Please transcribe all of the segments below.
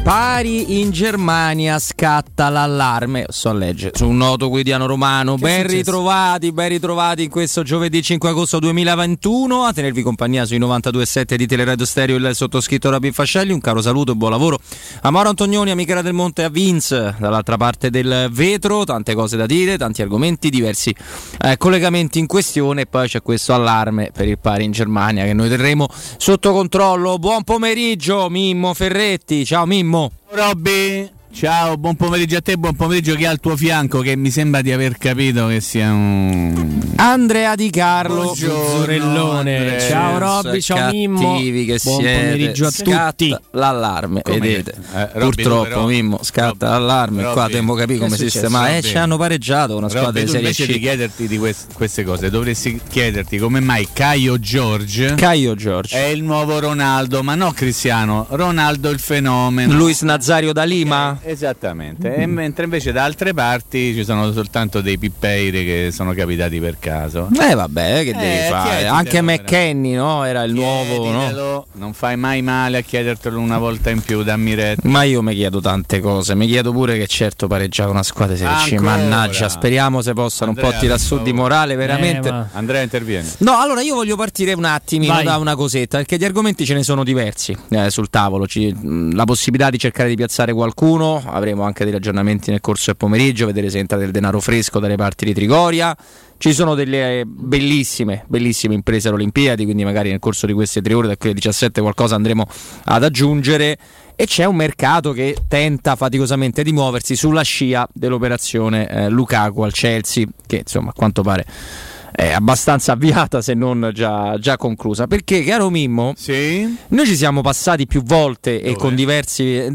Pari in Germania, scatta l'allarme. So leggere su un noto quotidiano romano. Ben ritrovati in questo giovedì 5 agosto 2021. A tenervi compagnia sui 92.7 di Teleradio Stereo il sottoscritto Robin Fascelli. Un caro saluto e buon lavoro a Mauro Antonioni, a Michela Del Monte e a Vince dall'altra parte del vetro. Tante cose da dire, tanti argomenti, diversi collegamenti in questione. E poi c'è questo allarme per il pari in Germania che noi terremo sotto controllo. Buon pomeriggio Mimmo Ferretti. Ciao Mimmo. Robby, ciao, buon pomeriggio a te, buon pomeriggio chi è al tuo fianco, che mi sembra di aver capito che sia un Andrea Di Carlo, Zorellone. Ciao Robby, ciao Mimmo, che buon siete. pomeriggio a tutti. L'allarme, come vedete, Robby, purtroppo però, Mimmo scatta l'allarme. Robby, qua devo capire come sistemare. Ci hanno pareggiato una squadra di Serie C. Invece di chiederti di queste cose dovresti chiederti come mai Caio George è il nuovo Ronaldo, ma no Cristiano Ronaldo il fenomeno, Luis Nazario da Lima. Esattamente. E mentre invece da altre parti ci sono soltanto dei pippeiri che sono capitati per caso. Vabbè, che devi fare? Anche McKennie, no? Era il nuovo, no? Non fai mai male a chiedertelo una volta in più, dammi retta. Ma io mi chiedo tante cose, mi chiedo pure che certo pareggiava una squadra di Serie C, mannaggia, speriamo se possano Andrea, un po' tirare su di morale, veramente. Andrea, intervieni. No, allora io voglio partire un attimino Vai. da una cosetta, perché di argomenti ce ne sono diversi sul tavolo. La possibilità di cercare di piazzare qualcuno, avremo anche degli aggiornamenti nel corso del pomeriggio, vedere se entra del denaro fresco dalle parti di Trigoria. Ci sono delle bellissime imprese alle Olimpiadi, quindi magari nel corso di queste 3 ore, da qui alle 17, qualcosa andremo ad aggiungere. E c'è un mercato che tenta faticosamente di muoversi sulla scia dell'operazione Lukaku al Chelsea, che insomma a quanto pare è abbastanza avviata, se non già conclusa. Perché, caro Mimmo, sì? Noi ci siamo passati più volte e con diverse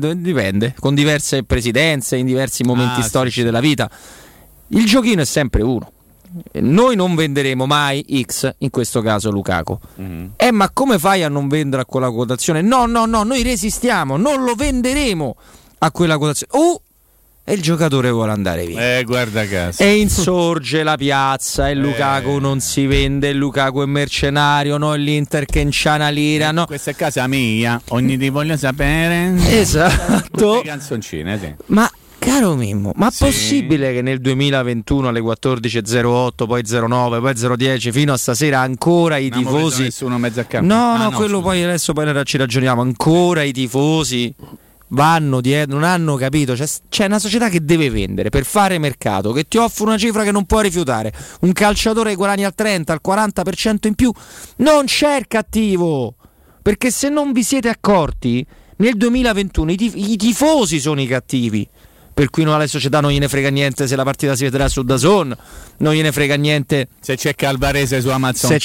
presidenze, in diversi momenti storici della vita. Il giochino è sempre uno. Noi non venderemo mai X, in questo caso Lukaku. Ma come fai a non vendere a quella quotazione? No, noi resistiamo, non lo venderemo a quella quotazione. E il giocatore vuole andare via. Guarda caso. E insorge la piazza e Lukaku non si vende, Lukaku è mercenario, no? L'Inter che c'ha una lira, no? Questa è casa mia, ogni ti voglio sapere. Esatto. Le canzoncine, sì. Ma caro Mimmo, ma possibile che nel 2021 alle 14.08, poi 09, poi 010 fino a stasera ancora i tifosi nessuno mezzo a campo? No, quello poi adesso ci ragioniamo. Ancora i tifosi vanno dietro, non hanno capito. C'è una società che deve vendere per fare mercato, che ti offre una cifra che non puoi rifiutare. Un calciatore che guadagni al 30, al 40% in più. Non c'è il cattivo, perché se non vi siete accorti, nel 2021 i tifosi sono i cattivi. Per cui alla società non gliene frega niente se la partita si vedrà su DAZN, non gliene frega niente se c'è Calvarese su Amazon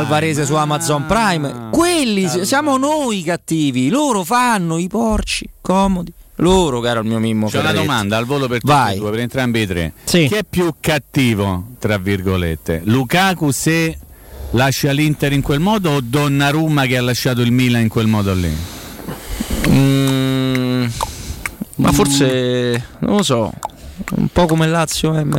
Prime. Quelli siamo noi i cattivi, loro fanno i porci comodi. Loro, caro il mio Mimmo. C'è una domanda al volo per tutti e due, per entrambi i tre. Sì. Chi è più cattivo, tra virgolette? Lukaku se lascia l'Inter in quel modo o Donnarumma che ha lasciato il Milan in quel modo lì? Ma forse non lo so, un po' come Lazio un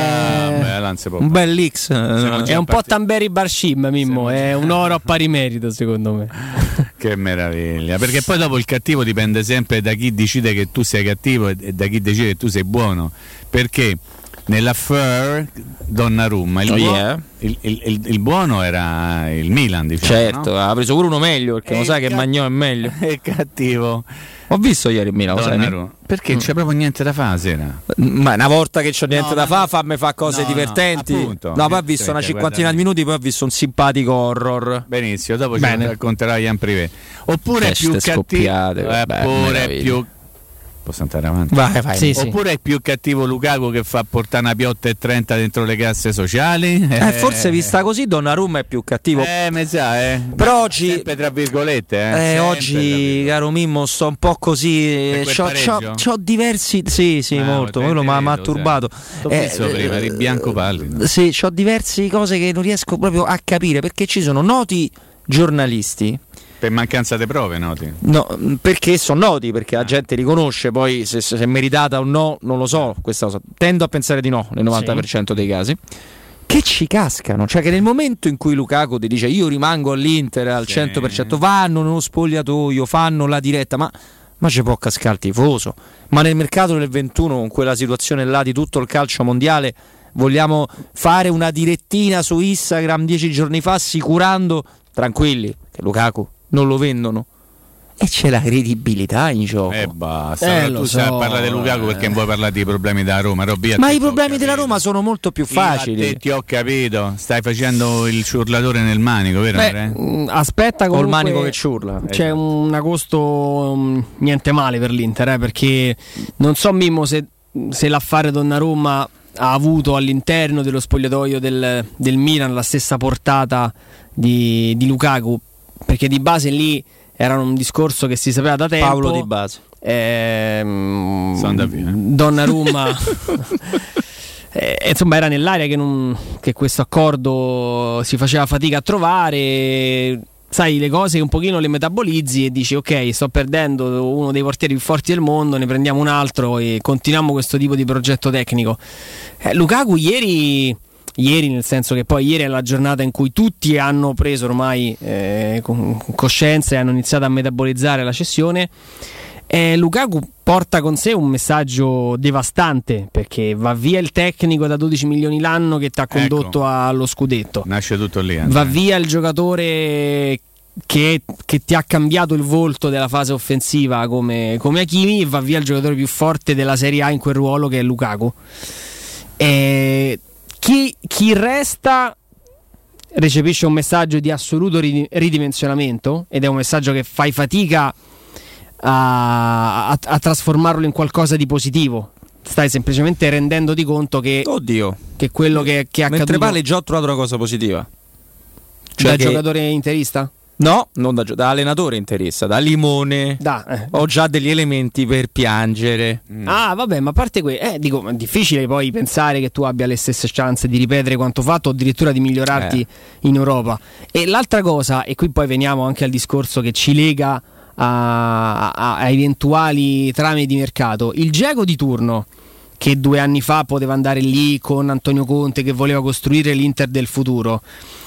bel X. È un po' Tamberi Barshim, Mimmo, è un oro a pari merito secondo me. Che meraviglia, perché poi dopo il cattivo dipende sempre da chi decide che tu sei cattivo e da chi decide che tu sei buono, perché nell'affair Donnarumma il buono era il Milan, diciamo, certo, no? Ha preso pure uno meglio, perché lo sai che Magnò è meglio. È cattivo. Ho visto ieri il Milan, lo sai? Perché non c'è proprio niente da fare sera. Ma una volta che c'ho niente da fare, fammi fare cose divertenti. Appunto. Poi ho visto una cinquantina di minuti, poi ho visto un simpatico horror. Benissimo, dopo ci racconterai in privé. Oppure è più cattivo, oppure più. Posso andare avanti? Vai. Sì. Oppure è più cattivo Lukaku che fa portare una piotta e 30 dentro le casse sociali? Forse vista così Donnarumma è più cattivo. Mi sa, Però oggi sempre tra virgolette, oggi, caro Mimmo, sto un po' così. C'ho diversi. Sì, molto. Quello mi ha turbato. T'ho visto prima, eri bianco pallido. Sì, c'ho diverse cose che non riesco proprio a capire, perché ci sono noti giornalisti. Per mancanza di prove, noti? No, perché sono noti, perché la gente li conosce, poi se è meritata o no, non lo so, questa cosa. Tendo a pensare di no, nel 90% dei casi. Che ci cascano, cioè che nel momento in cui Lukaku ti dice io rimango all'Inter al 100%, vanno nello spogliatoio, fanno la diretta, ma ma ci può cascare il tifoso. Ma nel mercato del 21, con quella situazione là di tutto il calcio mondiale, vogliamo fare una direttina su Instagram 10 giorni fa assicurando, tranquilli, che Lukaku non lo vendono? E c'è la credibilità in gioco. Basta. Tu stai a parlare di Lukaku perché non vuoi parlare dei problemi della Roma. Ma i problemi della Roma sono molto più facili. Ti ho capito. Stai facendo il ciurlatore nel manico, vero? Aspetta, col manico che ciurla. C'è un agosto niente male per l'Inter, perché non so, Mimmo, se l'affare Donnarumma ha avuto all'interno dello spogliatoio del Milan la stessa portata di Lukaku, perché di base lì era un discorso che si sapeva da tempo. Paolo Di Base. Donnarumma insomma era nell'aria che questo accordo si faceva fatica a trovare. Sai, le cose un pochino le metabolizzi e dici ok, sto perdendo uno dei portieri più forti del mondo, ne prendiamo un altro e continuiamo questo tipo di progetto tecnico. Lukaku ieri, nel senso che poi ieri è la giornata in cui tutti hanno preso ormai coscienza e hanno iniziato a metabolizzare la cessione. Lukaku porta con sé un messaggio devastante, perché va via il tecnico da 12 milioni l'anno che ti ha condotto allo scudetto. Nasce tutto lì. Va via il giocatore che ti ha cambiato il volto della fase offensiva come Hakimi, e va via il giocatore più forte della Serie A in quel ruolo, che è Lukaku. Chi resta recepisce un messaggio di assoluto ridimensionamento, ed è un messaggio che fai fatica a trasformarlo in qualcosa di positivo. Stai semplicemente rendendoti conto che che quello che è accaduto. Mentre parli già ho trovato una cosa positiva, cioè da giocatore interista? No, non da allenatore interista, da limone. Ho già degli elementi per piangere. Vabbè, ma a parte dico, è difficile poi pensare che tu abbia le stesse chance di ripetere quanto fatto o addirittura di migliorarti in Europa. E l'altra cosa, e qui poi veniamo anche al discorso che ci lega a eventuali trame di mercato, il Dzeko di turno, che 2 anni fa poteva andare lì con Antonio Conte, che voleva costruire l'Inter del futuro,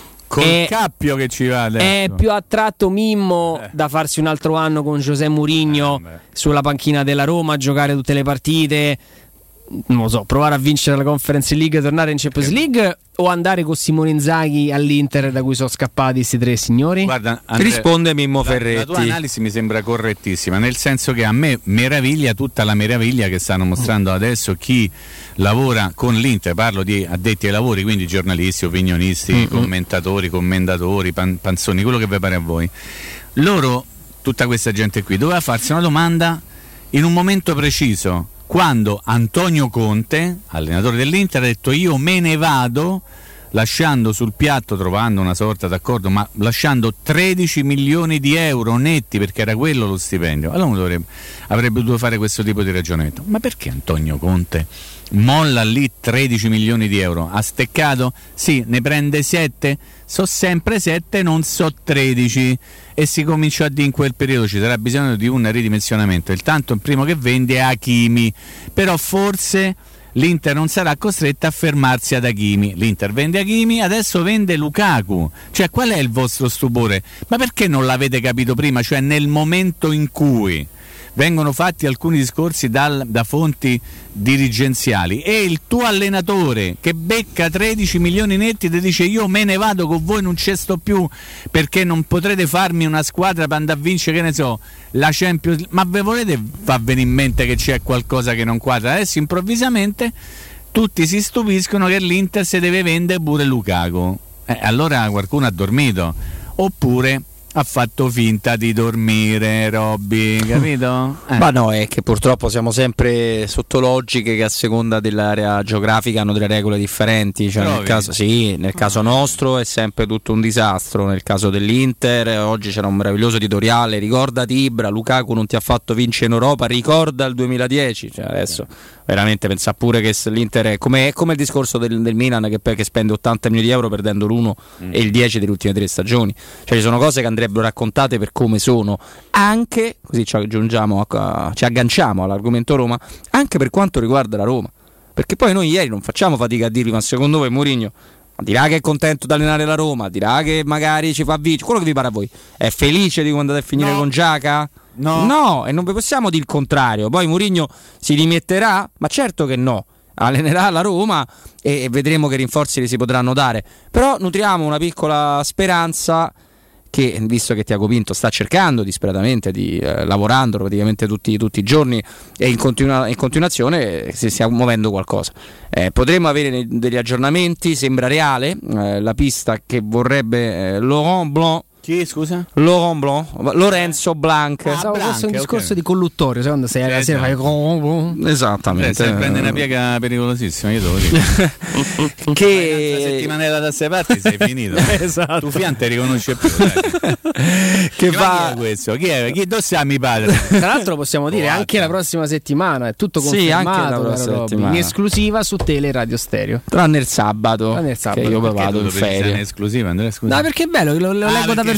col cappio che ci va adesso. È più attratto Mimmo da farsi un altro anno con José Mourinho sulla panchina della Roma, giocare tutte le partite, non lo so, provare a vincere la Conference League, tornare in Champions League, o andare con Simone Inzaghi all'Inter, da cui sono scappati questi 3 signori? Guarda, Andrea, risponde Mimmo Ferretti. La tua analisi mi sembra correttissima, nel senso che a me meraviglia tutta la meraviglia che stanno mostrando adesso chi lavora con l'Inter. Parlo di addetti ai lavori, quindi giornalisti, opinionisti, commentatori, panzoni, quello che vi pare a voi. Loro, tutta questa gente qui, doveva farsi una domanda in un momento preciso, quando Antonio Conte, allenatore dell'Inter, ha detto io me ne vado, lasciando sul piatto, trovando una sorta d'accordo, ma lasciando 13 milioni di euro netti, perché era quello lo stipendio. Allora uno avrebbe dovuto fare questo tipo di ragionamento. Ma perché Antonio Conte molla lì 13 milioni di euro? Ha steccato? Sì, ne prende 7, so sempre 7, non so 13, e si cominciò a dire in quel periodo ci sarà bisogno di un ridimensionamento. Intanto il primo che vende è Hakimi, però forse l'Inter non sarà costretta a fermarsi ad Hakimi. L'Inter vende Hakimi, adesso vende Lukaku. Cioè, qual è il vostro stupore? Ma perché non l'avete capito prima? Cioè, nel momento in cui vengono fatti alcuni discorsi da fonti dirigenziali e il tuo allenatore che becca 13 milioni netti ti dice io me ne vado con voi, non ci sto più perché non potrete farmi una squadra per andare a vincere, che ne so, la Champions, ma ve volete far venire in mente che c'è qualcosa che non quadra? Adesso improvvisamente tutti si stupiscono che l'Inter se deve vendere pure Lukaku. Allora qualcuno ha dormito, oppure ha fatto finta di dormire, Robby, capito? Ma no, è che purtroppo siamo sempre sotto logiche che a seconda dell'area geografica hanno delle regole differenti. Cioè, nel caso nostro è sempre tutto un disastro. Nel caso dell'Inter oggi c'era un meraviglioso editoriale: ricordati Ibra, Lukaku non ti ha fatto vincere in Europa, ricorda il 2010. Cioè, adesso veramente pensa pure che l'Inter è come il discorso del Milan che spende 80 milioni di euro perdendo l'1 e il 10 delle ultime 3 stagioni. Cioè ci sono cose che andrebbero raccontate per come sono, anche così ci agganciamo all'argomento Roma, anche per quanto riguarda la Roma, perché poi noi ieri non facciamo fatica a dirvi, ma secondo voi Mourinho dirà che è contento di allenare la Roma, dirà che magari ci fa vincere, quello che vi pare a voi, è felice di quando andate a finire con Giaca? No, e non vi possiamo dire il contrario. Poi Mourinho si rimetterà? Ma certo che no. Allenerà la Roma e vedremo che rinforzi si potranno dare. Però nutriamo una piccola speranza che, visto che Tiago Pinto sta cercando disperatamente lavorando praticamente tutti i giorni e in continuazione, si stia muovendo qualcosa. Potremmo avere degli aggiornamenti. Sembra reale la pista che vorrebbe Laurent Blanc. Chi, scusa? Lorenzo Blanc. Pensavo fosse un discorso di colluttorio, secondo se la sera fai esattamente. Se prende una piega pericolosissima, io te lo dico. Che una settimanella da sei parti sei finito. Esatto. Tu Fian ti riconosce più. che va... Chi è questo? Chi è? Dove siamo i padri? Tra l'altro possiamo dire anche la prossima settimana, è tutto confermato, in esclusiva su Tele Radio Stereo. Tranne il sabato. Che io vado in ferie. In esclusiva, Andrea, scusa. No, perché è bello, lo leggo dappertutto.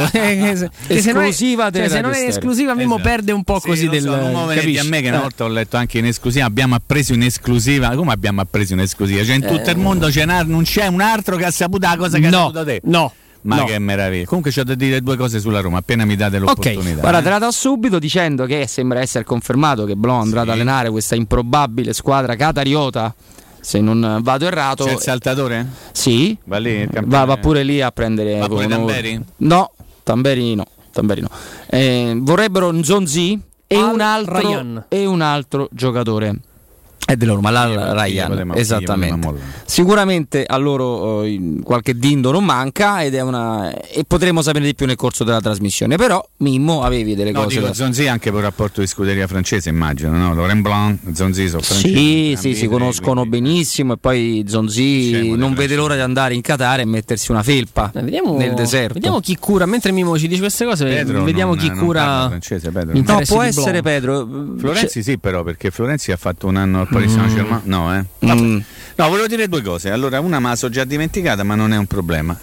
Esclusiva se non è esclusiva Mimmo perde un po' così del a me che una volta ho letto anche in esclusiva, abbiamo appreso in esclusiva. Come abbiamo appreso in esclusiva? Cioè in tutto il mondo non c'è un altro che ha saputo la cosa che ha saputo te. Ma che meraviglia. Comunque c'ho da dire due cose sulla Roma appena mi date l'opportunità. Ok, guarda, te la do subito dicendo che sembra essere confermato che Blanc andrà ad allenare questa improbabile squadra qatariota, se non vado errato. C'è il saltatore? Sì. Va lì, va pure lì a prendere. Ma pure Tamberi? No, Tamberi no. Vorrebbero Nzonzi e un altro giocatore. È della Roma, la Ryan, esattamente. Sicuramente a loro qualche dindo non manca e potremo sapere di più nel corso della trasmissione. Però Mimmo avevi delle cose. Dico Zonzi anche per rapporto di scuderia francese, immagino, no? Laurent Blanc, Zonzi sono francesi. Sì, si conoscono benissimo e poi Zonzi non vede l'ora di andare in Qatar e mettersi una felpa nel deserto. Vediamo chi cura, mentre Mimmo ci dice queste cose, vediamo chi cura. Francese, no, può essere Pedro. Florenzi sì, però, perché Florenzi ha fatto un anno al Paris Saint-Germain. No, No, volevo dire due cose. Allora, una me la so già dimenticata, ma non è un problema.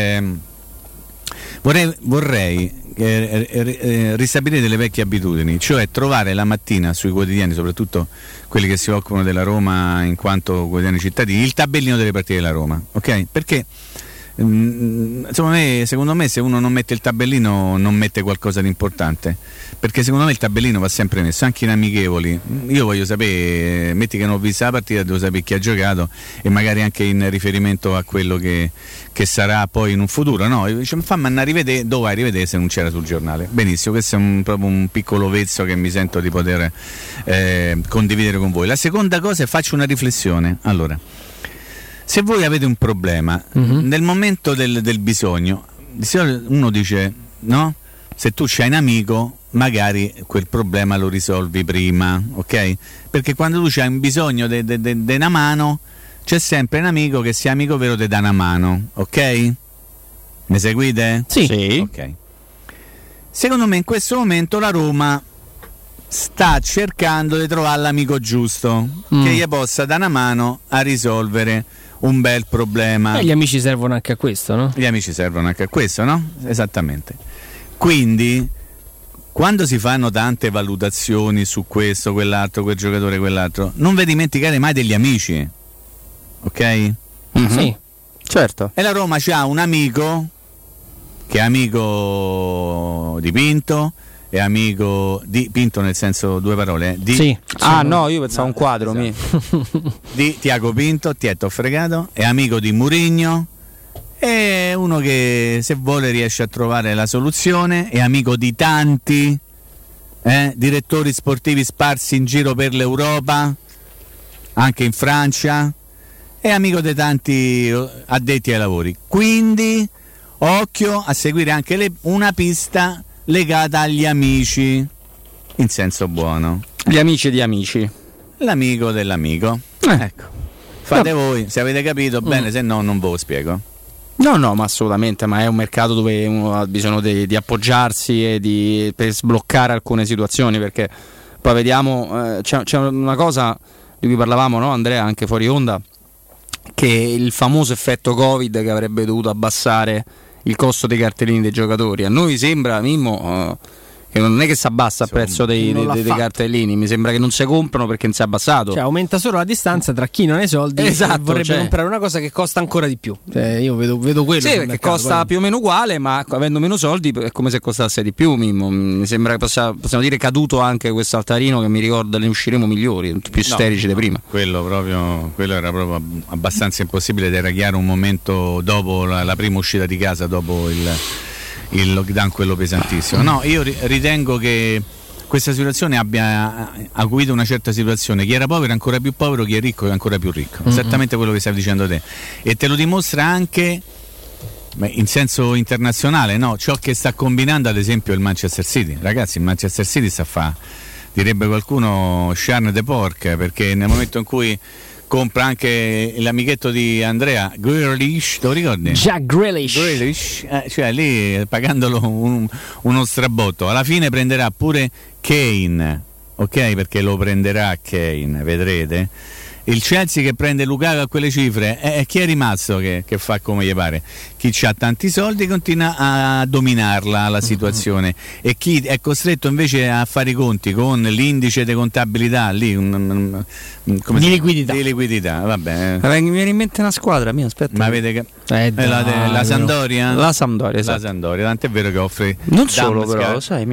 Vorrei ristabilire delle vecchie abitudini, cioè trovare la mattina sui quotidiani, soprattutto quelli che si occupano della Roma in quanto quotidiani cittadini, il tabellino delle partite della Roma, ok? Perché secondo me se uno non mette il tabellino non mette qualcosa di importante, perché secondo me il tabellino va sempre messo anche in amichevoli. Io voglio sapere, metti che non ho visto la partita, devo sapere chi ha giocato e magari anche in riferimento a quello che sarà poi in un futuro, no? Dice, fammi andare a rivedere, dove vai a rivedere se non c'era sul giornale. Benissimo, questo è proprio un piccolo vezzo che mi sento di poter condividere con voi. La seconda cosa è faccio una riflessione. Allora, se voi avete un problema nel momento del bisogno, di solito uno dice, no? Se tu c'hai un amico, magari quel problema lo risolvi prima, ok? Perché quando tu c'hai un bisogno di una mano, c'è sempre un amico che sia amico vero ti dà una mano, ok? Mi seguite? Sì. Ok. Secondo me in questo momento la Roma sta cercando di trovare l'amico giusto che gli possa dare una mano a risolvere un bel problema. E gli amici servono anche a questo, no? Gli amici servono anche a questo, no? Esattamente. Quindi, quando si fanno tante valutazioni su questo, quell'altro, quel giocatore, quell'altro, non vi dimenticate mai degli amici, ok? Sì, certo. E la Roma c'ha un amico che è amico di Pinto, è amico di Pinto nel senso due parole, sì. No, io pensavo un quadro esatto. Di Tiago Pinto, t'ho fregato, è amico di Mourinho, è uno che se vuole riesce a trovare la soluzione, è amico di tanti direttori sportivi sparsi in giro per l'Europa, anche in Francia, è amico di tanti addetti ai lavori, quindi occhio a seguire anche una pista legata agli amici, in senso buono. Gli amici di amici. L'amico dell'amico. Ecco. Fate voi, se avete capito bene, se no non ve lo spiego. No, ma assolutamente, ma è un mercato dove uno ha bisogno di appoggiarsi e per sbloccare alcune situazioni, perché poi vediamo, c'è una cosa di cui parlavamo, no, Andrea, anche fuori onda, che il famoso effetto Covid che avrebbe dovuto abbassare il costo dei cartellini dei giocatori. A noi sembra, Mimmo, che non è che si abbassa il prezzo dei cartellini, mi sembra che non si comprano perché non si è abbassato. Cioè aumenta solo la distanza tra chi non ha i soldi e vorrebbe comprare una cosa che costa ancora di più. Io vedo quello. Sì, perché costa più o meno uguale, ma avendo meno soldi è come se costasse di più. Mi sembra che possiamo dire caduto anche questo altarino, che mi ricorda ne usciremo migliori, più isterici di prima. Quello era proprio abbastanza impossibile, ed era chiaro un momento dopo la prima uscita di casa, dopo il lockdown, quello pesantissimo. No, io ritengo che questa situazione abbia acuito una certa situazione. Chi era povero è ancora più povero, chi è ricco è ancora più ricco. Esattamente quello che stavi dicendo te. E te lo dimostra anche in senso internazionale, no? Ciò che sta combinando ad esempio il Manchester City. Ragazzi, il Manchester City sta a fare, direbbe qualcuno, charne de porc, perché nel momento in cui compra anche l'amichetto di Andrea, Grealish, te lo ricordi? Jack Grealish, cioè lì pagandolo uno strabotto, alla fine prenderà pure Kane, ok? Perché lo prenderà Kane, vedrete. Il Chelsea che prende Lukaku a quelle cifre, chi è rimasto che fa come gli pare? Chi ha tanti soldi continua a dominarla la situazione, e chi è costretto invece a fare i conti con l'indice di contabilità lì, di liquidità. Vabbè. Mi viene in mente una squadra mia, aspetta. Ma vede che la Sampdoria? La Sampdoria, esatto. La Sampdoria, tant'è vero che offre non solo però, lo sai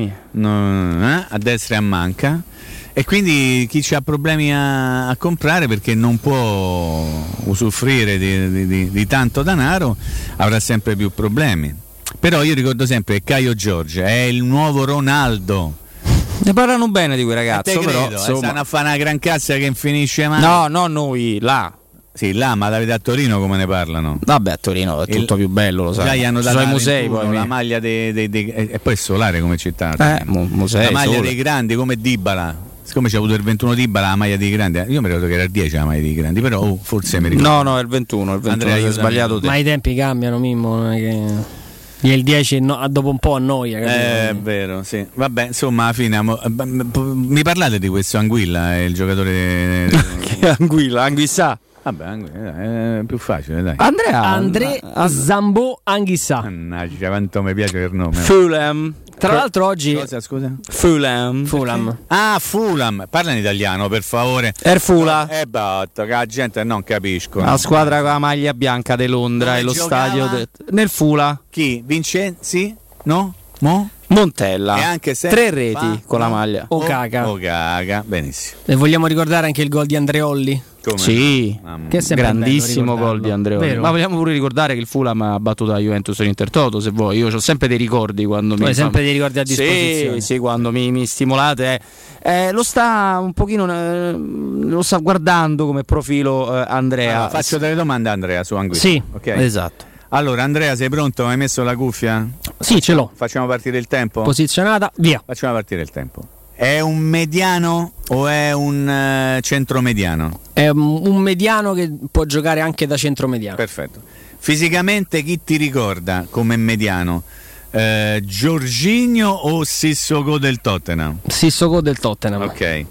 a destra e a manca. E quindi chi ha problemi a comprare perché non può usufruire di tanto denaro avrà sempre più problemi. Però io ricordo sempre che Caio Giorgio è il nuovo Ronaldo. Ne parlano bene di quel ragazzo, però stanno a fare una gran cazza che finisce mai. No, noi là. Sì, là, ma Davide, a Torino come ne parlano? Vabbè, a Torino è tutto più bello, lo sai. Già gli hanno dato i musei, poi la maglia e poi è solare come città. Musei, la maglia dei grandi come Dybala. Siccome c'è avuto il 21 Dybala, la maglia dei grandi, io mi ricordo che era il 10 la maglia dei grandi, però forse mi ricordo. No, è il 21, Andrea, hai sbagliato te. Ma i tempi cambiano, Mimmo, non è che... Il 10 dopo un po' annoia. È vero, sì. Vabbè, insomma, alla fine mi parlate di questo Anguilla, il giocatore che Anguilla, Anguissa. Vabbè, è più facile, dai. André Zambo Anghissà. Mannaggia, quanto mi piace il nome. Fulham. Tra l'altro oggi cosa, scusa? Fulham. Ah, Fulham. Parla in italiano, per favore. Fula. Batto, che la gente non capiscono. La squadra con la maglia bianca di Londra e lo stadio nel Fula. Chi? Vincenzi? No? Montella. E anche 3 reti con la maglia. Ocaga, benissimo. E vogliamo ricordare anche il gol di Andreolli? Come? Sì, che è grandissimo gol di Andreolli. Vero? Ma vogliamo pure ricordare che il Fulham ha battuto la Juventus in Intertoto, se vuoi. Io ho sempre dei ricordi quando hai sempre dei ricordi a disposizione. Sì, quando mi stimolate. Lo sta un pochino lo sta guardando come profilo Andrea. Allora, faccio delle domande a Andrea su Anguilla. Sì, okay. Esatto. Allora Andrea, sei pronto? Hai messo la cuffia? Sì, ce l'ho. Facciamo partire il tempo? Posizionata, via. Facciamo partire il tempo. È un mediano o è un centromediano? È un mediano che può giocare anche da centromediano. Perfetto. Fisicamente chi ti ricorda come mediano? Jorginho o Sissoko del Tottenham? Sissoko del Tottenham. Ok.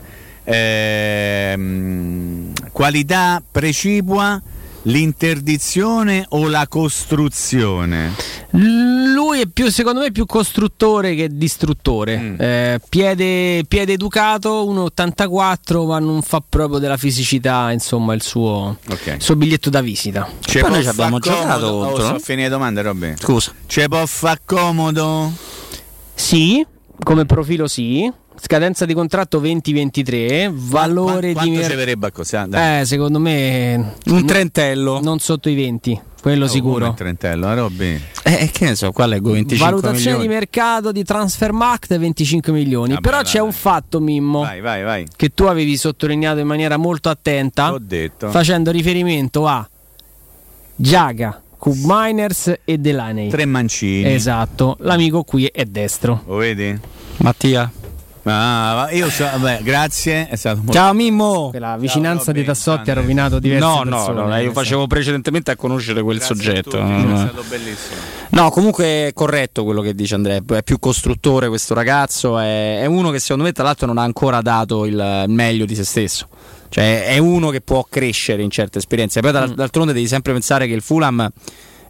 Qualità precipua, l'interdizione o la costruzione? Lui è secondo me più costruttore che distruttore. Piede educato, 1,84, ma non fa proprio della fisicità, insomma, il suo biglietto da visita. Poi noi ci abbiamo giocato contro. Sono finite le domande, Robby. Scusa. Ci può far comodo? Sì, come profilo sì. Scadenza di contratto 2023, valore quanto di ci verrebbe a così? Secondo me un trentello, non sotto i 20, quello sicuro. Un trentello, Robby. Che ne so, qua leggo 25 valutazione milioni. di mercato di Transfermarkt 25 milioni. Vabbè, però c'è un fatto, Mimmo, vai. che tu avevi sottolineato in maniera molto attenta. L'ho detto. Facendo riferimento a Giaga, Cub Miners e Delaney. 3 mancini. Esatto, l'amico qui è destro. Lo vedi? Mattia. Vabbè, grazie, è stato molto... Ciao Mimmo. La vicinanza dei Tassotti ha rovinato diverse persone. No, io facevo precedentemente a conoscere quel soggetto. È stato bellissimo. No, comunque è corretto quello che dice Andrea, è più costruttore questo ragazzo, è uno che secondo me tra l'altro non ha ancora dato il meglio di se stesso. Cioè è uno che può crescere in certe esperienze. Poi d'altronde devi sempre pensare che il Fulham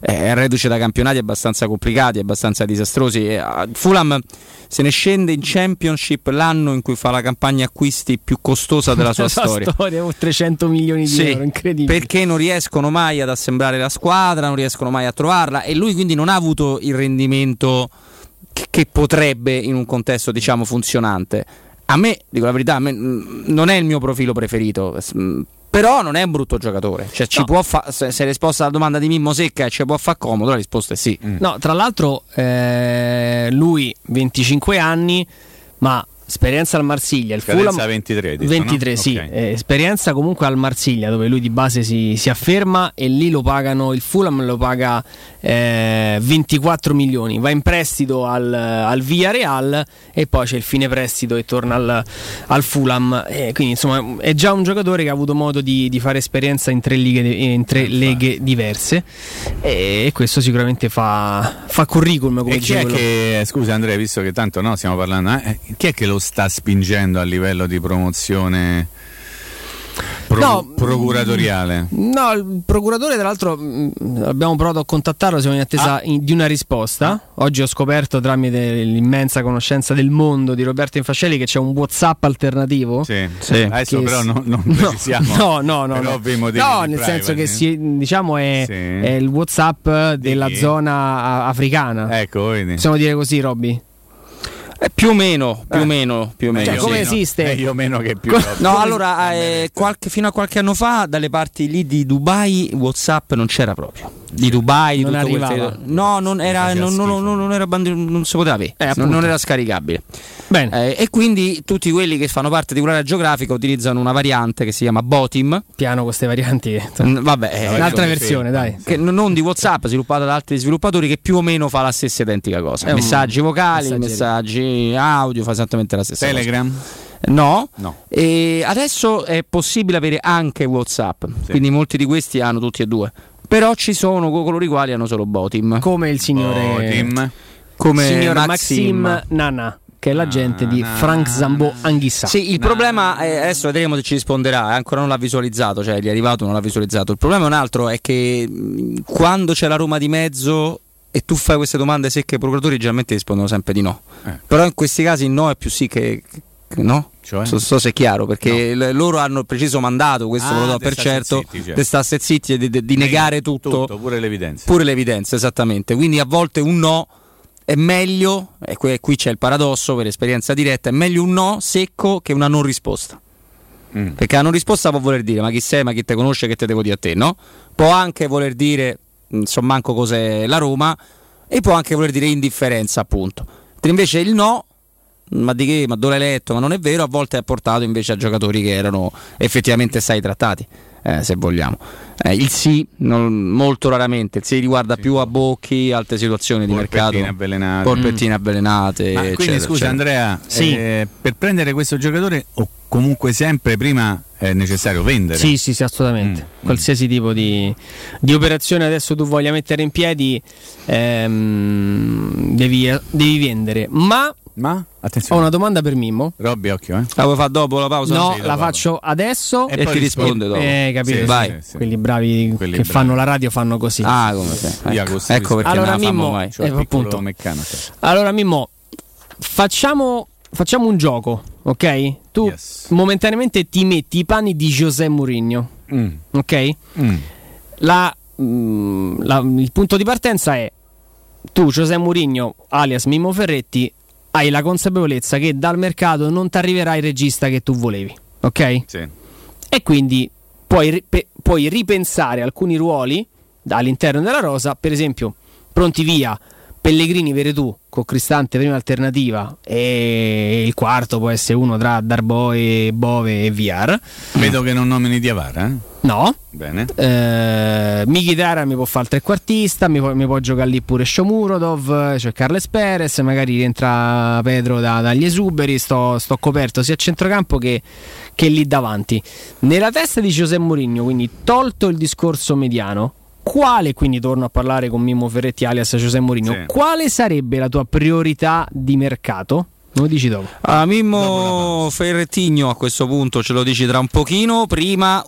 reduce da campionati abbastanza complicati, abbastanza disastrosi. Fulham se ne scende in Championship l'anno in cui fa la campagna acquisti più costosa della sua storia, con 300 milioni di euro, incredibile, perché non riescono mai ad assemblare la squadra, non riescono mai a trovarla, e lui quindi non ha avuto il rendimento che potrebbe in un contesto, diciamo, funzionante. A me, dico la verità, non è il mio profilo preferito, però non è un brutto giocatore, cioè ci può se hai risposto alla domanda di Mimmo secca e ci può far comodo, la risposta è sì. No, tra l'altro lui 25 anni, ma esperienza al Marsiglia, il Fulham 23, 23 no? sì, Okay. Esperienza comunque al Marsiglia, dove lui di base si afferma, e lì lo pagano, il Fulham lo paga 24 milioni, va in prestito al Villarreal e poi c'è il fine prestito e torna al Fulham, quindi insomma è già un giocatore che ha avuto modo di fare esperienza in tre leghe diverse, e questo sicuramente fa curriculum, come e chi è dicevo. che, scusa Andrea, visto che tanto stiamo parlando, chi è che lo sta spingendo a livello di promozione procuratoriale? No, il procuratore, tra l'altro, abbiamo provato a contattarlo, siamo in attesa di una risposta. Oggi ho scoperto, tramite l'immensa conoscenza del mondo di Roberto Infascelli, che c'è un WhatsApp alternativo. Sì. Adesso Che però non precisiamo. No, per ovvi motivi no, di nel senso privacy. che diciamo è il WhatsApp della chi? zona africana. Ecco, vedi. Possiamo dire così, Robby? Più o meno. Cioè, come esiste? Io meno che più. No, allora fino a qualche anno fa dalle parti lì di Dubai WhatsApp non c'era proprio. Di Dubai, di non tutto arrivava. quel no, non era non si poteva avere, non era scaricabile. Bene. E quindi tutti quelli che fanno parte di quell'area geografica utilizzano una variante che si chiama Botim. Piano queste varianti. Vabbè, Un'altra versione, dai. che non di WhatsApp, sviluppata da altri sviluppatori, che più o meno fa la stessa identica cosa. Messaggi vocali, messaggi audio, fa esattamente la stessa Telegram? cosa. No. E adesso è possibile avere anche WhatsApp, quindi molti di questi hanno tutti e due. Però ci sono coloro i quali hanno solo Botim. Come il signore come signor Maxim Nana, che è l'agente di Frank Zambo Anghissà. Sì, il problema è, adesso vedremo se ci risponderà, ancora non l'ha visualizzato, cioè gli è arrivato, non l'ha visualizzato. Il problema è un altro, è che quando c'è la Roma di mezzo e tu fai queste domande secche ai procuratori, generalmente rispondono sempre di no. Però in questi casi il no è più sì che no. Cioè? So se è chiaro, perché loro hanno il preciso mandato, questo ve lo do per certo, di stare zitti e di negare tutto, pure l'evidenza. Pure l'evidenza, esattamente. Quindi a volte un no è meglio, e qui c'è il paradosso per esperienza diretta, è meglio un no secco che una non risposta. Perché la non risposta può voler dire ma chi sei, ma chi te conosce, che te devo dire a te, no? Può anche voler dire insomma manco cos'è la Roma, e può anche voler dire indifferenza, appunto. Invece il no, ma di che, ma dove l'hai letto, ma non è vero, a volte ha portato invece a giocatori che erano effettivamente stati trattati, se vogliamo. Il sì, molto raramente, il sì riguarda più a bocchi, altre situazioni di mercato, polpettine avvelenate, quindi eccetera, scusa eccetera. Andrea, per prendere questo giocatore o comunque sempre prima è necessario vendere? Sì, assolutamente. Qualsiasi tipo di operazione adesso tu voglia mettere in piedi, devi vendere. Ma attenzione, ho una domanda per Mimmo. Robby, occhio, La vuoi fare dopo la pausa? No, la faccio adesso e ti risponde dopo. Capito? Sì, vai. Quelli bravi che fanno la radio fanno così. Come ecco perché allora, non la Mimmo, mai. appunto. Meccano, allora Mimmo, facciamo un gioco, ok? Tu momentaneamente ti metti i panni di José Mourinho, ok? Il punto di partenza è: tu, José Mourinho alias Mimmo Ferretti, hai la consapevolezza che dal mercato non ti arriverà il regista che tu volevi, ok? Sì. E quindi puoi ripensare alcuni ruoli all'interno della rosa, per esempio pronti via Pellegrini, Veretù con Cristante prima alternativa, e il quarto può essere uno tra Darboe, Bove e Villar. Vedo che non nomini Diawara, No. Bene. Mkhitaryan mi può fare il trequartista, mi può giocare lì pure Shomurodov, cioè Carles Perez, magari rientra Pedro dagli esuberi, sto coperto sia a centrocampo che lì davanti. Nella testa di José Mourinho, quindi tolto il discorso mediano, quale, quindi torno a parlare con Mimmo Ferretti alias José Mourinho, quale sarebbe la tua priorità di mercato Lo dici dopo. Mimmo Ferrettigno a questo punto ce lo dici tra un pochino. Prima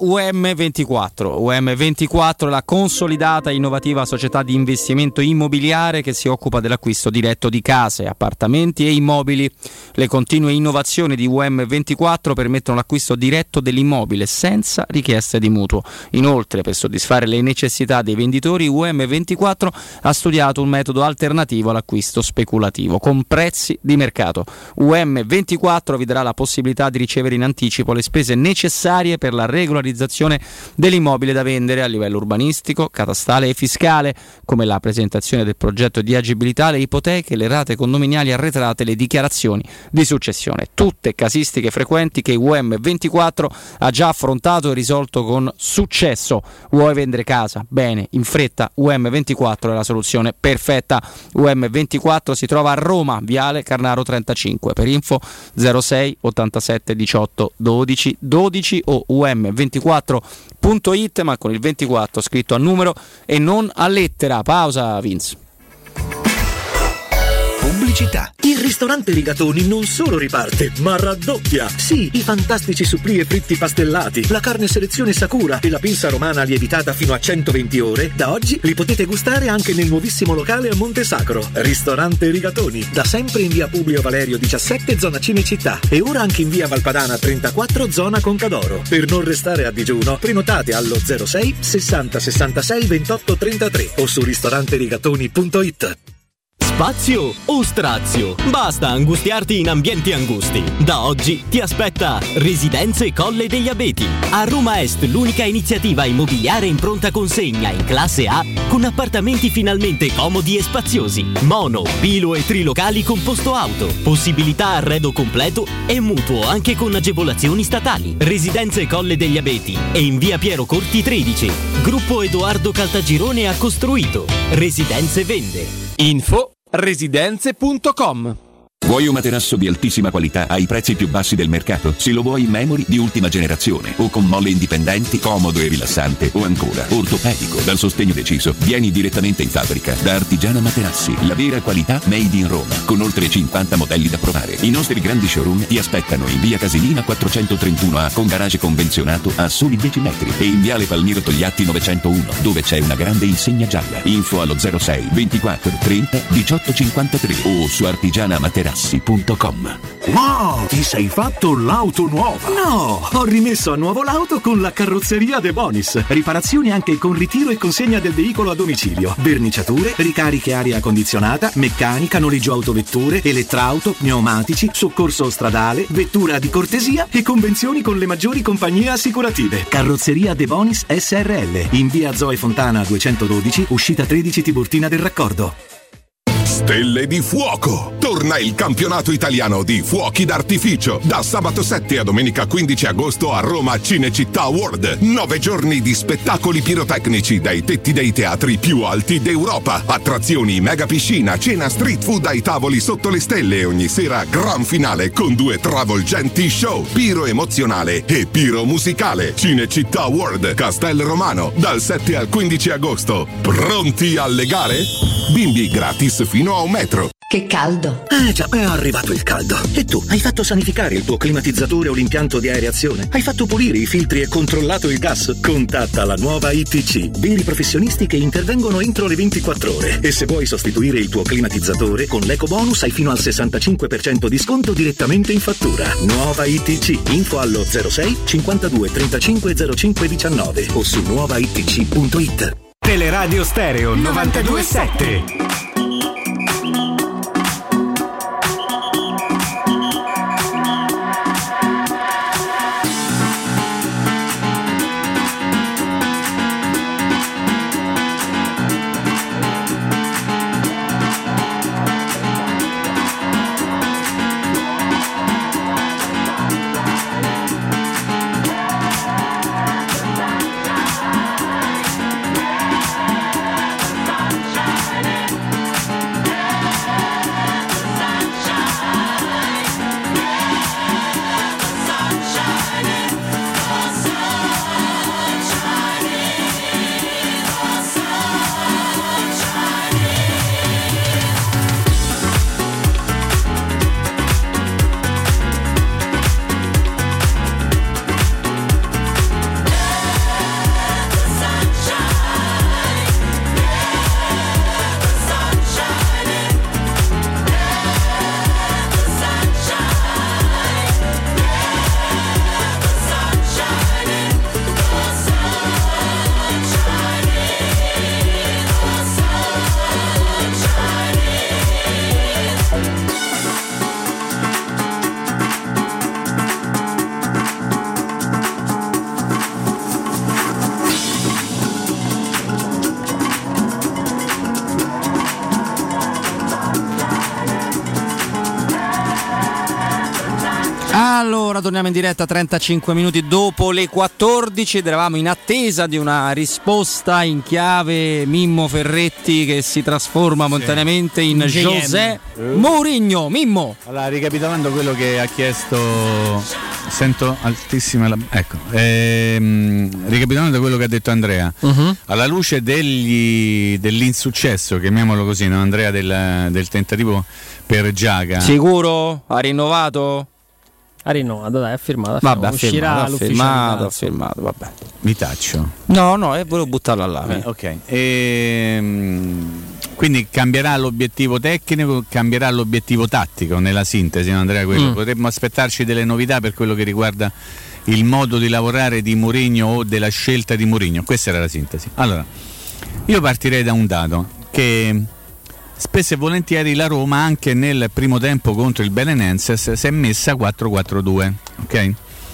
UM24 è la consolidata e innovativa società di investimento immobiliare che si occupa dell'acquisto diretto di case, appartamenti e immobili. Le continue innovazioni di UM24 permettono l'acquisto diretto dell'immobile senza richieste di mutuo. Inoltre, per soddisfare le necessità dei venditori, UM24 ha studiato un metodo alternativo all'acquisto speculativo con prezzi di mercato. UM24 vi darà la possibilità di ricevere in anticipo le spese necessarie per la regolarizzazione dell'immobile da vendere a livello urbanistico, catastale e fiscale, come la presentazione del progetto di agibilità, le ipoteche, le rate condominiali arretrate, le dichiarazioni di successione. Tutte casistiche frequenti che UM24 ha già affrontato e risolto con successo. Vuoi vendere casa? Bene, in fretta, UM24 è la soluzione perfetta. UM24 si trova a Roma, Viale Carnaro 35. Per info 06 87 18 12 12 o um24.it, ma con il 24 scritto a numero e non a lettera. Pausa, Vince. Pubblicità. Il ristorante Rigatoni non solo riparte, ma raddoppia. Sì, i fantastici supplì e fritti pastellati, la carne selezione Sakura e la pinza romana lievitata fino a 120 ore, da oggi li potete gustare anche nel nuovissimo locale a Monte Sacro. Ristorante Rigatoni, da sempre in via Publio Valerio 17, zona Cinecittà, e ora anche in via Valpadana 34, zona Concadoro. Per non restare a digiuno, prenotate allo 06 60 66 28 33 o su ristoranterigatoni.it. Spazio o strazio? Basta angustiarti in ambienti angusti. Da oggi ti aspetta Residenze Colle degli Abeti. A Roma Est, l'unica iniziativa immobiliare in pronta consegna in classe A con appartamenti finalmente comodi e spaziosi. Mono, bilo e trilocali con posto auto. Possibilità arredo completo e mutuo anche con agevolazioni statali. Residenze Colle degli Abeti e in via Piero Corti 13. Gruppo Edoardo Caltagirone ha costruito. Residenze vende. Info residenze.com. Vuoi un materasso di altissima qualità ai prezzi più bassi del mercato? Se lo vuoi in memory di ultima generazione o con molle indipendenti, comodo e rilassante, o ancora ortopedico dal sostegno deciso, vieni direttamente in fabbrica da Artigiana Materassi, la vera qualità made in Roma, con oltre 50 modelli da provare. I nostri grandi showroom ti aspettano in via Casilina 431A con garage convenzionato a soli 10 metri e in viale Palmiro Togliatti 901 dove c'è una grande insegna gialla. Info allo 06 24 30 18 53 o su artigianamaterassi.com. Wow, ti sei fatto l'auto nuova? No, ho rimesso a nuovo l'auto con la carrozzeria De Bonis. Riparazioni anche con ritiro e consegna del veicolo a domicilio, verniciature, ricariche aria condizionata, meccanica, noleggio autovetture, elettrauto, pneumatici, soccorso stradale, vettura di cortesia e convenzioni con le maggiori compagnie assicurative. Carrozzeria De Bonis SRL, in via Zoe Fontana 212, uscita 13 Tiburtina del Raccordo. Stelle di Fuoco! Torna il campionato italiano di fuochi d'artificio da sabato 7 a domenica 15 agosto a Roma Cinecittà World. 9 giorni di spettacoli pirotecnici dai tetti dei teatri più alti d'Europa. Attrazioni, mega piscina, cena street food ai tavoli sotto le stelle e ogni sera gran finale con 2 travolgenti show. Piro emozionale e piro musicale. Cinecittà World, Castel Romano, dal 7 al 15 agosto. Pronti alle gare? Bimbi gratis fino a 1 metro. Che caldo! Già, è arrivato il caldo. E tu, hai fatto sanificare il tuo climatizzatore o l'impianto di areazione? Hai fatto pulire i filtri e controllato il gas? Contatta la nuova ITC, veri professionisti che intervengono entro le 24 ore. E se vuoi sostituire il tuo climatizzatore, con l'eco bonus hai fino al 65% di sconto direttamente in fattura. Nuova ITC, info allo 06 52 35 05 19 o su nuovaitc.it. Teleradio Stereo 92.7. Allora, torniamo in diretta 35 minuti dopo le 14 ed eravamo in attesa di una risposta in chiave Mimmo Ferretti che si trasforma momentaneamente in José Mourinho. Mimmo! Allora, ricapitolando quello che ha chiesto, sento altissima ricapitolando quello che ha detto Andrea, alla luce dell'insuccesso, chiamiamolo così, no? Andrea, del tentativo per Giaga. Sicuro? Ha rinnovato? Ha rinnovato, dai, ha firmato. Vabbè, uscirà ha firmato, vabbè. Mi taccio. No, volevo buttarla là. Ok. Quindi cambierà l'obiettivo tecnico, cambierà l'obiettivo tattico nella sintesi, no, Andrea? Potremmo aspettarci delle novità per quello che riguarda il modo di lavorare di Mourinho o della scelta di Mourinho. Questa era la sintesi. Allora, io partirei da un dato che spesso e volentieri la Roma anche nel primo tempo contro il Belenenses si è messa 4-4-2, ok?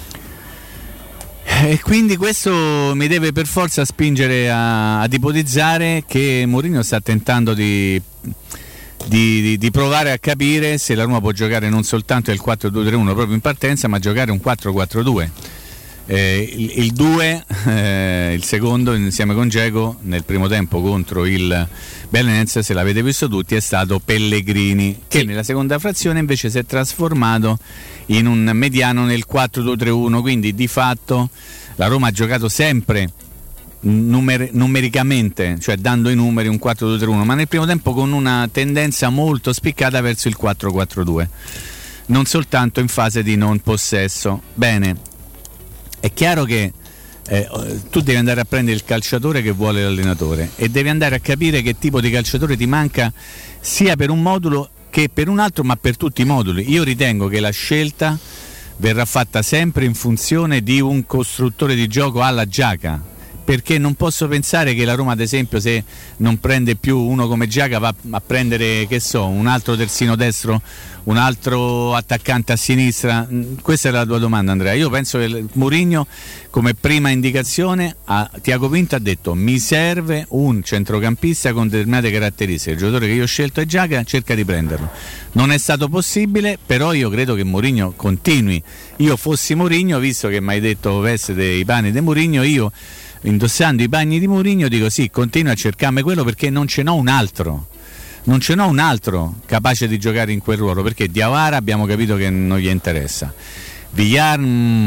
E quindi questo mi deve per forza spingere ad ipotizzare che Mourinho sta tentando di provare a capire se la Roma può giocare non soltanto il 4-2-3-1 proprio in partenza, ma giocare un 4-4-2. Il 2, il secondo insieme con Dzeko nel primo tempo contro il Belenenses, se l'avete visto tutti, è stato Pellegrini, che nella seconda frazione invece si è trasformato in un mediano nel 4-2-3-1, quindi di fatto la Roma ha giocato sempre numericamente, cioè dando i numeri, un 4-2-3-1, ma nel primo tempo con una tendenza molto spiccata verso il 4-4-2, non soltanto in fase di non possesso. Bene, è chiaro che tu devi andare a prendere il calciatore che vuole l'allenatore e devi andare a capire che tipo di calciatore ti manca sia per un modulo che per un altro, ma per tutti i moduli. Io ritengo che la scelta verrà fatta sempre in funzione di un costruttore di gioco alla Giaca, perché non posso pensare che la Roma, ad esempio, se non prende più uno come Giaca, va a prendere, che so, un altro terzino destro, un altro attaccante a sinistra. Questa è la tua domanda, Andrea. Io penso che Mourinho, come prima indicazione, a Tiago Pinto ha detto: mi serve un centrocampista con determinate caratteristiche, il giocatore che io ho scelto è Giaca, cerca di prenderlo. Non è stato possibile, però io credo che Mourinho continui. Io fossi Mourinho, visto che mi hai detto veste dei panni di Mourinho, io, indossando i bagni di Mourinho, dico sì, continua a cercarmi quello, perché non ce n'ho un altro capace di giocare in quel ruolo, perché Diawara abbiamo capito che non gli interessa, Villar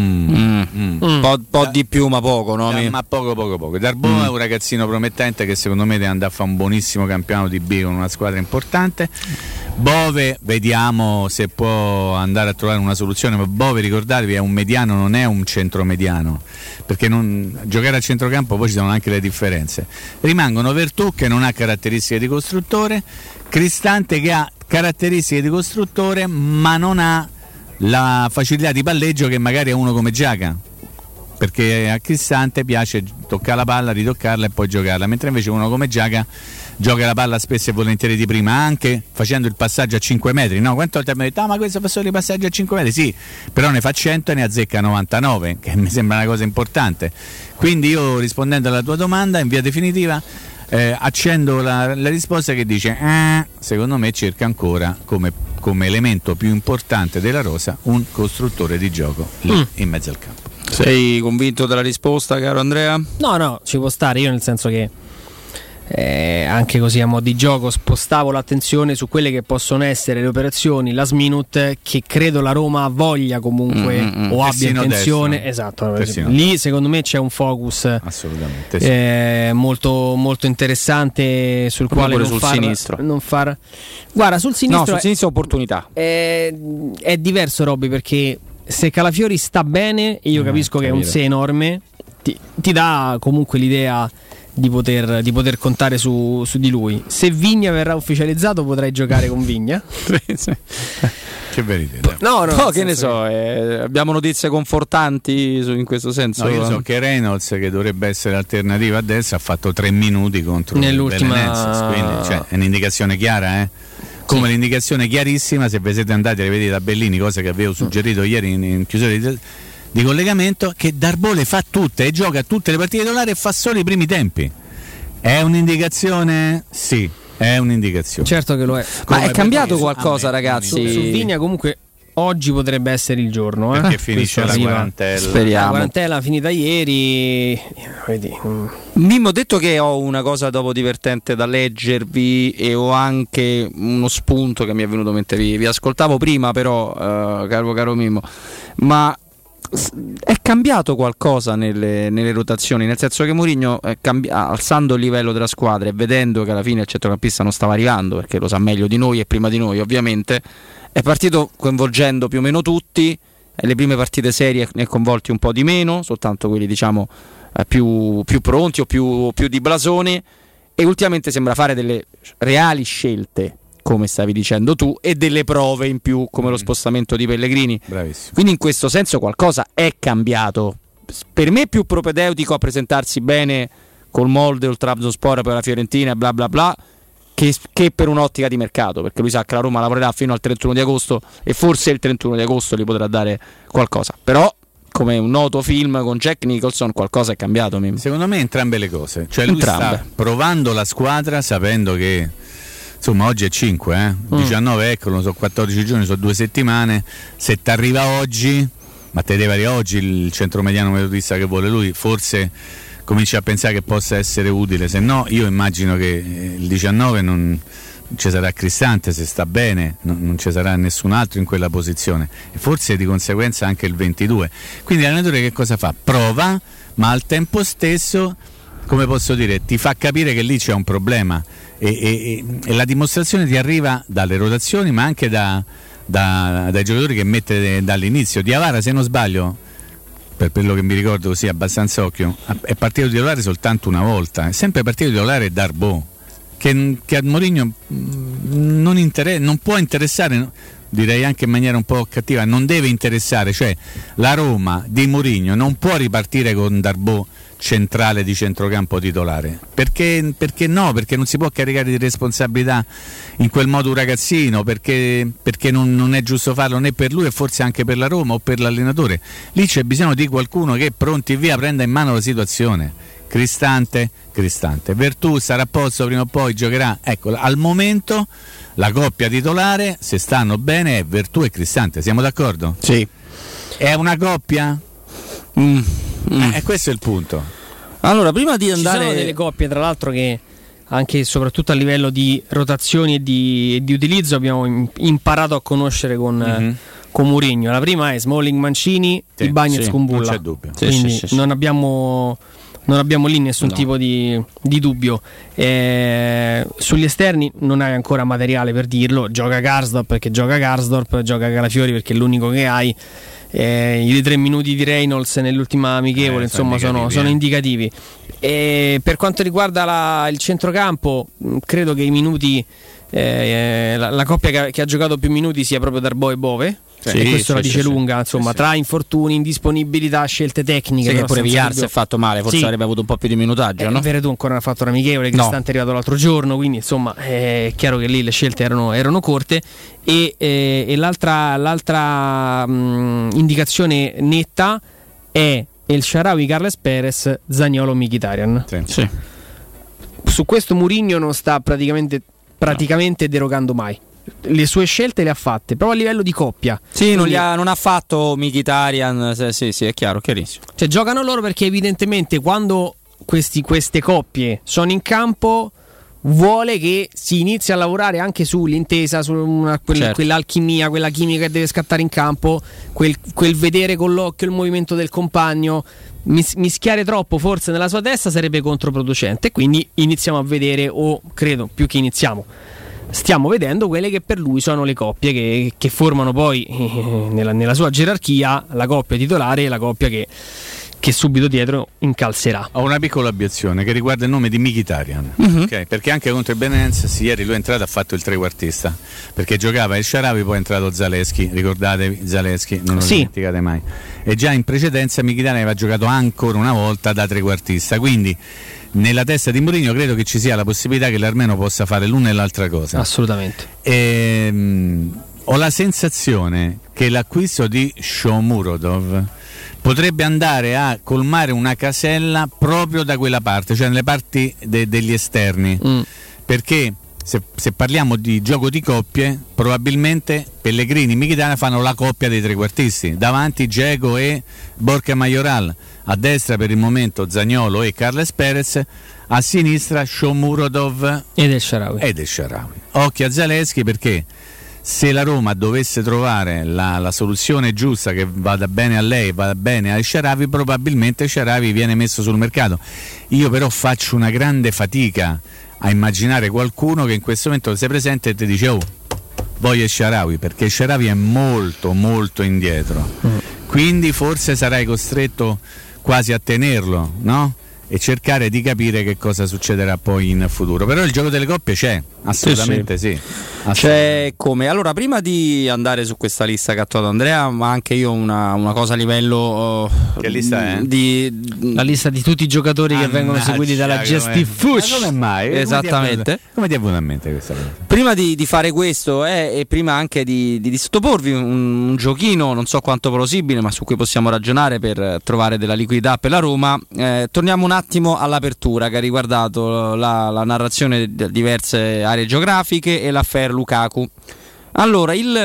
po' di più ma poco, no? Ma poco. Darboe è un ragazzino promettente che secondo me deve andare a fare un buonissimo campionato di B con una squadra importante. Bove, vediamo se può andare a trovare una soluzione, ma Bove, ricordatevi, è un mediano, non è un centromediano, perché giocare a centrocampo poi ci sono anche le differenze. Rimangono Vertù, che non ha caratteristiche di costruttore, Cristante, che ha caratteristiche di costruttore ma non ha la facilità di palleggio che magari è uno come Giaca, perché a Cristante piace toccare la palla, ritoccarla e poi giocarla, mentre invece uno come Giaca gioca la palla spesso e volentieri di prima, anche facendo il passaggio a 5 metri. No, quante volte mi ha detto: ma questo fa solo i passaggi a 5 metri? Sì, però ne fa 100 e ne azzecca 99, che mi sembra una cosa importante. Quindi io, rispondendo alla tua domanda, in via definitiva accendo la risposta che dice secondo me cerca ancora come elemento più importante della rosa un costruttore di gioco lì in mezzo al campo. Sei convinto della risposta, caro Andrea? No, ci può stare, io nel senso che anche così a mo' di gioco spostavo l'attenzione su quelle che possono essere le operazioni last minute che credo la Roma voglia comunque o abbia intenzione. Esatto, lì secondo me c'è un focus assolutamente molto, molto interessante sul quale non sul sinistro. Guarda, sul sinistro, sul sinistro opportunità è diverso, Robby, perché se Calafiori sta bene, e io capisco che è un se enorme, ti dà comunque l'idea di poter contare su di lui. Se Vigna verrà ufficializzato potrai giocare con Vigna. Che verità. No, che ne so, abbiamo notizie confortanti in questo senso. No, io so che Reynolds, che dovrebbe essere alternativa a destra, ha fatto 3 minuti contro nell'ultima Belenenses, quindi è un'indicazione chiara, come l'indicazione chiarissima, se vi siete andati a rivedere i tabellini, cosa che avevo suggerito ieri in chiusura di collegamento, che Darboe fa tutte e gioca tutte le partite titolari e fa solo i primi tempi. È un'indicazione? Sì, è un'indicazione. Certo che lo è. Ma è cambiato qualcosa, ragazzi? Su Vigna comunque oggi potrebbe essere il giorno. Perché finisce la quarantella. Speriamo. La quarantella finita ieri. Vedi. Mimmo, ho detto che ho una cosa dopo divertente da leggervi e ho anche uno spunto che mi è venuto mentre vi ascoltavo prima, però caro Mimmo, ma è cambiato qualcosa nelle rotazioni, nel senso che Mourinho alzando il livello della squadra e vedendo che alla fine il centrocampista non stava arrivando, perché lo sa meglio di noi e prima di noi ovviamente, è partito coinvolgendo più o meno tutti, e le prime partite serie ne ha coinvolti un po' di meno, soltanto quelli diciamo più pronti o più di blasone, e ultimamente sembra fare delle reali scelte, come stavi dicendo tu, e delle prove in più, come lo spostamento di Pellegrini. Bravissimo. Quindi in questo senso qualcosa è cambiato. Per me è più propedeutico a presentarsi bene col Molde o il Trabzonspor per la Fiorentina e bla bla bla, che per un'ottica di mercato, perché lui sa che la Roma lavorerà fino al 31 di agosto e forse il 31 di agosto gli potrà dare qualcosa. Però, come un noto film con Jack Nicholson, qualcosa è cambiato. Secondo me entrambe le cose. Cioè lui sta provando la squadra sapendo che insomma oggi è 5, 19, ecco, sono 14 giorni, sono 2 settimane. Se ti arriva oggi, ma te deve arrivare oggi il centromediano metodista che vuole lui, forse cominci a pensare che possa essere utile. Se no, io immagino che il 19 non ci sarà Cristante, se sta bene, non ci sarà nessun altro in quella posizione, e forse di conseguenza anche il 22. Quindi l'allenatore che cosa fa? Prova, ma al tempo stesso, come posso dire, ti fa capire che lì c'è un problema, e la dimostrazione ti arriva dalle rotazioni, ma anche dai giocatori che mette dall'inizio. Diawara, se non sbaglio, per quello che mi ricordo così abbastanza occhio, è partito titolare soltanto una volta, è sempre partito titolare Darboe, che a Mourinho non può interessare, direi anche in maniera un po' cattiva, non deve interessare. Cioè la Roma di Mourinho non può ripartire con Darboe centrale di centrocampo titolare, perché no, perché non si può caricare di responsabilità in quel modo un ragazzino, perché non è giusto farlo né per lui e forse anche per la Roma o per l'allenatore. Lì c'è bisogno di qualcuno che pronti via prenda in mano la situazione. Cristante, Vertù sarà a posto, prima o poi giocherà. Ecco, al momento la coppia titolare, se stanno bene, è Vertù e Cristante, siamo d'accordo? Sì. È una coppia? Questo è il punto. Allora, prima di andare, ci sono delle coppie tra l'altro che anche e soprattutto a livello di rotazioni e di utilizzo abbiamo imparato a conoscere con Mourinho. La prima è Smalling Mancini, Ibañez Kumbulla. Non c'è dubbio. Quindi non abbiamo lì nessun tipo di dubbio. Sugli esterni non hai ancora materiale per dirlo. Gioca Karsdorp perché gioca Calafiori perché è l'unico che hai. I 3 minuti di Reynolds nell'ultima amichevole insomma sono indicativi. Per quanto riguarda il centrocampo, credo che i minuti la coppia che ha giocato più minuti sia proprio Darboe e Bove. E questo la dice lunga, insomma, tra infortuni, indisponibilità, scelte tecniche. Che pure Villar si è fatto male, forse avrebbe avuto un po' più di minutaggio, no? Veretù ancora non ha fatto l'amichevole, Cristante è arrivato l'altro giorno, quindi insomma è chiaro che lì le scelte erano corte. E l'altra indicazione netta è El Shaarawy, Carles Perez, Zaniolo, Mkhitaryan. Sì. Su questo Mourinho non sta praticamente derogando mai. Le sue scelte le ha fatte proprio a livello di coppia. Sì, non ha fatto Mkhitaryan. Sì, è chiaro, chiarissimo. Cioè giocano loro perché evidentemente quando queste coppie sono in campo vuole che si inizi a lavorare anche sull'intesa, quell'alchimia, quella chimica che deve scattare in campo, quel vedere con l'occhio il movimento del compagno. Mischiare troppo forse nella sua testa sarebbe controproducente, quindi iniziamo a vedere, o credo più che stiamo vedendo quelle che per lui sono le coppie che formano poi nella sua gerarchia la coppia titolare e la coppia che subito dietro incalzerà. Ho una piccola obiezione che riguarda il nome di Mkhitaryan, okay? Perché anche contro il Belenenses ieri lui è entrato, ha fatto il trequartista, perché giocava El Shaarawy, poi è entrato Zalewski, ricordatevi Zalewski, non lo dimenticate mai, e già in precedenza Mkhitaryan aveva giocato ancora una volta da trequartista, quindi nella testa di Mourinho credo che ci sia la possibilità che l'Armeno possa fare l'una e l'altra cosa. Assolutamente. Ho la sensazione che l'acquisto di Shomurodov potrebbe andare a colmare una casella proprio da quella parte, cioè nelle parti degli esterni, perché se parliamo di gioco di coppie, probabilmente Pellegrini e Mkhitaryan fanno la coppia dei trequartisti, davanti Dzeko e Borja Mayoral, a destra per il momento Zaniolo e Carles Perez, a sinistra Shomurodov ed El Shaarawy. Occhio a Zalewski, perché se la Roma dovesse trovare la soluzione giusta che vada bene a lei, vada bene a Shaarawy, probabilmente Shaarawy viene messo sul mercato. Io però faccio una grande fatica a immaginare qualcuno che in questo momento si presenta e ti dice voglio Shaarawy, perché Shaarawy è molto molto indietro, quindi forse sarai costretto quasi a tenerlo, no? E cercare di capire che cosa succederà poi in futuro. Però il gioco delle coppie c'è, assolutamente sì. C'è come. Allora, prima di andare su questa lista che ha trovato Andrea, ma anche io una cosa a livello che lista è? La lista di tutti i giocatori che vengono seguiti dalla Gestif Fush. Ma come mai? Esattamente. Come ti è venuta a mente questa cosa? Prima di fare questo e prima anche di sottoporvi un giochino, non so quanto plausibile, ma su cui possiamo ragionare per trovare della liquidità per la Roma, torniamo un attimo all'apertura che ha riguardato la narrazione di diverse aree geografiche e l'affair Lukaku. Allora, il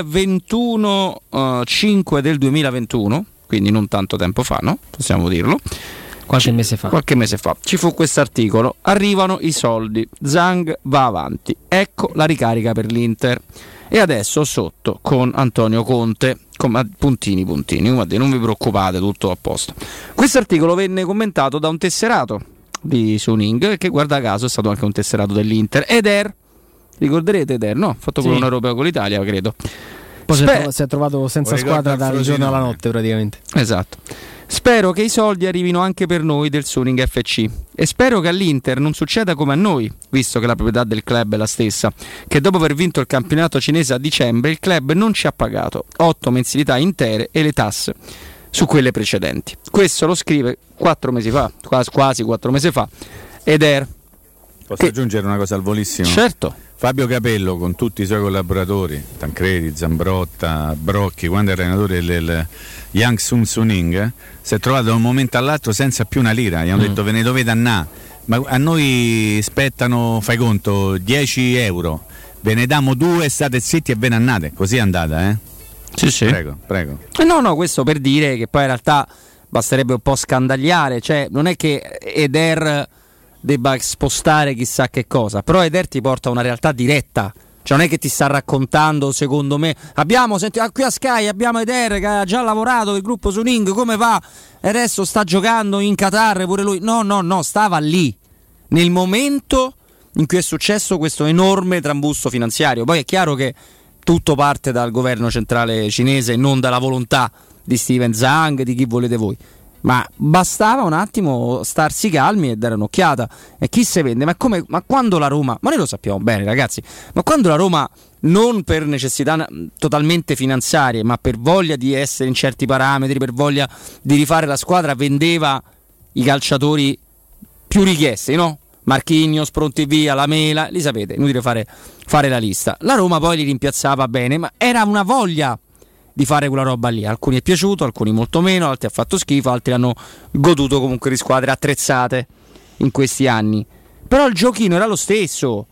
21/5 del 2021, quindi non tanto tempo fa, no? Possiamo dirlo. Qualche mese fa ci fu questo articolo. Arrivano i soldi, Zhang va avanti, ecco la ricarica per l'Inter. E adesso sotto con Antonio Conte, puntini, non vi preoccupate, tutto a posto. Questo articolo venne commentato da un tesserato di Suning, che guarda caso è stato anche un tesserato dell'Inter, Eder, ricorderete Eder, no? Ha fatto quello un europeo con l'Italia, credo. Poi si è trovato senza squadra dal giorno alla notte praticamente. Esatto. Spero che i soldi arrivino anche per noi del Suning FC e spero che all'Inter non succeda come a noi, visto che la proprietà del club è la stessa, che dopo aver vinto il campionato cinese a dicembre il club non ci ha pagato 8 mensilità intere e le tasse su quelle precedenti. Questo lo scrive 4 mesi fa, quasi 4 mesi fa, Eder. Posso aggiungere una cosa al volissimo? Certo. Fabio Capello con tutti i suoi collaboratori, Tancredi, Zambrotta, Brocchi, quando era allenatore del Yang Suning, si è trovato da un momento all'altro senza più una lira. Gli hanno detto ve ne dovete andare, ma a noi spettano, fai conto, 10 euro, ve ne diamo 2, state zitti e ve ne andate. Così è andata, Sì. Prego. No, questo per dire che poi in realtà basterebbe un po' scandagliare, cioè non è che Eder debba spostare chissà che cosa, però Eder ti porta a una realtà diretta, cioè non è che ti sta raccontando, secondo me, qui a Sky abbiamo Eder che ha già lavorato del gruppo Suning, come va, e adesso sta giocando in Qatar pure lui, no, stava lì nel momento in cui è successo questo enorme trambusto finanziario. Poi è chiaro che tutto parte dal governo centrale cinese e non dalla volontà di Steven Zhang, di chi volete voi. Ma bastava un attimo starsi calmi e dare un'occhiata. E chi se vende? Ma quando la Roma, ma noi lo sappiamo bene ragazzi, ma quando la Roma, non per necessità totalmente finanziarie, ma per voglia di essere in certi parametri, per voglia di rifare la squadra, vendeva i calciatori più richiesti, no? Marquinhos, pronti via, Lamela, li sapete, inutile fare la lista. La Roma poi li rimpiazzava bene, ma era una voglia di fare quella roba lì. Alcuni è piaciuto, alcuni molto meno, altri ha fatto schifo, altri hanno goduto comunque di squadre attrezzate in questi anni. Però il giochino era lo stesso.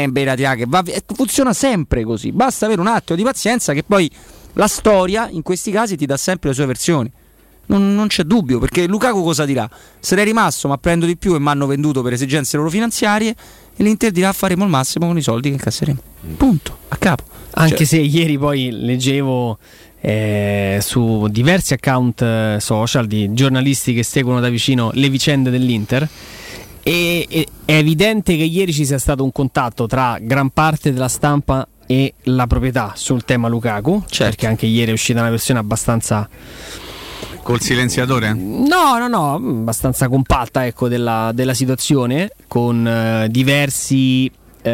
Che funziona sempre così. Basta avere un attimo di pazienza, che poi la storia in questi casi ti dà sempre le sue versioni. Non c'è dubbio, perché Lukaku cosa dirà? Sarei rimasto, ma prendo di più e mi hanno venduto per esigenze loro finanziarie, e l'Inter dirà faremo il massimo con i soldi che incasseremo. Punto, a capo. Anche se ieri poi leggevo su diversi account social di giornalisti che seguono da vicino le vicende dell'Inter, e è evidente che ieri ci sia stato un contatto tra gran parte della stampa e la proprietà sul tema Lukaku, perché anche ieri è uscita una versione abbastanza col silenziatore? No, abbastanza compatta, ecco, della situazione, con diversi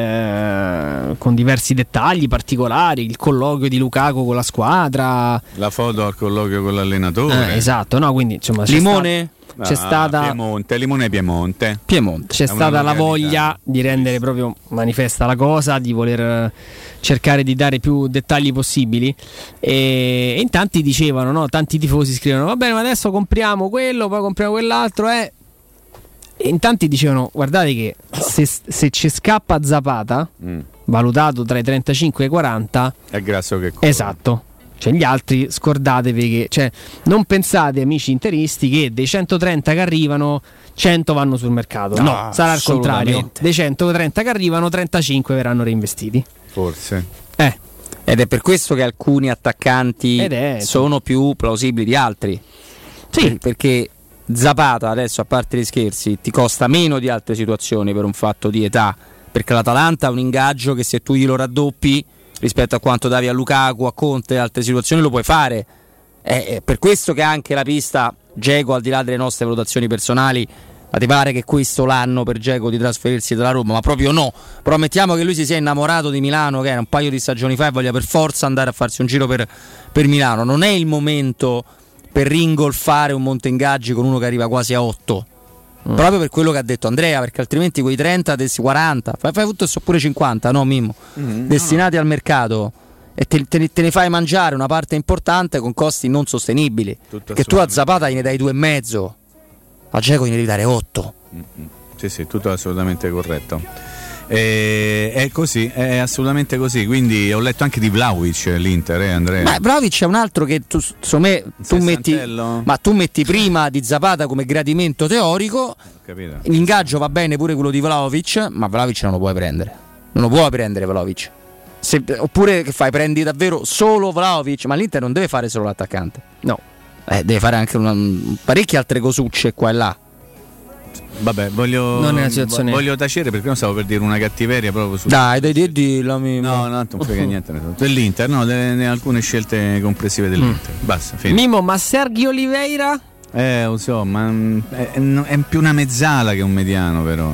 dettagli particolari, il colloquio di Lukaku con la squadra, la foto al colloquio con l'allenatore, esatto, no? Quindi insomma Limone? C'è stata Piemonte. C'è stata la voglia di rendere proprio manifesta la cosa, di voler cercare di dare più dettagli possibili, e in tanti dicevano, no? Tanti tifosi scrivono va bene, ma adesso compriamo quello, poi compriamo quell'altro, e in tanti dicevano guardate che se ci scappa Zapata valutato tra i 35 e i 40, è grasso che corre. Esatto. Cioè gli altri scordatevi che, cioè, non pensate, amici interisti, che dei 130 che arrivano 100 vanno sul mercato. No, sarà al contrario. Dei 130 che arrivano 35 verranno reinvestiti. Forse. Ed è per questo che alcuni attaccanti sono più plausibili di altri. Sì. Perché Zapata adesso, a parte gli scherzi, ti costa meno di altre situazioni per un fatto di età, perché l'Atalanta ha un ingaggio che se tu glielo raddoppi rispetto a quanto davi a Lukaku, a Conte e altre situazioni lo puoi fare. È per questo che anche la pista Dzeko, al di là delle nostre valutazioni personali, ma ti pare che questo l'anno per Dzeko di trasferirsi dalla Roma? Ma proprio no. Però mettiamo che lui si sia innamorato di Milano, che era un paio di stagioni fa, e voglia per forza andare a farsi un giro per Milano. Non è il momento per ringolfare un monte ingaggi con uno che arriva quasi a 8. Proprio per quello che ha detto Andrea, perché altrimenti quei 30, 40, fai tutto pure 50, no Mimmo? Destinati al mercato, e te ne fai mangiare una parte importante con costi non sostenibili. Che tu a Zapata gliene dai 2,5, a Dzeko gliene devi dare 8. Sì, tutto assolutamente corretto. È così, è assolutamente così. Quindi ho letto anche di Vlahovic l'Inter, Andrea. Ma Vlahovic è un altro che tu metti prima di Zapata come gradimento teorico. Capito. L'ingaggio va bene pure quello di Vlahovic, ma Vlahovic non lo puoi prendere. Non lo puoi prendere Vlahovic. Oppure che fai? Prendi davvero solo Vlahovic? Ma l'Inter non deve fare solo l'attaccante. No. Deve fare anche parecchie altre cosucce qua e là. Vabbè, voglio tacere perché non stavo per dire una cattiveria proprio su. Dai, dillo. No, non frega niente dell'Inter, no, delle alcune scelte complessive dell'Inter. Basta, finito. Mimo, ma Sergio Oliveira? Lo so, ma è più una mezzala che un mediano, però.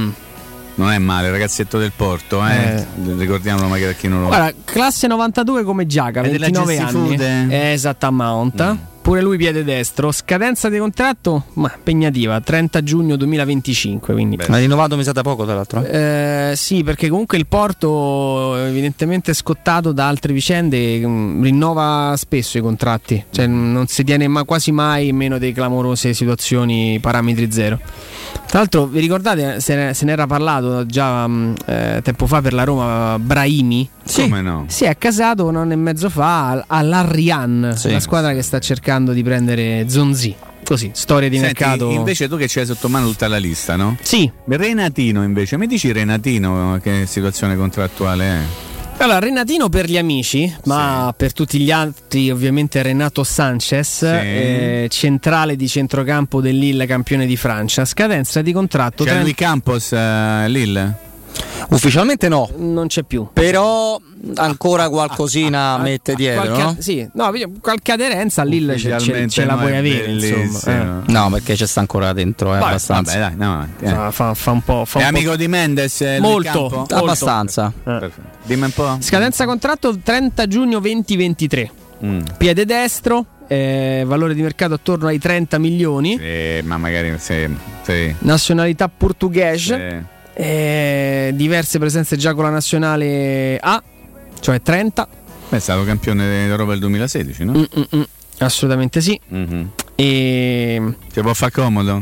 Non è male, ragazzetto del Porto, ricordiamolo magari a chi non lo. Guarda, classe 92 come Giaca, 29 anni. Esatto, Mount. Pure lui piede destro, scadenza di contratto ma impegnativa, 30 giugno 2025, quindi. Ma rinnovato mi sa da poco, tra l'altro. Sì, perché comunque il Porto, evidentemente scottato da altre vicende, rinnova spesso i contratti, cioè non si tiene quasi mai in meno dei clamorose situazioni parametri zero. Tra l'altro vi ricordate, se ne era parlato già tempo fa per la Roma, Brahimi? Sì. Come no? Si è accasato un anno e mezzo fa all'Arrian, la squadra che sta cercando di prendere Zonzi. Così, storia di mercato. Invece tu che c'hai sotto mano tutta la lista, no? Sì. Renatino invece, mi dici Renatino che situazione contrattuale è? Allora, Renatino per gli amici, ma per tutti gli altri ovviamente Renato Sanchez, centrale di centrocampo del Lille, campione di Francia, scadenza di contratto. C'è lui Campos Lille? Ufficialmente no, non c'è più, però ancora qualcosina mette dietro, no? Sì, no, qualche aderenza a Lille ce la puoi avere, insomma. No, perché c'è sta ancora dentro, abbastanza. Vabbè, dai, fa un po'. È amico di Mendes? Molto. Abbastanza. Dimmi un po'. Scadenza contratto 30 giugno 2023. Piede destro. Valore di mercato attorno ai 30 milioni. Ma magari sì. Nazionalità portoghese. Diverse presenze già con la nazionale A, cioè 30. È stato campione d'Europa del 2016, no? Assolutamente sì. Ti può far comodo?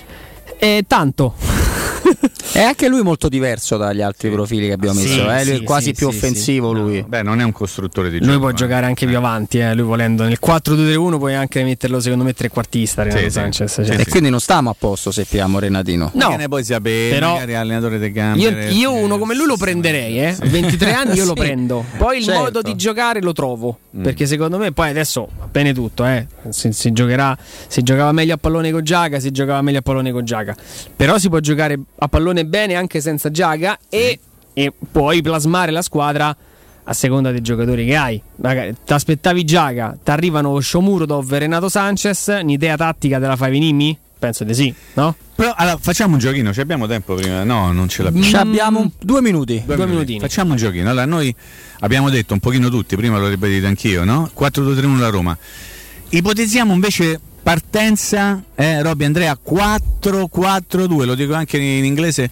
Tanto. È anche lui molto diverso dagli altri profili che abbiamo messo, lui è quasi più offensivo lui. No, beh, non è un costruttore di gioco. Lui può giocare anche più avanti, lui volendo. Nel 4-2-3-1 puoi anche metterlo, secondo me, trequartista Renato Sanchez. E quindi non stiamo a posto se piamo Renatino. No, che ne puoi sapere, però, magari allenatore dei campi. Io uno come lui lo prenderei, A 23 anni io lo prendo. Poi il modo di giocare lo trovo, perché secondo me poi adesso va bene tutto, si giocava meglio a pallone con Giaga, si giocava meglio a pallone con Giaga. Però si può giocare a pallone bene anche senza Giaga e puoi plasmare la squadra a seconda dei giocatori che hai. Magari ti aspettavi Giaga, ti arrivano Shomurodov e Renato Sanchez, un'idea tattica te la fai venire? Penso di sì, no? Però allora facciamo un giochino, ci abbiamo tempo prima? No, non ce l'abbiamo. Ci abbiamo 2 minuti. 2 minutini. Facciamo un giochino. Allora noi abbiamo detto un pochino tutti, prima l'ho ribadito anch'io, no? 4-2-3-1 la Roma. Ipotizziamo invece partenza, Robby, Andrea, 4-4-2, lo dico anche in inglese,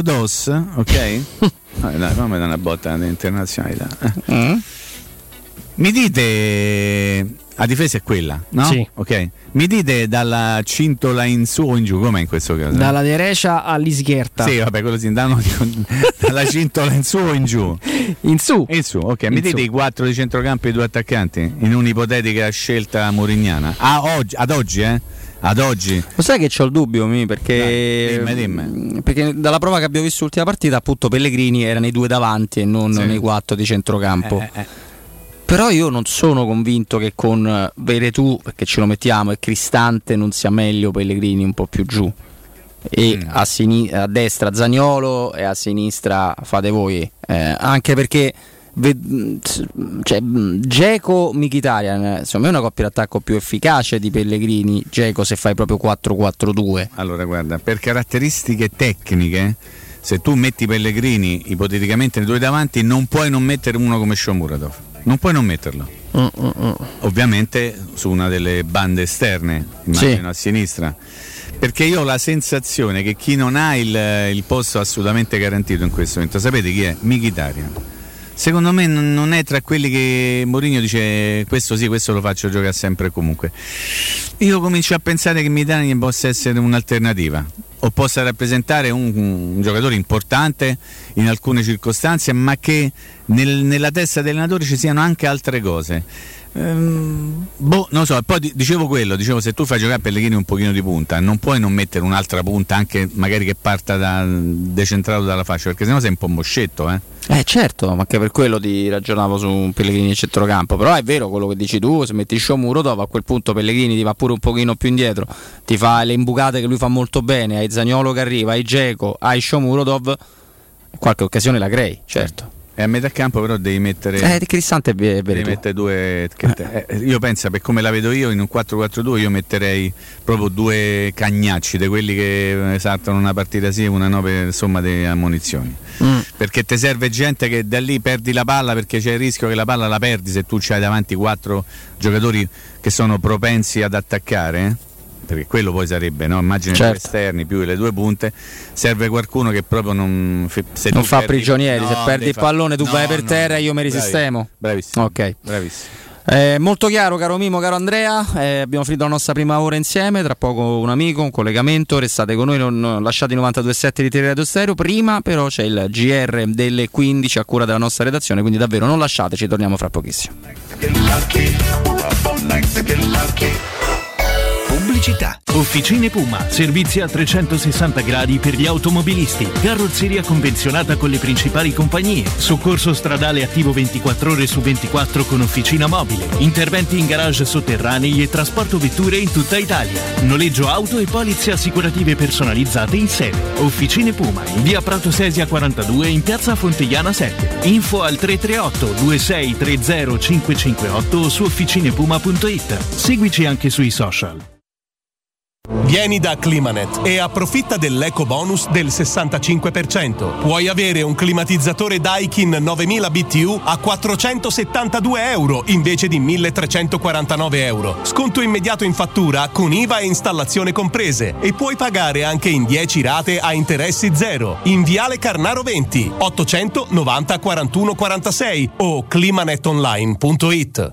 4-4-2, ok? Dai, fammi dare una botta di internazionalità. Mi dite, la difesa è quella, no? Sì. Ok. Mi dite dalla cintola in su o in giù, com'è in questo caso? Dalla derecha all'isghierta. Sì, vabbè, quello sì, dalla cintola in su o in giù? In su. In su, ok. Mi dite i 4 di centrocampo e i 2 attaccanti in un'ipotetica scelta morignana? Ad oggi, Ad oggi. Lo sai che c'ho il dubbio, perché dimmi. Perché dalla prova che abbiamo visto l'ultima partita, appunto Pellegrini era nei 2 davanti e non nei 4 di centrocampo. Però io non sono convinto che con Veretù, perché ce lo mettiamo, e Cristante non sia meglio Pellegrini un po' più giù. E a destra Zaniolo e a sinistra fate voi. Anche perché Dzeko Mkhitaryan secondo me è una coppia d'attacco più efficace di Pellegrini. Dzeko se fai proprio 4-4-2. Allora guarda, per caratteristiche tecniche, se tu metti Pellegrini ipoteticamente nei 2 davanti, non puoi non mettere uno come Shomurodov. Non puoi non metterlo. Ovviamente su una delle bande esterne, immagino a sinistra. Perché io ho la sensazione che chi non ha il posto assolutamente garantito in questo momento, sapete chi è? Mkhitaryan. Secondo me non è tra quelli che Mourinho dice questo sì, questo lo faccio giocare sempre e comunque. Io comincio a pensare che Mkhitaryan possa essere un'alternativa o possa rappresentare un giocatore importante in alcune circostanze, ma che nella testa dell'allenatore ci siano anche altre cose. Non lo so. Poi dicevo se tu fai giocare Pellegrini un pochino di punta, non puoi non mettere un'altra punta, anche magari che parta decentrato dalla fascia, perché sennò sei un po' moscetto. Certo, ma anche per quello ti ragionavo su un Pellegrini in centrocampo. Però è vero quello che dici tu, se metti Shomurodov, a quel punto Pellegrini ti va pure un pochino più indietro, ti fa le imbucate che lui fa molto bene, hai Zaniolo che arriva, hai Dzeko, hai Shomurodov, qualche occasione la crei, certo. E a metà campo però devi mettere Cristante devi mettere 2 io penso, per come la vedo io, in un 4-4-2 io metterei proprio 2 cagnacci di quelli che saltano una partita sì e una no, per somma di ammonizioni. Perché ti serve gente che da lì perdi la palla, perché c'è il rischio che la palla la perdi se tu c'hai davanti 4 giocatori che sono propensi ad attaccare, perché quello poi sarebbe, no? Immagina i 2 esterni più le 2 punte, serve qualcuno che proprio non fa prigionieri, se perdi il pallone tu vai per terra e io mi risistemo. Bravissimo. Ok. Bravissimo. Molto chiaro, caro Mimo, caro Andrea. Abbiamo finito la nostra prima ora insieme. Tra poco un amico, un collegamento. Restate con noi, non lasciate i 92.7 di Teleradio Stereo. Prima però c'è il GR delle 15 a cura della nostra redazione, quindi davvero non lasciateci, torniamo fra pochissimo. Pubblicità. Officine Puma, servizi a 360 gradi per gli automobilisti, carrozzeria convenzionata con le principali compagnie, soccorso stradale attivo 24 ore su 24 con officina mobile, interventi in garage sotterranei e trasporto vetture in tutta Italia, noleggio auto e polizze assicurative personalizzate in sede. Officine Puma in via Prato Sesia 42 in piazza Fontegliana 7. Info al 338 2630 558 o su officinepuma.it. Seguici anche sui social. Vieni da Climanet e approfitta dell'eco bonus del 65%. Puoi avere un climatizzatore Daikin 9000 BTU a 472 euro invece di 1349 euro. Sconto immediato in fattura con IVA e installazione comprese, e puoi pagare anche in 10 rate a interessi zero. In Viale Carnaro 20 890 41 46 o climanetonline.it.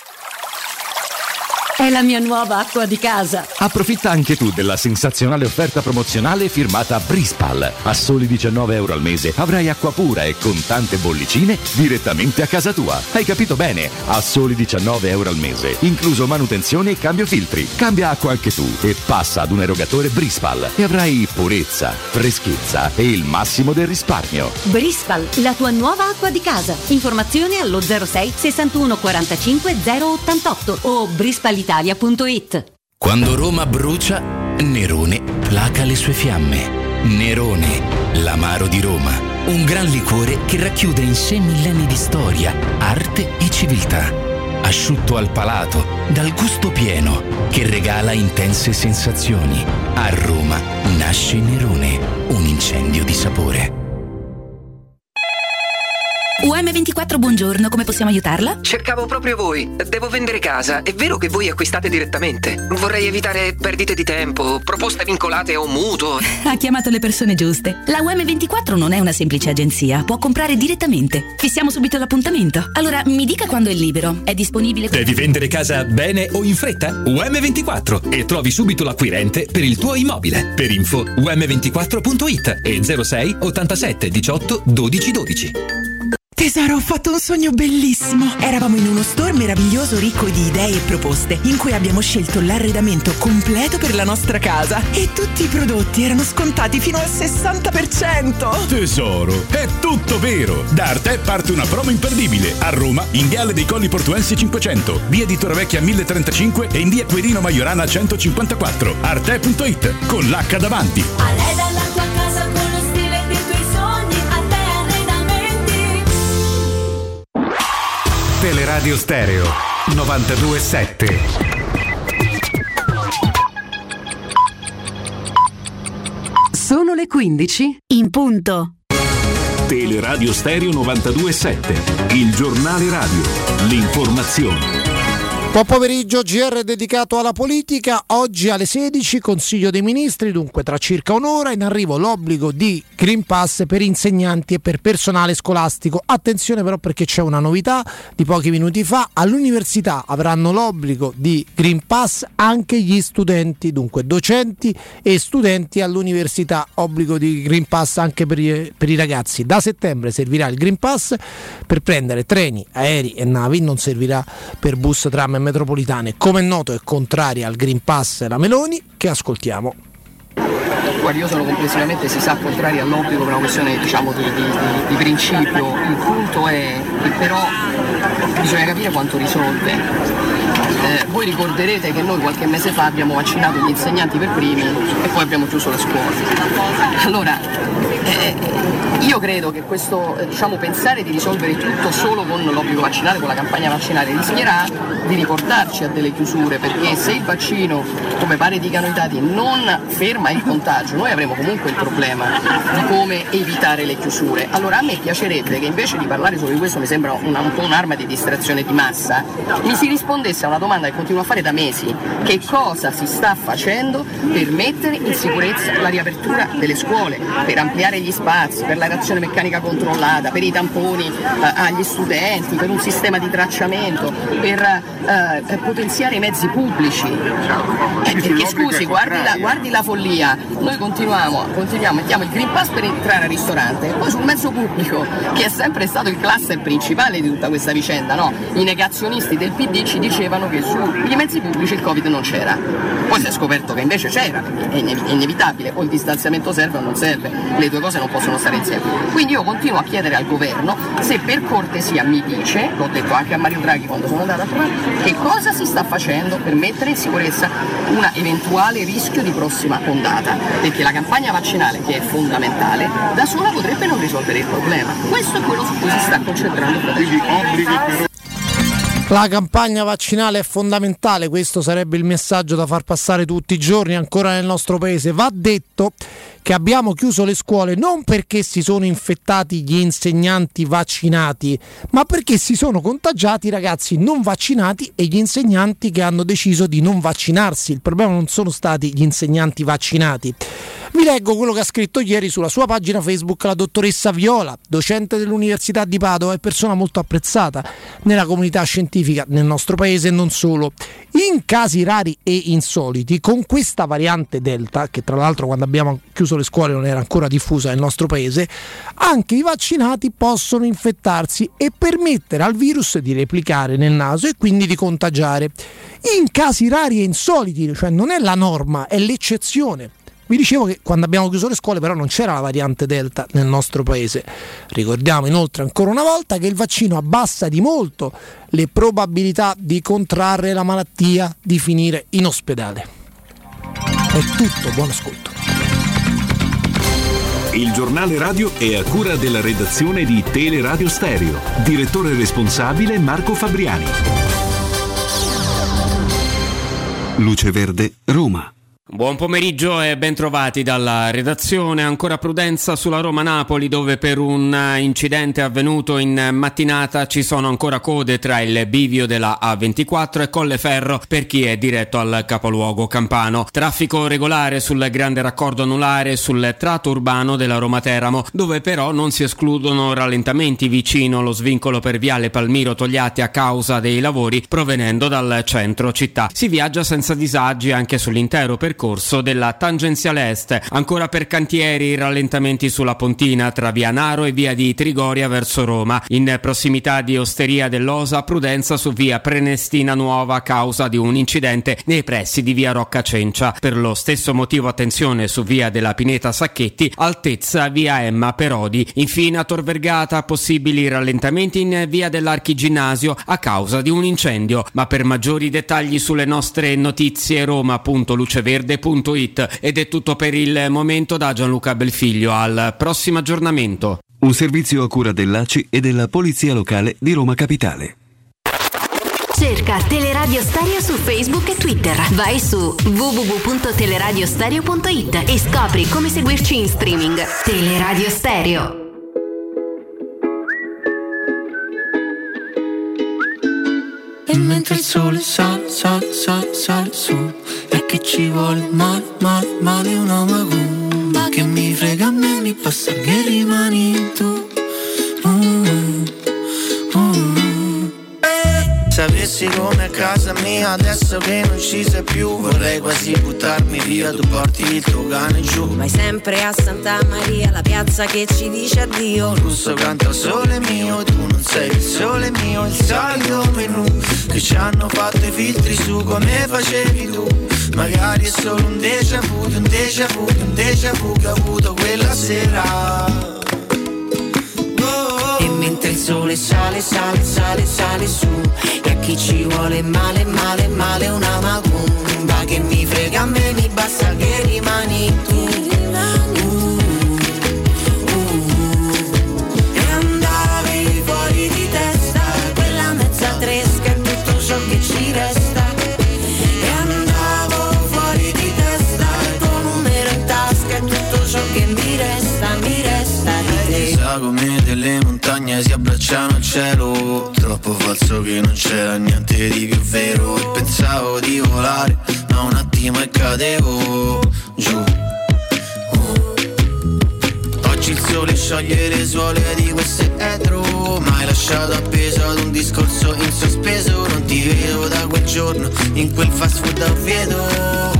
È la mia nuova acqua di casa. Approfitta anche tu della sensazionale offerta promozionale firmata Brispal. A soli 19 euro al mese avrai acqua pura e con tante bollicine direttamente a casa tua. Hai capito bene? A soli 19 euro al mese, incluso manutenzione e cambio filtri. Cambia acqua anche tu e passa ad un erogatore Brispal e avrai purezza, freschezza e il massimo del risparmio. Brispal, la tua nuova acqua di casa. Informazioni allo 06 61 45 088 o brispalitalia.it. Quando Roma brucia, Nerone placa le sue fiamme. Nerone, l'amaro di Roma, un gran liquore che racchiude in sé millenni di storia, arte e civiltà. Asciutto al palato, dal gusto pieno, che regala intense sensazioni. A Roma nasce Nerone, un incendio di sapore. UM24, buongiorno, come possiamo aiutarla? Cercavo proprio voi. Devo vendere casa. È vero che voi acquistate direttamente? Vorrei evitare perdite di tempo, proposte vincolate a un mutuo. Ha chiamato le persone giuste. La UM24 non è una semplice agenzia, può comprare direttamente. Fissiamo subito l'appuntamento. Allora, mi dica quando è libero. È disponibile? Devi vendere casa bene o in fretta? UM24 e trovi subito l'acquirente per il tuo immobile. Per info um24.it e 06 87 18 12 12. Tesoro, ho fatto un sogno bellissimo. Eravamo in uno store meraviglioso ricco di idee e proposte, in cui abbiamo scelto l'arredamento completo per la nostra casa e tutti i prodotti erano scontati fino al 60%. Tesoro, è tutto vero. Da Arte parte una promo imperdibile. A Roma, in Viale dei Colli Portuensi 500, via di Torrevecchia 1035 e in via Quirino Maiorana 154. Arte.it con l'H davanti. Arreda la tua casa con lo stile dei tuoi sogni. Teleradio Stereo 92.7. Sono le 15 in punto. Teleradio Stereo 92.7, il giornale radio, l'informazione. Buon pomeriggio, GR dedicato alla politica. Oggi alle 16 Consiglio dei Ministri, dunque tra circa un'ora, in arrivo l'obbligo di Green Pass per insegnanti e per personale scolastico. Attenzione però, perché c'è una novità di pochi minuti fa: all'università avranno l'obbligo di Green Pass anche gli studenti, dunque docenti e studenti all'università, obbligo di Green Pass anche per i ragazzi. Da settembre servirà il Green Pass per prendere treni, aerei e navi, non servirà per bus, tram e metropolitane. Come è noto è contraria al Green Pass la Meloni, che ascoltiamo. Guardi, io sono complessivamente, si sa, contraria all'obbligo per una questione, diciamo, di principio. Il punto è che però bisogna capire quanto risolve. Voi ricorderete che noi qualche mese fa abbiamo vaccinato gli insegnanti per primi e poi abbiamo chiuso le scuole. Allora, io credo che questo, pensare di risolvere tutto solo con l'obbligo vaccinale, con la campagna vaccinale, rischierà di riportarci a delle chiusure, perché se il vaccino, come pare dicano i dati, non ferma il contagio, noi avremo comunque il problema di come evitare le chiusure. Allora a me piacerebbe che, invece di parlare solo di questo, mi sembra un po' un'arma di distrazione di massa, mi si rispondesse a una domanda che continuo a fare da mesi: che cosa si sta facendo per mettere in sicurezza la riapertura delle scuole, per ampliare gli spazi, per la reazione meccanica controllata, per i tamponi agli studenti, per un sistema di tracciamento, per potenziare i mezzi pubblici. Perché scusi, guardi la follia, noi continuiamo, mettiamo il Green Pass per entrare al ristorante, e poi sul mezzo pubblico, che è sempre stato il cluster principale di tutta questa vicenda, no? I negazionisti del PD ci dicevano che sui mezzi pubblici il Covid non c'era, poi si è scoperto che invece c'era, è inevitabile, o il distanziamento serve o non serve, le due cose non possono stare insieme. Quindi io continuo a chiedere al governo se per cortesia mi dice, l'ho detto anche a Mario Draghi quando sono andata a trovare, che cosa si sta facendo per mettere in sicurezza un eventuale rischio di prossima ondata, perché la campagna vaccinale, che è fondamentale, da sola potrebbe non risolvere il problema. Questo è quello su cui si sta concentrando. La campagna vaccinale è fondamentale, questo sarebbe il messaggio da far passare tutti i giorni ancora nel nostro paese. Va detto che abbiamo chiuso le scuole non perché si sono infettati gli insegnanti vaccinati, ma perché si sono contagiati i ragazzi non vaccinati e gli insegnanti che hanno deciso di non vaccinarsi. Il problema non sono stati gli insegnanti vaccinati. Vi leggo quello che ha scritto ieri sulla sua pagina Facebook la dottoressa Viola, docente dell'Università di Padova e persona molto apprezzata nella comunità scientifica nel nostro paese e non solo. In casi rari e insoliti, con questa variante Delta, che tra l'altro quando abbiamo chiuso le scuole non era ancora diffusa nel nostro paese, anche i vaccinati possono infettarsi e permettere al virus di replicare nel naso e quindi di contagiare. In casi rari e insoliti, cioè non è la norma, è l'eccezione. Vi dicevo che quando abbiamo chiuso le scuole però non c'era la variante Delta nel nostro paese. Ricordiamo inoltre ancora una volta che il vaccino abbassa di molto le probabilità di contrarre la malattia, di finire in ospedale. È tutto, buon ascolto. Il giornale radio è a cura della redazione di Teleradio Stereo. Direttore responsabile Marco Fabriani. Luce Verde, Roma. Buon pomeriggio e ben trovati dalla redazione. Ancora prudenza sulla Roma-Napoli, dove per un incidente avvenuto in mattinata ci sono ancora code tra il bivio della A24 e Colleferro per chi è diretto al capoluogo campano. Traffico regolare sul grande raccordo anulare sul tratto urbano della Roma-Teramo, dove però non si escludono rallentamenti vicino allo svincolo per viale Palmiro Togliatti a causa dei lavori provenendo dal centro città. Si viaggia senza disagi anche sull'intero percorso della tangenziale est. Ancora per cantieri, rallentamenti sulla Pontina tra via Naro e via di Trigoria verso Roma. In prossimità di Osteria dell'Osa, prudenza su via Prenestina Nuova a causa di un incidente nei pressi di via Rocca Cencia. Per lo stesso motivo attenzione su via della Pineta Sacchetti, altezza via Emma Perodi. Infine a Tor Vergata possibili rallentamenti in via dell'Archiginnasio a causa di un incendio. Ma per maggiori dettagli sulle nostre notizie roma.luceverde.it. Ed è tutto per il momento da Gianluca Belfiglio. Al prossimo aggiornamento. Un servizio a cura dell'ACI e della Polizia Locale di Roma Capitale. Cerca Teleradio Stereo su Facebook e Twitter. Vai su www.teleradiostereo.it e scopri come seguirci in streaming. Teleradio Stereo. E mentre il sole sale, sale, sale, sale su, e che ci vuole male, male, male una macumba. Che mi frega a me, mi passa che rimani tu. Sapessi come a casa mia adesso che non ci sei più, vorrei quasi buttarmi via, tu porti il tuo cane giù. Vai sempre a Santa Maria, la piazza che ci dice addio. Il russo canta sole mio, tu non sei il sole mio, il solito menù che ci hanno fatto i filtri su come facevi tu. Magari è solo un déjà vu, un déjà vu, un déjà vu che ho avuto quella sera. E mentre il sole sale, sale, sale, sale su, e a chi ci vuole male, male, male una macumba. Che mi frega a me, mi basta che rimani tu. E andavi fuori di testa, quella mezza tresca è tutto ciò che ci resta. E andavo fuori di testa, il tuo numero in tasca è tutto ciò che mi resta di te. Sa come delle montagne si abbracciano al cielo, troppo falso che non c'era niente di più vero. E pensavo di volare, ma un attimo e cadevo giù. Oggi il sole scioglie le suole di questo etro, ma hai lasciato appeso ad un discorso in sospeso. Non ti vedo da quel giorno in quel fast food a Oviedo.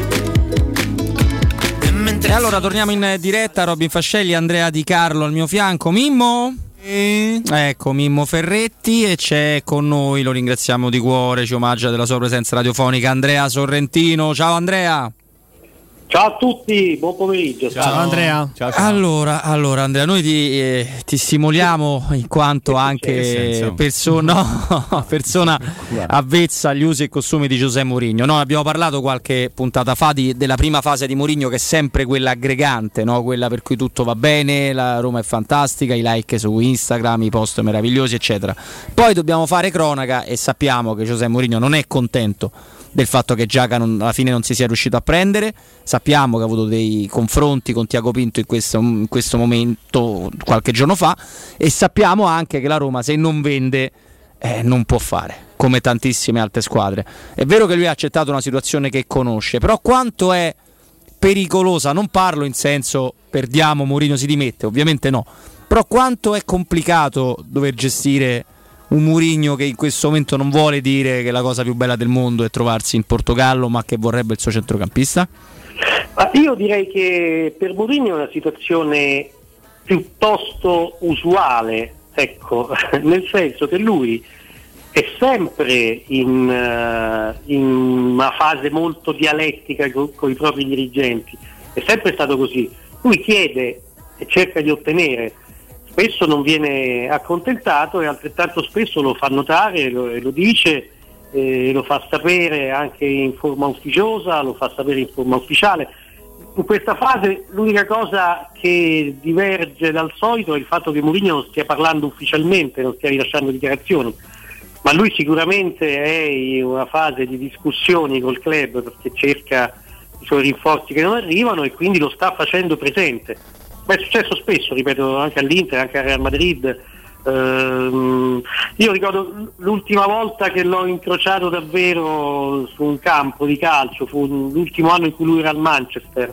E allora torniamo in diretta, Robin Fascelli, Andrea Di Carlo al mio fianco. Mimmo? Ecco, Mimmo Ferretti, e c'è con noi, lo ringraziamo di cuore, ci omaggia della sua presenza radiofonica, Andrea Sorrentino. Ciao Andrea. Ciao a tutti, buon pomeriggio. Ciao Andrea. Ciao. Allora Andrea, noi ti stimoliamo in quanto anche persona avvezza agli usi e costumi di José Mourinho. Noi abbiamo parlato qualche puntata fa della prima fase di Mourinho, che è sempre quella aggregante, no? Quella per cui tutto va bene, la Roma è fantastica, i like su Instagram, i post meravigliosi eccetera. Poi dobbiamo fare cronaca e sappiamo che José Mourinho non è contento del fatto che Giaga alla fine non si sia riuscito a prendere. Sappiamo che ha avuto dei confronti con Tiago Pinto in questo momento qualche giorno fa, e sappiamo anche che la Roma, se non vende, non può fare, come tantissime altre squadre. È vero che lui ha accettato una situazione che conosce, però quanto è pericolosa, non parlo in senso perdiamo, Mourinho si dimette, ovviamente no, però quanto è complicato dover gestire un Mourinho che in questo momento non vuole dire che la cosa più bella del mondo è trovarsi in Portogallo, ma che vorrebbe il suo centrocampista? Ma io direi che per Mourinho è una situazione piuttosto usuale, ecco, nel senso che lui è sempre in una fase molto dialettica con i propri dirigenti, è sempre stato così. Lui chiede e cerca di ottenere, spesso non viene accontentato e altrettanto spesso lo fa notare, lo dice, lo fa sapere anche in forma ufficiosa, lo fa sapere in forma ufficiale. In questa fase l'unica cosa che diverge dal solito è il fatto che Mourinho non stia parlando ufficialmente, non stia rilasciando dichiarazioni, ma lui sicuramente è in una fase di discussioni col club perché cerca i rinforzi che non arrivano, e quindi lo sta facendo presente. Ma è successo spesso, ripeto, anche all'Inter, anche al Real Madrid. Io ricordo l'ultima volta che l'ho incrociato davvero su un campo di calcio, fu l'ultimo anno in cui lui era al Manchester,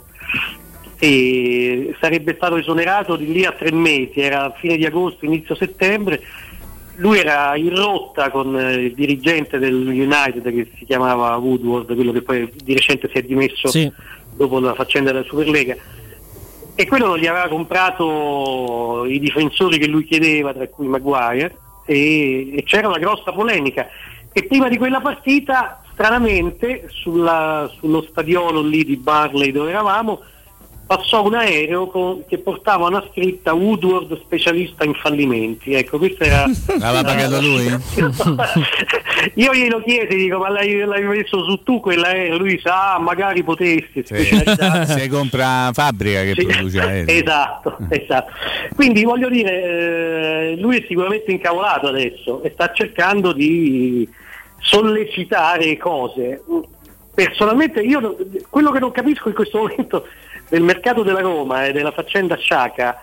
e sarebbe stato esonerato di lì a 3 mesi, era a fine di agosto, inizio settembre. Lui era in rotta con il dirigente del United, che si chiamava Woodward, quello che poi di recente si è dimesso dopo la faccenda della Superlega, e quello non gli aveva comprato i difensori che lui chiedeva, tra cui Maguire, e c'era una grossa polemica. E prima di quella partita, stranamente, sullo stadiolo lì di Barley dove eravamo, passò un aereo che portava una scritta Woodward specialista in fallimenti. Ecco, questa era. L'aveva pagato lui? Io glielo chiesi, dico, ma l'hai messo su tu quell'aereo? Lui sa, magari potessi. Si compra fabbrica che produce aerei. Esatto. Quindi voglio dire, lui è sicuramente incavolato adesso e sta cercando di sollecitare cose. Personalmente io quello che non capisco in questo momento del mercato della Roma e della faccenda Sciacca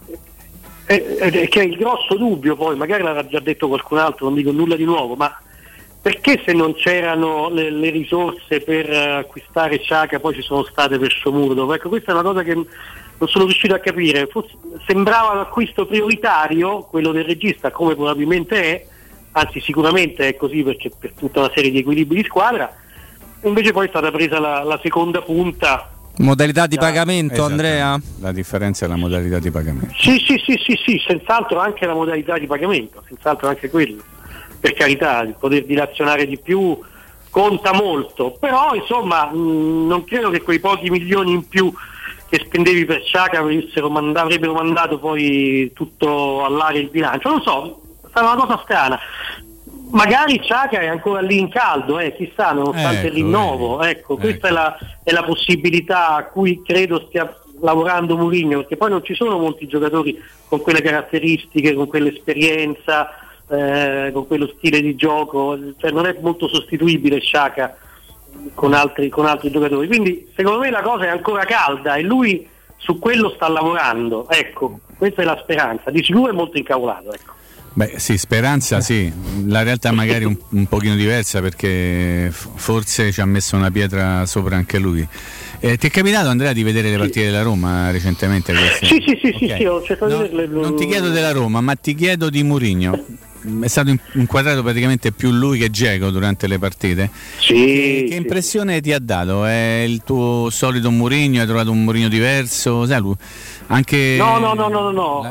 è che è il grosso dubbio, poi magari l'aveva già detto qualcun altro, non dico nulla di nuovo, ma perché se non c'erano le risorse per acquistare Sciacca poi ci sono state per Sciomuro? Ecco, questa è una cosa che non sono riuscito a capire. Sembrava l'acquisto prioritario quello del regista, come probabilmente è, anzi sicuramente è così, perché per tutta una serie di equilibri di squadra. Invece poi è stata presa la seconda punta. Modalità di pagamento, Andrea? La differenza è la modalità di pagamento. Sì, senz'altro anche la modalità di pagamento, senz'altro anche quello. Per carità, il poter dilazionare di più conta molto, però insomma non credo che quei pochi milioni in più che spendevi per Sciacca avrebbero mandato poi tutto all'aria il bilancio. Non so, è stata una cosa strana. Magari Sciacca è ancora lì in caldo, chissà, nonostante il rinnovo. Questa è la possibilità a cui credo stia lavorando Mourinho, perché poi non ci sono molti giocatori con quelle caratteristiche, con quell'esperienza, con quello stile di gioco, cioè non è molto sostituibile Sciacca con altri giocatori. Quindi secondo me la cosa è ancora calda e lui su quello sta lavorando. Ecco, questa è la speranza. Di sicuro è molto incavolato, ecco. Beh sì, speranza sì, la realtà magari un pochino diversa, perché forse ci ha messo una pietra sopra anche lui. Ti è capitato, Andrea, di vedere le partite della Roma recentemente? Sì, ho cercato di vederle. Non ti chiedo della Roma, ma ti chiedo di Mourinho. È stato inquadrato praticamente più lui che Dzeko durante le partite. Che impressione ti ha dato? È il tuo solito Mourinho? Hai trovato un Mourinho diverso? Sai, lui anche... No.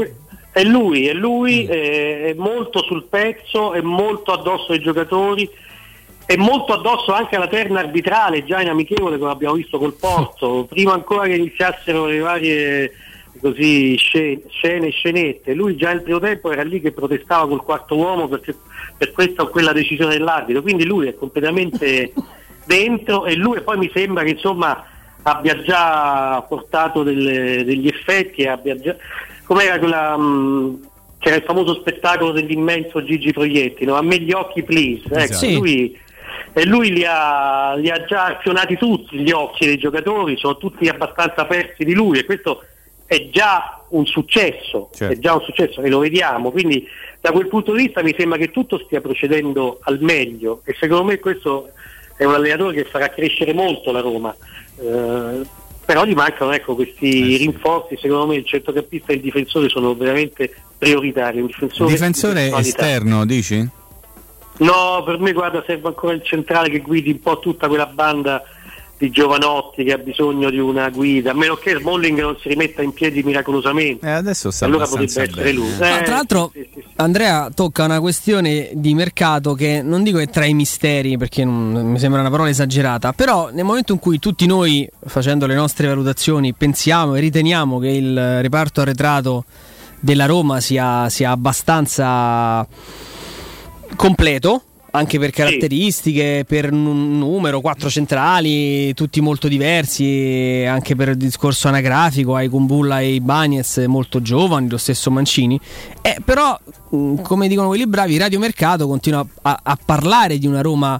È lui, è molto sul pezzo, è molto addosso ai giocatori, è molto addosso anche alla terna arbitrale, già in amichevole, come abbiamo visto col Porto, prima ancora che iniziassero le varie così scenette. Lui già il primo tempo era lì che protestava col quarto uomo per questa o quella decisione dell'arbitro, quindi lui è completamente dentro, e lui poi mi sembra che insomma abbia già portato degli effetti, com'era quella c'era il famoso spettacolo dell'immenso Gigi Proietti, a me gli occhi please, ecco, sì. lui li ha già azionati tutti gli occhi dei giocatori, sono tutti abbastanza persi di lui, e questo è già un successo, certo. È già un successo e lo vediamo, quindi da quel punto di vista mi sembra che tutto stia procedendo al meglio, e secondo me questo è un allenatore che farà crescere molto la Roma. Però gli mancano questi rinforzi. Secondo me il centrocampista e il difensore sono veramente prioritari. Un difensore esterno, dici? No, per me guarda, serve ancora il centrale che guidi un po' tutta quella banda di giovanotti che ha bisogno di una guida, a meno che Smalling non si rimetta in piedi miracolosamente, adesso sta allora potrebbe essere lui. Tra l'altro sì. Andrea tocca una questione di mercato che non dico è tra i misteri, perché mi sembra una parola esagerata, però nel momento in cui tutti noi, facendo le nostre valutazioni, pensiamo e riteniamo che il reparto arretrato della Roma sia abbastanza completo, anche per caratteristiche, per un numero, 4 centrali, tutti molto diversi, anche per il discorso anagrafico, hai Kumbulla e Ibanez molto giovani, lo stesso Mancini, però come dicono quelli bravi, Radio Mercato continua a parlare di una Roma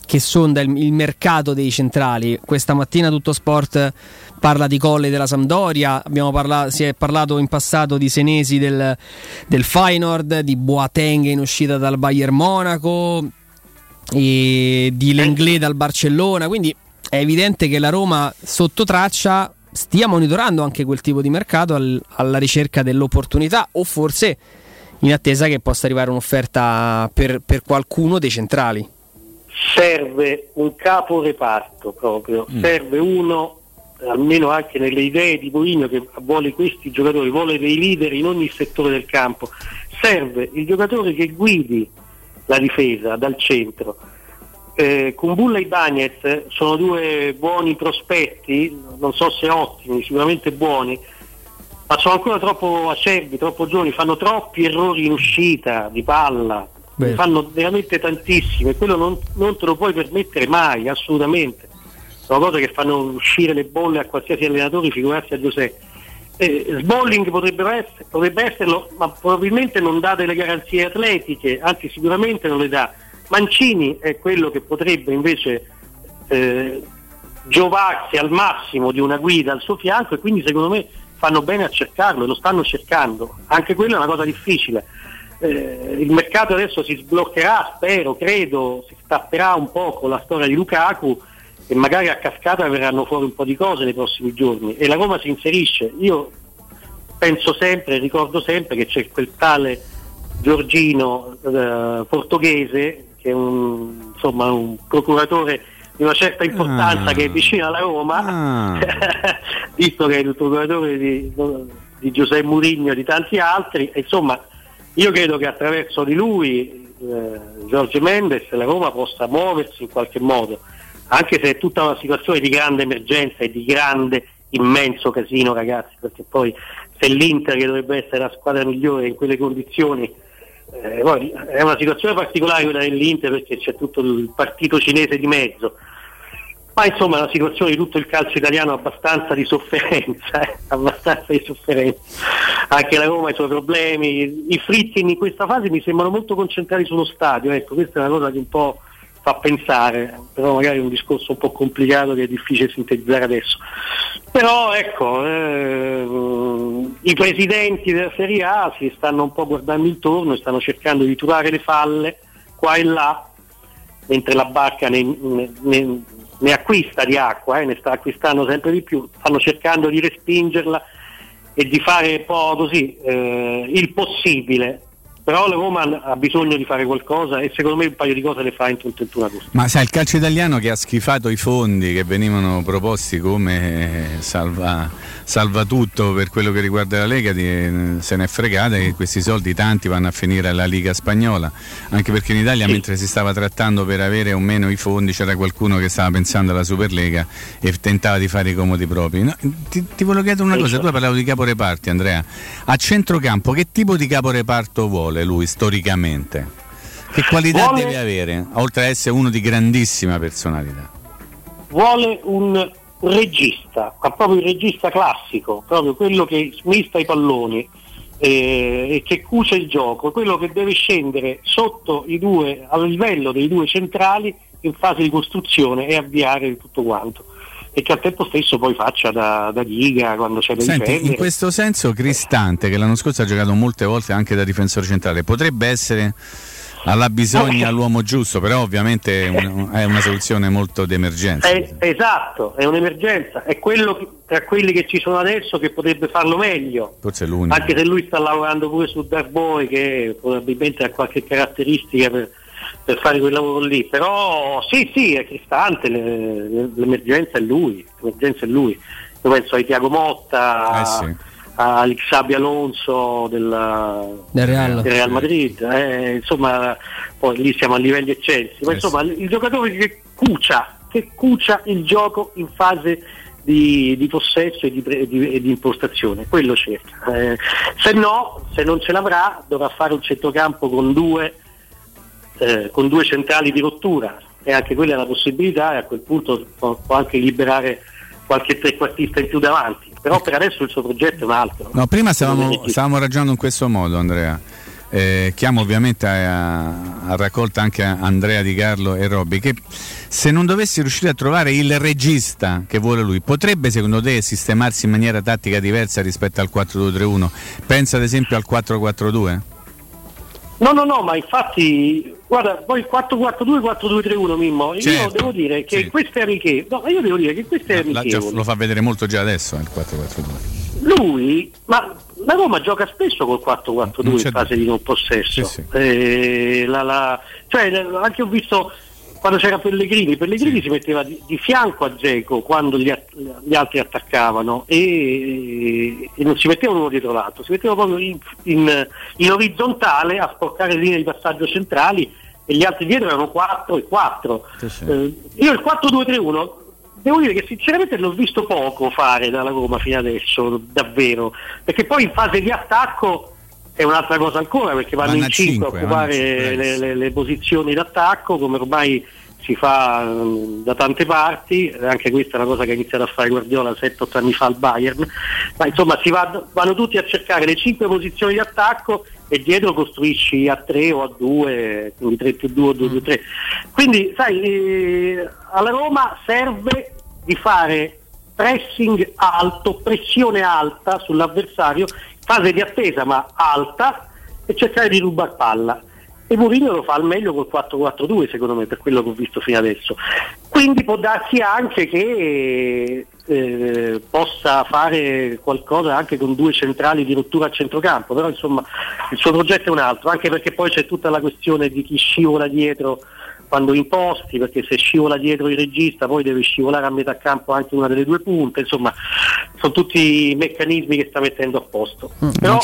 che sonda il mercato dei centrali. Questa mattina Tutto Sport parla di Colle della Sampdoria, si è parlato in passato di Senesi del Feyenoord, di Boateng in uscita dal Bayern Monaco e di Lenglet dal Barcellona, quindi è evidente che la Roma sotto traccia stia monitorando anche quel tipo di mercato alla ricerca dell'opportunità, o forse in attesa che possa arrivare un'offerta per qualcuno dei centrali. Serve un capo reparto proprio, serve uno, almeno anche nelle idee di Mourinho, che vuole questi giocatori, vuole dei leader in ogni settore del campo. Serve il giocatore che guidi la difesa dal centro. Kumbulla e Ibañez sono due buoni prospetti, non so se ottimi, sicuramente buoni, ma sono ancora troppo acerbi, troppo giovani, fanno troppi errori in uscita di palla, fanno veramente tantissimi, e quello non te lo puoi permettere mai, assolutamente. Sono cose che fanno uscire le bolle a qualsiasi allenatore, figurarsi a Giuseppe. Smalling potrebbe esserlo, ma probabilmente non dà delle garanzie atletiche, anzi sicuramente non le dà. Mancini è quello che potrebbe invece giovarsi al massimo di una guida al suo fianco, e quindi secondo me fanno bene a cercarlo, e lo stanno cercando. Anche quella è una cosa difficile. Il mercato adesso si sbloccherà, credo, si stapperà un po' con la storia di Lukaku, e magari a cascata verranno fuori un po' di cose nei prossimi giorni, e la Roma si inserisce. Io ricordo sempre che c'è quel tale Giorgino portoghese, che è un procuratore di una certa importanza, che è vicino alla Roma, visto che è il procuratore di Giuseppe Mourinho e di tanti altri. E insomma, io credo che attraverso di lui, Jorge Mendes, la Roma possa muoversi in qualche modo, anche se è tutta una situazione di grande emergenza e di grande, immenso casino, ragazzi, perché poi se l'Inter, che dovrebbe essere la squadra migliore in quelle condizioni, poi è una situazione particolare quella dell'Inter, perché c'è tutto il partito cinese di mezzo, ma insomma è una situazione di tutto il calcio italiano abbastanza di sofferenza, anche la Roma ha i suoi problemi. I Fritti in questa fase mi sembrano molto concentrati sullo stadio, ecco, questa è una cosa che un po' fa pensare, però magari è un discorso un po' complicato che è difficile sintetizzare adesso. Però ecco, i presidenti della Serie A si stanno un po' guardando intorno e stanno cercando di turare le falle qua e là, mentre la barca ne acquista di acqua, ne sta acquistando sempre di più, stanno cercando di respingerla e di fare un po' così il possibile. Però la Roma ha bisogno di fare qualcosa, e secondo me un paio di cose le fa entro il 31 agosto. Ma sai, il calcio italiano, che ha schifato i fondi che venivano proposti come salva tutto per quello che riguarda la Lega, se ne è fregata, e questi soldi tanti vanno a finire alla Liga spagnola, anche perché in Italia, mentre si stava trattando per avere o meno i fondi, c'era qualcuno che stava pensando alla Superlega e tentava di fare i comodi propri. No, ti volevo chiedere una cosa, tu hai parlato di caporeparti, Andrea. A centrocampo che tipo di caporeparto vuole lui storicamente? Che qualità deve avere, oltre ad essere uno di grandissima personalità? Vuole un regista, ma proprio il regista classico, proprio quello che smista i palloni e che cuce il gioco, quello che deve scendere sotto al livello dei due centrali in fase di costruzione e avviare tutto quanto, e che al tempo stesso poi faccia da diga quando c'è da difendere. In questo senso Cristante, che l'anno scorso ha giocato molte volte anche da difensore centrale, potrebbe essere alla bisogna l'uomo giusto, però ovviamente è una soluzione molto d'emergenza. Esatto, è un'emergenza, è quello tra quelli che ci sono adesso che potrebbe farlo meglio, forse è l'unico, anche se lui sta lavorando pure su Darboy, che probabilmente ha qualche caratteristica per fare quel lavoro lì. Però sì, è Cristante, l'emergenza è lui. Io penso a Thiago Motta, a Xabi Alonso del Real Madrid, insomma, poi lì siamo a livelli eccelsi, ma insomma il giocatore che cucia il gioco in fase di possesso e di impostazione, quello cerca. Se non ce l'avrà, dovrà fare un centrocampo con due centrali di rottura, e anche quella è una possibilità, e a quel punto può anche liberare qualche trequartista in più davanti. Però per adesso il suo progetto è un altro. No, prima stavamo ragionando in questo modo, Andrea. chiamo ovviamente a raccolta anche Andrea Di Carlo e Robby, che se non dovesse riuscire a trovare il regista che vuole lui, potrebbe secondo te sistemarsi in maniera tattica diversa rispetto al 4-2-3-1? Pensa ad esempio al 4-4-2? No, ma infatti, guarda, poi 4-4-2, 4-2-3-1, Mimmo, certo, io devo dire che queste amichevoli, lo fa vedere molto già adesso il 4-4-2. Lui, ma la Roma gioca spesso col 4-4-2 in fase di non possesso. Sì. Cioè, anche ho visto quando c'era Pellegrini si metteva di fianco a Dzeko quando gli altri attaccavano e non si mettevano uno dietro l'altro, si mettevano proprio in orizzontale a sporcare le linee di passaggio centrali e gli altri dietro erano 4 e 4. Io il 4-2-3-1 devo dire che sinceramente l'ho visto poco fare dalla Roma fino adesso, davvero, perché poi in fase di attacco è un'altra cosa ancora, perché vanno in 5 a occupare le posizioni d'attacco, come ormai si fa da tante parti. Anche questa è una cosa che ha iniziato a fare Guardiola 7-8 anni fa al Bayern, ma insomma vanno tutti a cercare le 5 posizioni di attacco e dietro costruisci a 3 o a 2, quindi 3+2 o 2+3. Quindi sai, alla Roma serve di fare pressing alto, pressione alta sull'avversario, fase di attesa ma alta, e cercare di rubar palla, e Mourinho lo fa al meglio col 4-4-2 secondo me, per quello che ho visto fino adesso. Quindi può darsi anche che possa fare qualcosa anche con 2 centrali di rottura a centrocampo, però insomma il suo progetto è un altro, anche perché poi c'è tutta la questione di chi scivola dietro quando imposti, perché se scivola dietro il regista poi deve scivolare a metà campo anche una delle 2 punte, insomma sono tutti meccanismi che sta mettendo a posto. Però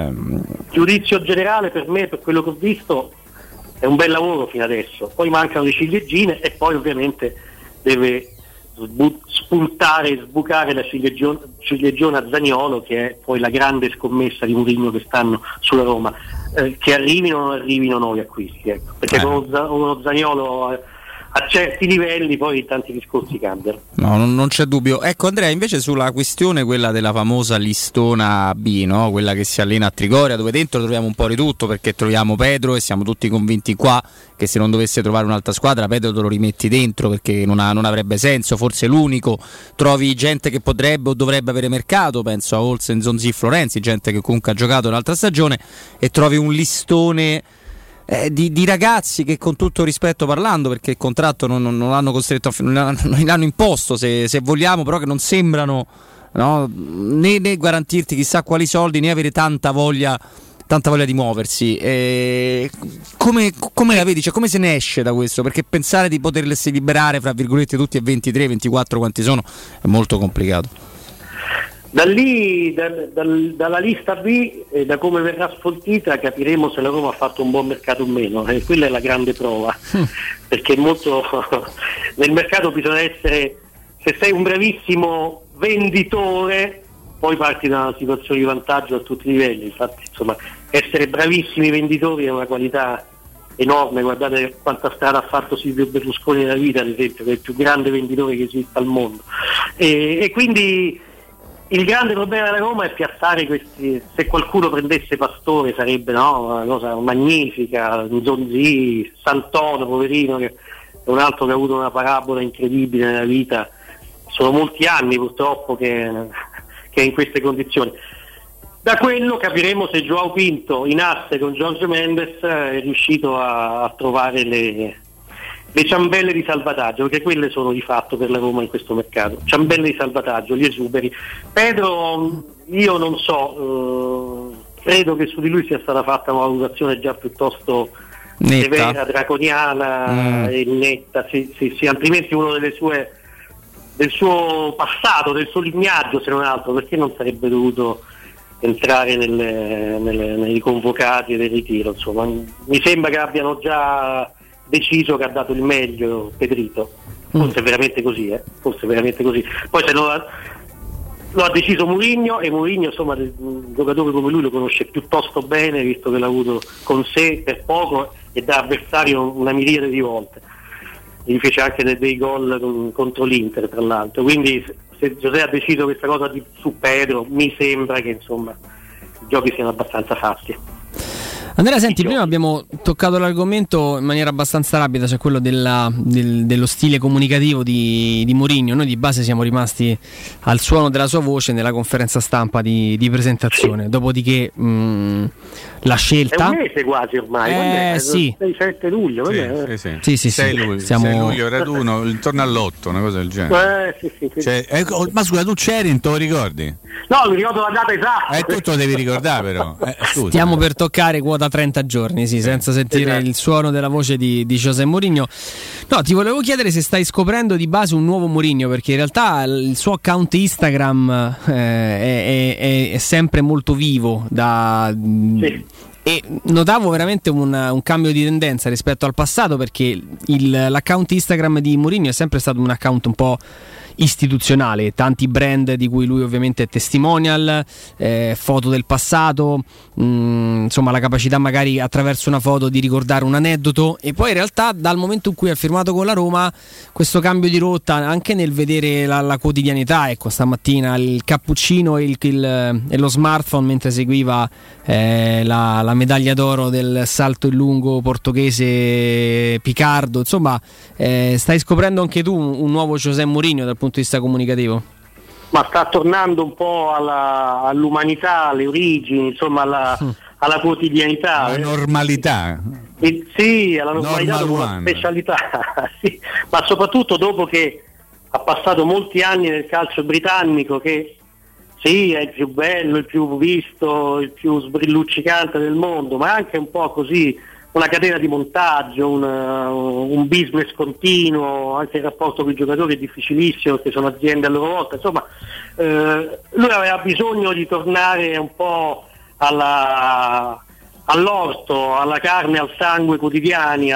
giudizio generale per me, per quello che ho visto, è un bel lavoro fino adesso, poi mancano le ciliegine e poi ovviamente deve spuntare e sbucare la ciliegina Zaniolo, che è poi la grande scommessa di Mourinho quest'anno sulla Roma, che arrivino o non arrivino nuovi acquisti, ecco. Perché con uno Zaniolo a certi livelli poi tanti discorsi cambiano. No, non c'è dubbio. Ecco Andrea, invece sulla questione quella della famosa listona B, no? Quella che si allena a Trigoria, dove dentro troviamo un po' di tutto, perché troviamo Pedro e siamo tutti convinti qua che se non dovesse trovare un'altra squadra Pedro te lo rimetti dentro, perché non avrebbe senso, forse l'unico. Trovi gente che potrebbe o dovrebbe avere mercato, penso a Olsen, Zonzi, Florenzi, gente che comunque ha giocato un'altra stagione, e trovi un listone di ragazzi che, con tutto rispetto parlando, perché il contratto non l'hanno costretto, non l'hanno imposto se vogliamo, però che non sembrano, no, né garantirti chissà quali soldi, né avere tanta voglia di muoversi. Come la vedi? Cioè, come se ne esce da questo? Perché pensare di potersi liberare fra virgolette tutti e 23, 24 quanti sono è molto complicato. Da lì, dalla lista B e da come verrà sfoltita, capiremo se la Roma ha fatto un buon mercato o meno, e quella è la grande prova, perché molto nel mercato bisogna essere, se sei un bravissimo venditore poi parti da una situazione di vantaggio a tutti i livelli. Infatti insomma essere bravissimi venditori è una qualità enorme. Guardate quanta strada ha fatto Silvio Berlusconi nella vita, ad esempio, che è il più grande venditore che esista al mondo, e quindi il grande problema della Roma è piazzare questi. Se qualcuno prendesse Pastore sarebbe una cosa magnifica, Zonzi, Santoro, poverino, che è un altro che ha avuto una parabola incredibile nella vita. Sono molti anni purtroppo che è in queste condizioni. Da quello capiremo se Joao Pinto, in asse con Jorge Mendes, è riuscito a trovare le ciambelle di salvataggio, perché quelle sono di fatto per la Roma in questo mercato, ciambelle di salvataggio, gli esuberi. Pedro, io non so, credo che su di lui sia stata fatta una valutazione già piuttosto netta, severa, draconiana e netta, sì, altrimenti uno del suo passato, del suo lignaggio, se non altro, perché non sarebbe dovuto entrare nei convocati del ritiro. Insomma, mi sembra che abbiano già deciso che ha dato il meglio Pedrito, forse è veramente così, forse è veramente così. Poi se lo ha deciso Mourinho, e Mourinho insomma un giocatore come lui lo conosce piuttosto bene, visto che l'ha avuto con sé per poco e da avversario una miriade di volte, gli fece anche dei gol contro l'Inter tra l'altro. Quindi se Giuseppe ha deciso questa cosa su Pedro, mi sembra che insomma i giochi siano abbastanza fatti. Andrea, senti, prima abbiamo toccato l'argomento in maniera abbastanza rapida, cioè quello dello stile comunicativo di Mourinho. Noi di base siamo rimasti al suono della sua voce nella conferenza stampa di presentazione, dopodiché la scelta... È un mese quasi ormai, sì. 6-7 luglio. Sì. Sì. 6 luglio raduno, intorno all'8, una cosa del genere. Sì. Cioè, ma scusa, tu c'eri, non te lo ricordi? No, mi ricordo la data esatta. Tu te lo devi ricordare però. Stiamo per toccare quota 30 giorni, senza sentire il suono della voce di José Mourinho. No, ti volevo chiedere se stai scoprendo di base un nuovo Mourinho, perché in realtà il suo account Instagram è sempre molto vivo e notavo veramente un cambio di tendenza rispetto al passato, perché l'account Instagram di Mourinho è sempre stato un account un po' istituzionale, tanti brand di cui lui ovviamente è testimonial, foto del passato, insomma la capacità magari attraverso una foto di ricordare un aneddoto, e poi in realtà dal momento in cui ha firmato con la Roma questo cambio di rotta anche nel vedere la quotidianità, ecco, stamattina il cappuccino e lo smartphone mentre seguiva la medaglia d'oro del salto in lungo portoghese Picardo, insomma stai scoprendo anche tu un nuovo José Mourinho dal punto di vista comunicativo? Ma sta tornando un po' all'umanità, alle origini, insomma alla quotidianità. Alla normalità. Sì, alla normalità dopo una specialità, sì. Ma soprattutto dopo che ha passato molti anni nel calcio britannico, che sì, è il più bello, il più visto, il più sbrilluccicante del mondo, ma anche un po' così una catena di montaggio, un business continuo, anche il rapporto con i giocatori è difficilissimo perché sono aziende a loro volta, insomma lui aveva bisogno di tornare un po' all'orto, alla carne, al sangue quotidiani,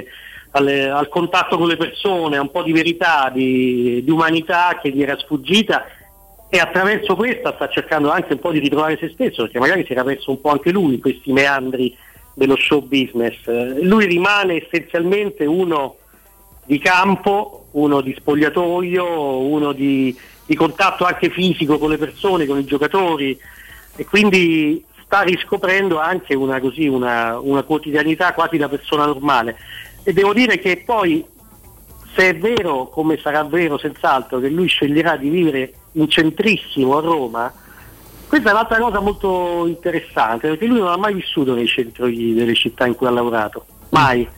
al contatto con le persone, un po' di verità, di umanità che gli era sfuggita, e attraverso questa sta cercando anche un po' di ritrovare se stesso, perché magari si era perso un po' anche lui in questi meandri dello show business. Lui rimane essenzialmente uno di campo, uno di spogliatoio, uno di contatto anche fisico con le persone, con i giocatori, e quindi sta riscoprendo anche una quotidianità quasi da persona normale. E devo dire che poi, se è vero, come sarà vero senz'altro, che lui sceglierà di vivere in centrissimo a Roma, questa è un'altra cosa molto interessante, perché lui non ha mai vissuto nei centri delle città in cui ha lavorato, mai.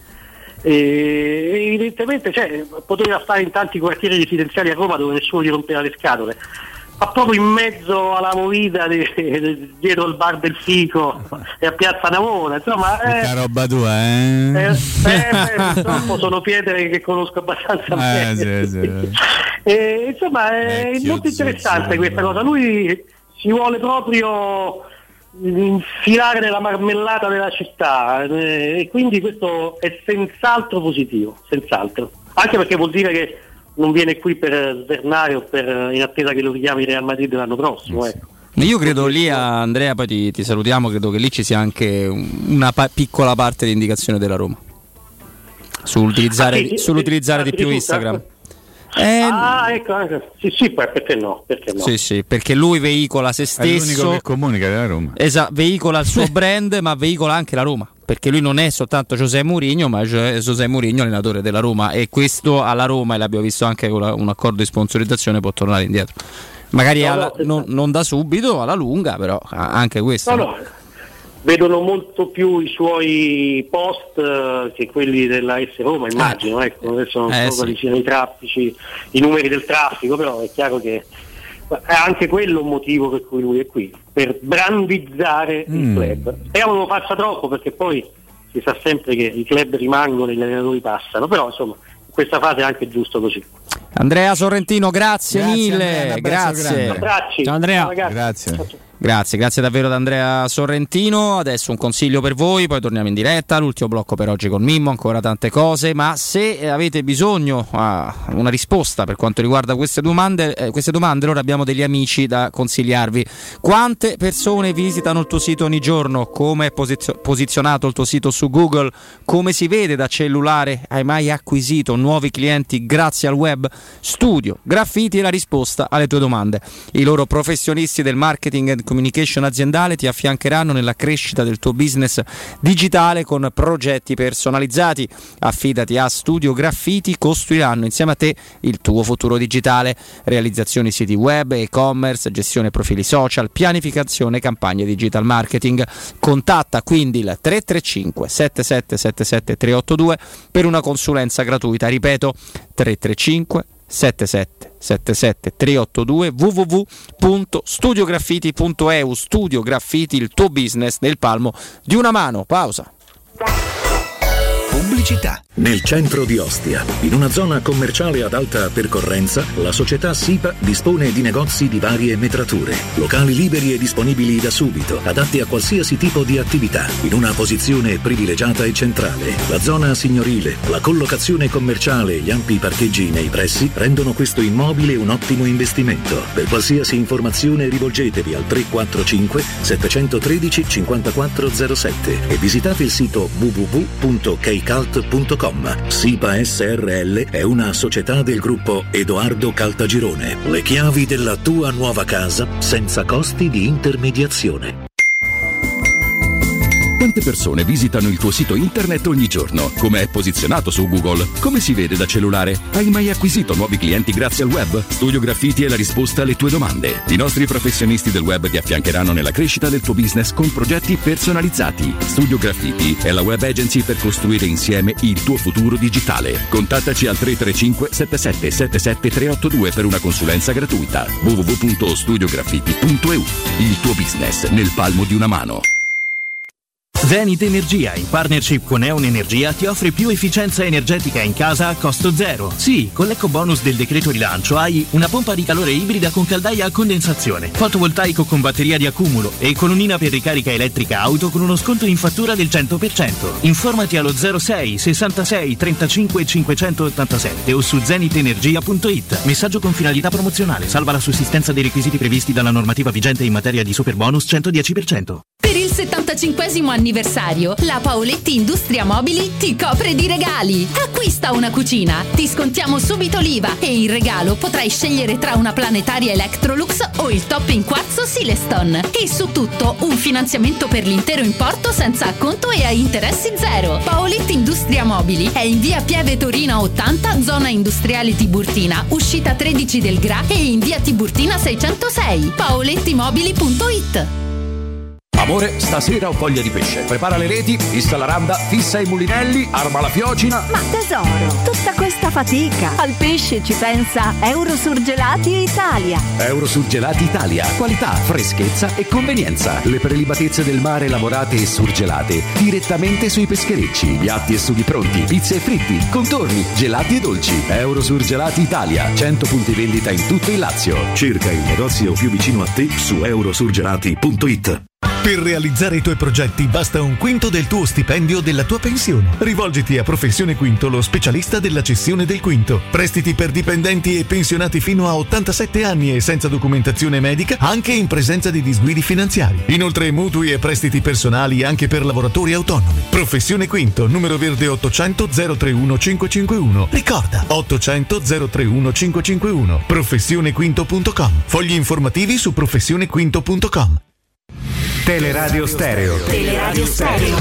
E evidentemente poteva stare in tanti quartieri residenziali a Roma dove nessuno gli rompeva le scatole, ma proprio in mezzo alla movida dietro il bar del Fico e a Piazza Navona, insomma roba tua, purtroppo sono pietre che conosco abbastanza bene. Sì. Insomma è molto interessante questa cosa. Lui si vuole proprio infilare nella marmellata della città, e quindi questo è senz'altro positivo, senz'altro, anche perché vuol dire che non viene qui per svernare o in attesa che lo richiami Real Madrid l'anno prossimo, ecco. Io credo lì, Andrea, poi ti salutiamo, credo che lì ci sia anche una piccola parte di indicazione della Roma sull'utilizzare di più Instagram. Ecco, sì, perché no? Sì, perché lui veicola se stesso. È l'unico che comunica della Roma. Esatto, veicola il suo brand, ma veicola anche la Roma, perché lui non è soltanto José Mourinho, ma José Mourinho, allenatore della Roma, e questo alla Roma, e l'abbiamo visto anche con un accordo di sponsorizzazione, può tornare indietro. Magari non da subito, alla lunga, però anche questo. No. Vedono molto più i suoi post che quelli della S Roma, immagino, ecco, adesso non so quali siano i traffici, i numeri del traffico, però è chiaro che è anche quello un motivo per cui lui è qui, per brandizzare il club. Speriamo non lo faccia troppo, perché poi si sa sempre che i club rimangono e gli allenatori passano, però insomma in questa fase è anche giusto così. Andrea Sorrentino, grazie mille, grazie. Ciao Andrea. Grazie. Grazie davvero ad Andrea Sorrentino. Adesso un consiglio per voi, poi torniamo in diretta. L'ultimo blocco per oggi con Mimmo, ancora tante cose, ma se avete bisogno una risposta per quanto riguarda queste domande, allora abbiamo degli amici da consigliarvi. Quante persone visitano il tuo sito ogni giorno? Come è posizionato il tuo sito su Google? Come si vede da cellulare? Hai mai acquisito nuovi clienti grazie al web? Studio Graffiti è la risposta alle tue domande. I loro professionisti del marketing and communication aziendale ti affiancheranno nella crescita del tuo business digitale con progetti personalizzati. Affidati a Studio Graffiti, costruiranno insieme a te il tuo futuro digitale. Realizzazioni siti web, e-commerce, gestione profili social, pianificazione, campagne digital marketing. Contatta quindi il 335 7777 382 per una consulenza gratuita. Ripeto, 335 7777 382 www.studiograffiti.eu. Studio Graffiti, il tuo business nel palmo di una mano. Pausa. Pubblicità. Nel centro di Ostia, in una zona commerciale ad alta percorrenza, la società SIPA dispone di negozi di varie metrature, locali liberi e disponibili da subito, adatti a qualsiasi tipo di attività, in una posizione privilegiata e centrale. La zona signorile, la collocazione commerciale e gli ampi parcheggi nei pressi rendono questo immobile un ottimo investimento. Per qualsiasi informazione rivolgetevi al 345 713 5407 e visitate il sito www.keicalt.com. SIPA SRL è una società del gruppo Edoardo Caltagirone. Le chiavi della tua nuova casa senza costi di intermediazione. Quante persone visitano il tuo sito internet ogni giorno? Come è posizionato su Google? Come si vede da cellulare? Hai mai acquisito nuovi clienti grazie al web? Studio Graffiti è la risposta alle tue domande. I nostri professionisti del web ti affiancheranno nella crescita del tuo business con progetti personalizzati. Studio Graffiti è la web agency per costruire insieme il tuo futuro digitale. Contattaci al 335 7777 382 per una consulenza gratuita. www.studiograffiti.eu. Il tuo business nel palmo di una mano. Zenith Energia, in partnership con Eon Energia, ti offre più efficienza energetica in casa a costo zero. Sì, con l'eco bonus del decreto rilancio hai una pompa di calore ibrida con caldaia a condensazione, fotovoltaico con batteria di accumulo e colonnina per ricarica elettrica auto con uno sconto in fattura del 100%. Informati allo 06 66 35 587 o su zenitenergia.it. Messaggio con finalità promozionale, salva la sussistenza dei requisiti previsti dalla normativa vigente in materia di superbonus 110%. Per il 75esimo anniversario, la Paoletti Industria Mobili ti copre di regali. Acquista una cucina, ti scontiamo subito l'IVA e in regalo potrai scegliere tra una planetaria Electrolux o il top in quarzo Silestone. E su tutto un finanziamento per l'intero importo senza acconto e a interessi zero. Paoletti Industria Mobili è in via Pieve Torino 80, zona industriale Tiburtina, uscita 13 del Gra e in via Tiburtina 606. paolettimobili.it. Amore, stasera ho voglia di pesce. Prepara le reti, fissa la randa, fissa i mulinelli, arma la fiocina. Ma tesoro, tutta questa fatica. Al pesce ci pensa Eurosurgelati Italia. Eurosurgelati Italia. Qualità, freschezza e convenienza. Le prelibatezze del mare lavorate e surgelate direttamente sui pescherecci. Piatti e sughi pronti, pizze e fritti, contorni, gelati e dolci. Eurosurgelati Italia. 100 punti vendita in tutto il Lazio. Cerca il negozio più vicino a te su eurosurgelati.it. Per realizzare i tuoi progetti basta un quinto del tuo stipendio o della tua pensione. Rivolgiti a Professione Quinto, lo specialista della cessione del quinto. Prestiti per dipendenti e pensionati fino a 87 anni e senza documentazione medica, anche in presenza di disguidi finanziari. Inoltre mutui e prestiti personali anche per lavoratori autonomi. Professione Quinto, numero verde 800 031 551. Ricorda, 800 031 551. Professionequinto.com. Fogli informativi su professionequinto.com. Teleradio Stereo. Teleradio Stereo.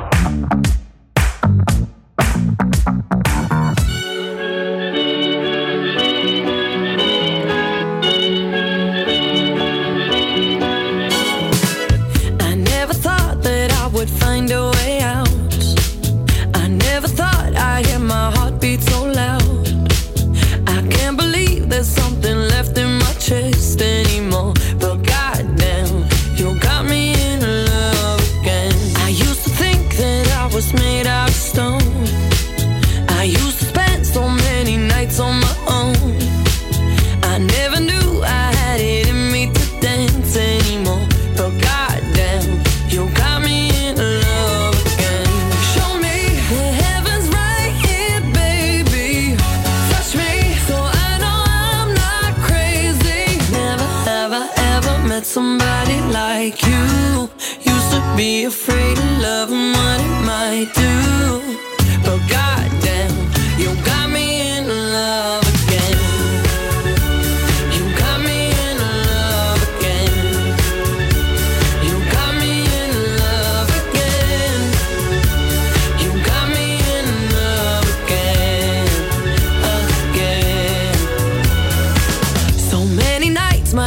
I never thought that I would find a way out. I never thought I'd hear my heartbeat so loud. I can't believe there's something left in my chest anymore. But goddamn, you got me in love again. I used to think that I was made out of stone. I used to spend so many nights on my own. I never knew I had it in me to dance anymore. But goddamn, you got me in love again. Show me the heavens right here, baby. Touch me so I know I'm not crazy. Never have I ever met somebody like you. Used to be afraid of love and what it might do. But goddamn, you got me in love again. You got me in love again.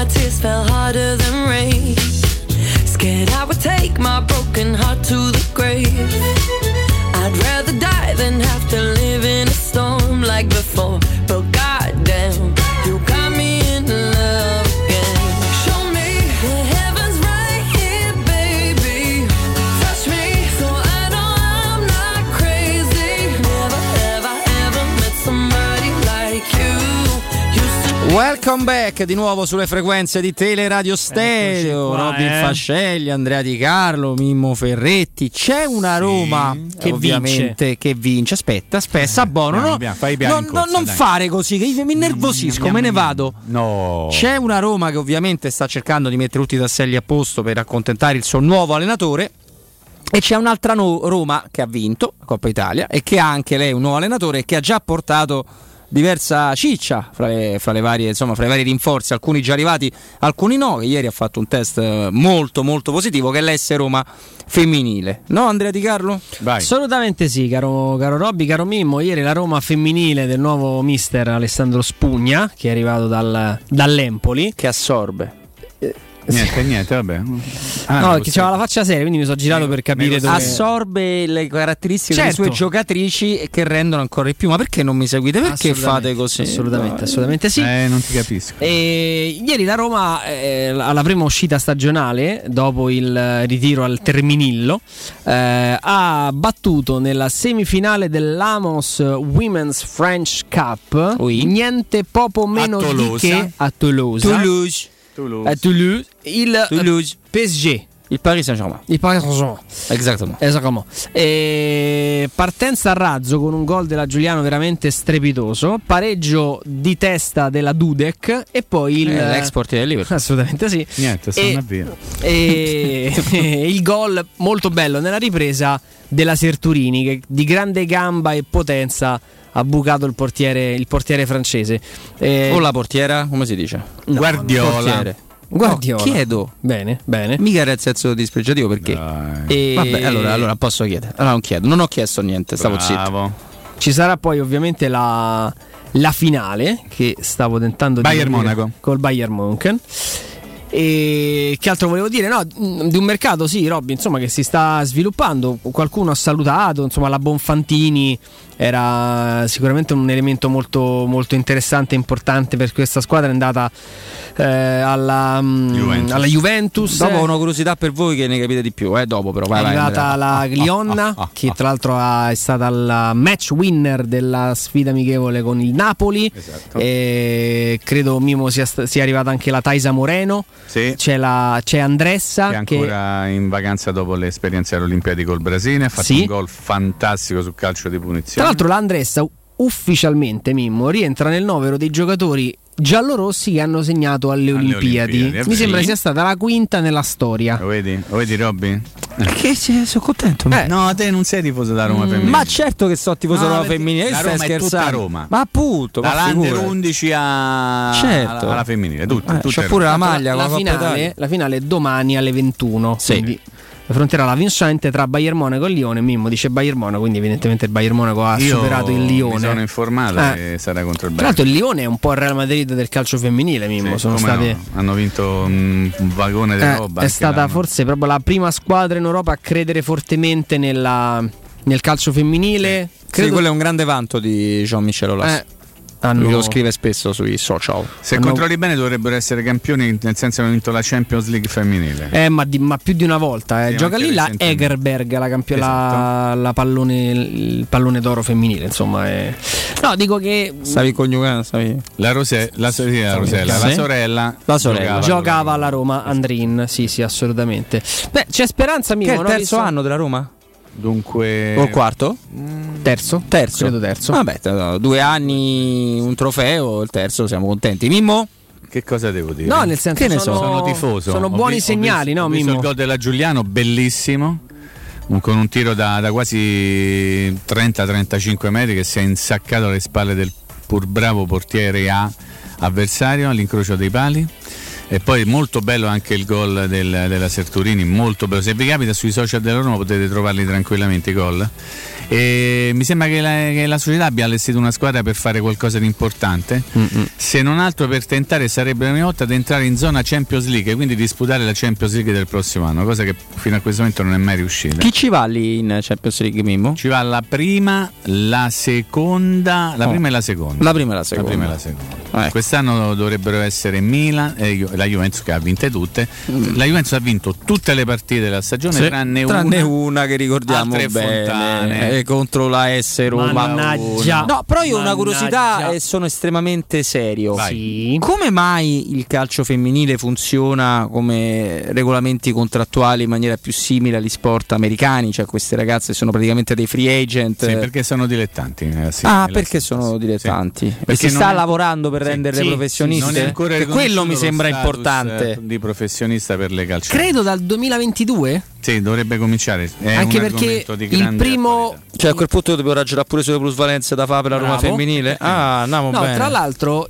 my tears fell harder than rain. Scared I would take my broken heart to the grave. I'd rather die than have to live in a storm like before. But goddamn, you got me in love again. Show me the heavens right here, baby. Touch me so I know I'm not crazy. Never have I ever met somebody like you. Welcome back di nuovo sulle frequenze di Teleradio Stereo. Robin Fascelli, Andrea Di Carlo, Mimmo Ferretti. C'è una Roma che ovviamente vince. Aspetta, Sabbono, non fare così che io mi innervosisco, me ne vado. No. C'è una Roma che ovviamente sta cercando di mettere tutti i tasselli a posto per accontentare il suo nuovo allenatore. E c'è un'altra Roma che ha vinto la Coppa Italia e che ha anche lei un nuovo allenatore e che ha già portato diversa ciccia fra i vari rinforzi, alcuni già arrivati, alcuni no, che ieri ha fatto un test molto molto positivo, che è l'S Roma femminile, no Andrea Di Carlo? Vai. Assolutamente sì, caro Robby, caro Mimmo. Ieri la Roma femminile del nuovo mister Alessandro Spugna, che è arrivato dall'Empoli, che assorbe Niente, vabbè. No, che c'aveva la faccia seria, quindi mi sono girato per capire dove assorbe le caratteristiche delle sue giocatrici e che rendono ancora di più. Ma perché non mi seguite? Perché fate così? Assolutamente sì. Non ti capisco. E ieri la Roma alla prima uscita stagionale dopo il ritiro al Terminillo ha battuto nella semifinale dell'Amos Women's French Cup niente poco meno di che a Toulouse il PSG, il Paris Saint-Germain. Esattamente. Partenza a razzo con un gol della Giuliano veramente strepitoso, pareggio di testa della Dudek e poi l'export del Liverpool. Assolutamente sì. Niente, sono via. E il gol molto bello nella ripresa della Serturini, che di grande gamba e potenza ha bucato il portiere francese. O la portiera, come si dice? No, Guardiola. Chiedo. Bene. Mica era il senso dispregiativo, perché? Vabbè, allora posso chiedere. Allora non chiedo, non ho chiesto niente, stavo zitto. Ci sarà poi ovviamente la finale che stavo tentando di Bayern Monaco col Bayern München. E che altro volevo dire? No, di un mercato, sì, Robby, insomma, che si sta sviluppando. Qualcuno ha salutato, insomma, la Bonfantini era sicuramente un elemento molto, molto interessante e importante per questa squadra. È andata alla Juventus. Dopo una curiosità per voi che ne capite di più, dopo però è arrivata la Glionna, che tra l'altro è stata la match winner della sfida amichevole con il Napoli. Esatto. E credo Mimo sia arrivata anche la Taisa Moreno. Sì. C'è Andressa che è ancora in vacanza dopo le esperienze alle Olimpiadi col Brasile, ha fatto un gol fantastico sul calcio di punizione. Tra l'altro l'Andressa ufficialmente, Mimmo, rientra nel novero dei giocatori giallorossi che hanno segnato alle Olimpiadi. Mi sembra sia stata la quinta nella storia. Lo vedi Robby? Che sono contento. No, te non sei tifoso da Roma femminile. Ma certo che sono tifoso Roma femminile. La Roma è tutta Roma. Ma appunto, dall'Under 11 alla femminile, c'è pure la maglia. La finale è domani alle 21. Sì. Quindi affronterà la vincente tra Bayern Monaco e Lione. Mimmo dice Bayern Monaco, quindi evidentemente il Bayern Monaco ha superato il Lione. Mi sono informato che sarà contro il Bayern. Tra l'altro il Lione è un po' il Real Madrid del calcio femminile, Mimmo. Sì, hanno vinto un vagone di roba. È stata forse proprio la prima squadra in Europa a credere fortemente nel calcio femminile. Sì, quello è un grande vanto di Jean-Michel Aulas. Lui lo scrive spesso sui social. Se controlli bene dovrebbero essere campioni, nel senso che hanno vinto la Champions League femminile. Ma più di una volta. Sì, gioca lì la Egerberg, la il pallone d'oro femminile. Insomma, No, dico che stavi coniugando. La sorella giocava alla Roma. Andrin, sì, assolutamente. Beh, c'è speranza, Mimmo. Che è il terzo anno della Roma? Dunque, o il quarto? Terzo. Credo terzo. Vabbè, 2 anni, un trofeo, il terzo, siamo contenti. Mimmo? Che cosa devo dire? No, nel senso che sono tifoso. Sono buoni segnali, no, Mimmo? Ho visto il gol della Giuliano, bellissimo. Con un tiro da quasi 30-35 metri che si è insaccato alle spalle del pur bravo portiere avversario all'incrocio dei pali. E poi molto bello anche il gol della Serturini, molto bello. Se vi capita sui social della Roma potete trovarli tranquillamente i gol. E mi sembra che la società abbia allestito una squadra per fare qualcosa di importante, se non altro per tentare, sarebbe la prima volta, di entrare in zona Champions League, quindi disputare la Champions League del prossimo anno, cosa che fino a questo momento non è mai riuscita. Chi ci va lì in Champions League, Mimmo? Ci va la prima, la seconda, la prima e la seconda. La prima e la seconda. Quest'anno dovrebbero essere Milan e la Juventus, che ha vinte tutte. La Juventus ha vinto tutte le partite della stagione, tranne una che ricordiamo bene. Fontane. Contro la S Roma. Mannaggia. No, però io ho una curiosità e sono estremamente serio. Sì. Come mai il calcio femminile funziona come regolamenti contrattuali in maniera più simile agli sport americani? Cioè queste ragazze sono praticamente dei free agent. Sì, perché sono dilettanti. Perché sono dilettanti. Sì. E si sta lavorando per renderle professioniste? Non è ancora che quello mi sembra importante. Di professionista per le calciatrici. Credo dal 2022? Sì, dovrebbe cominciare. È anche un perché di il primo attualità. Cioè a quel punto io devo ragionare pure sulle plusvalenze da fare per la Roma femminile. Andiamo bene. Tra l'altro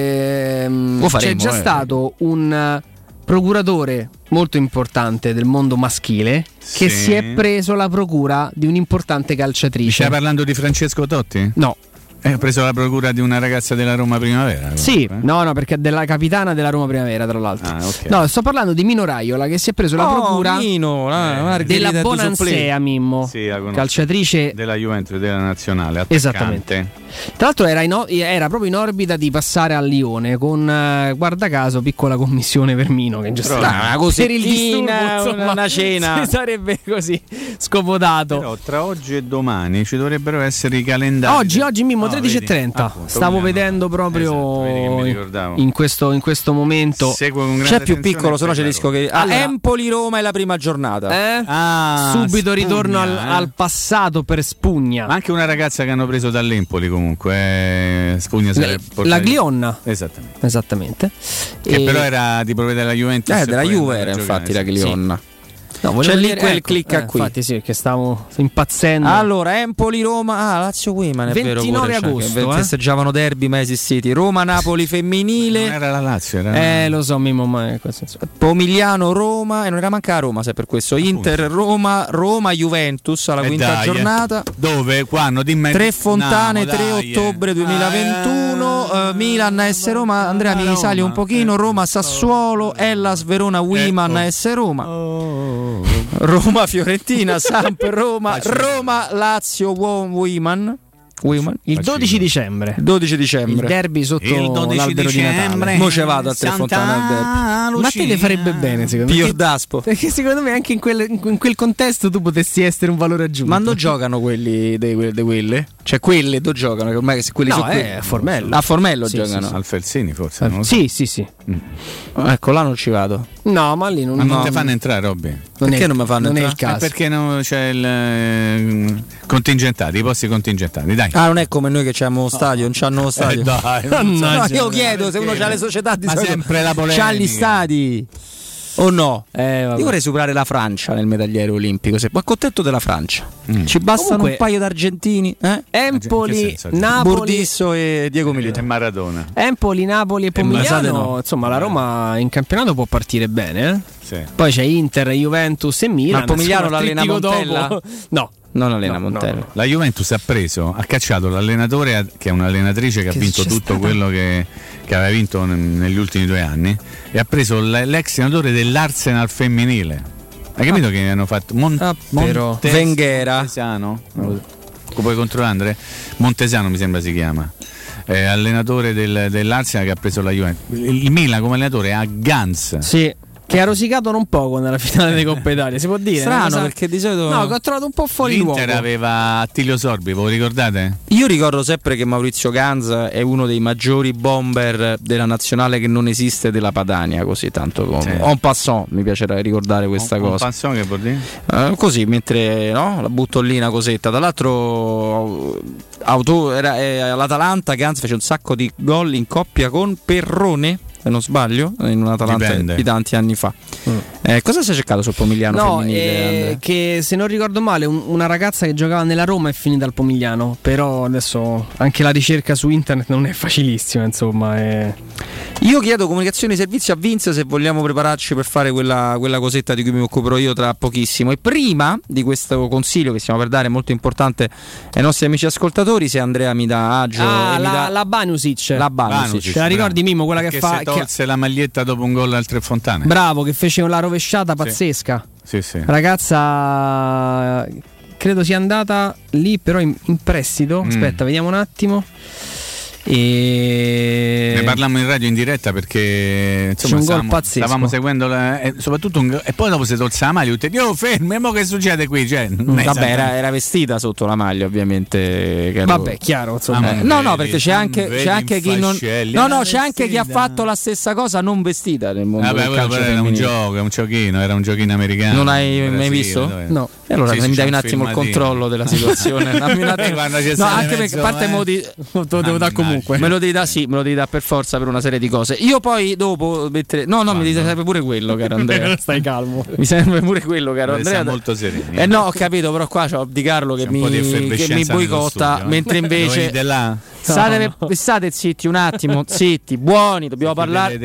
c'è già stato un procuratore molto importante del mondo maschile che si è preso la procura di un'importante calciatrice. Stai parlando di Francesco Totti? No. Ha preso la procura di una ragazza della Roma Primavera? Sì, no, perché è della capitana della Roma Primavera, tra l'altro. Okay. No, sto parlando di Mino Raiola, che si è preso la procura della Bonansea, Mimmo, calciatrice della Juventus, della nazionale, attaccante. Esattamente. Tra l'altro era proprio in orbita di passare a Lione con, guarda caso, piccola commissione per Mino, che per il disturbo, una cena si sarebbe così scomodato. Però tra oggi e domani ci dovrebbero essere i calendari. Oggi Mimmo 13:30. Stavo vedendo proprio in questo momento. C'è più piccolo, se no c'è il rischio che Empoli-Roma è la prima giornata. Subito ritorno al passato per Spugna. Ma anche una ragazza che hanno preso dall'Empoli comunque. Spugna la Glionna. Esattamente. Che però era di proprietà della Juventus. Della Juve era infatti la Glionna. No, c'è lì quel clicca qui. Infatti sì, che stavo impazzendo. Allora Empoli-Roma, Lazio Women, è 29 vero, agosto, festeggiavano derby mai esistiti. Roma-Napoli femminile. Non era la Lazio, era lo so, Mimmo, ma Pomigliano-Roma, e non era manca la Roma, se per questo. Inter-Roma, Roma-Juventus alla quinta giornata. Dove? Quando? Dimmi. 3 Fontane, 3 ottobre 2021. Milan AS Roma, Andrea mi risali un pochino. Roma-Sassuolo, Hellas Verona-Wiman AS Roma. Roma-Fiorentina, Samp Roma, Roma-Lazio Women. Il 12 dicembre. Il derby sotto il 12 l'albero dicembre, di Natale. Mo ce vado a Tre Fontane al derby. Ma te le farebbe bene, secondo me. Pior Daspo. Perché secondo me anche in quel contesto tu potessi essere un valore aggiunto. Ma non giocano quelli di quelle? Cioè quelle dove giocano? Che ormai quelli sono a Formello. A Formello giocano. Al Felsini forse. Sì. Ecco, là non ci vado. No, ma lì non ti fanno entrare, Robby. Perché non mi fanno entrare? Non è il caso. Perché c'è il contingentati, i posti contingentati. Dai. Non è come noi che abbiamo lo stadio, non c'hanno lo stadio. Dai. Io chiedo se uno c'ha le società di solito, sempre la polemica. C'ha gli stadi. O no? Io vorrei superare la Francia nel medagliere olimpico. Ma contento della Francia. Ci bastano un paio d'argentini. Empoli, Napoli, Burdisso e Diego Milito. E Maradona. Empoli, Napoli e Pomigliano. Insomma, la Roma in campionato può partire bene. Sì. Poi c'è Inter, Juventus e Milan. Ma Pomigliano l'allena Montella? No. Non allena Montella. No. La Juventus ha cacciato l'allenatore, che è un'allenatrice che ha vinto tutto quello che aveva vinto negli ultimi 2 anni, e ha preso l'ex allenatore dell'Arsenal femminile. Hai capito che hanno fatto? Venghera. Montesano? Puoi controllare? Montesano mi sembra si chiama. Allenatore dell'Arsenal, che ha preso la Juventus. Il Milan come allenatore ha Gans. Sì. Che ha rosicato non poco nella finale di Coppa Italia, si può dire? Strano, perché di solito che ho trovato un po' fuori luogo. L'Inter aveva Attilio Sorbi, ve lo ricordate? Io ricordo sempre che Maurizio Ganza è uno dei maggiori bomber della nazionale che non esiste della Padania, così tanto come en passant, mi piacerà ricordare questa cosa. En passant, che vuol dire? Così, mentre la butto lì una cosetta. Dall'altro all'Atalanta Ganza fece un sacco di gol in coppia con Perrone, se non sbaglio, in un Atalanta di tanti anni fa. Cosa si è cercato sul Pomigliano femminile? Che se non ricordo male una ragazza che giocava nella Roma è finita al Pomigliano, però adesso anche la ricerca su internet non è facilissima, insomma. Io chiedo comunicazione di servizi a Vince se vogliamo prepararci per fare quella cosetta di cui mi occuperò io tra pochissimo. E prima di questo consiglio che stiamo per dare, molto importante ai nostri amici ascoltatori, se Andrea mi dà agio la Banusic. La Banusic. Te la ricordi, Mimmo, quella che fa, tolse la maglietta dopo un gol al Tre Fontane? Bravo, che fece la rovesciata pazzesca. Sì. Ragazza, credo sia andata lì però in prestito. Aspetta, vediamo un attimo. E ne parlammo in radio in diretta perché insomma stavamo seguendo soprattutto e poi dopo si tolse la maglia e io fermi, ma che succede qui? Cioè, vabbè, era vestita sotto la maglia, ovviamente. Vabbè, chiaro, insomma. No, perché c'è anche chi non c'è anche chi ha fatto la stessa cosa non vestita nel mondo del calcio era un gioco, era un giochino americano. Non hai mai visto? No. E allora mi dai un attimo il controllo della situazione. No, anche perché a parte me lo devo dare comunque. Me lo devi dare per forza per una serie di cose. Io poi dopo mi serve pure quello, caro Andrea. Stai calmo. Mi serve pure quello, caro Andrea. Siamo molto sereni. No, ho capito, però qua c'ho Di Carlo che mi boicotta, mentre invece state zitti un attimo, zitti, buoni, dobbiamo parlare.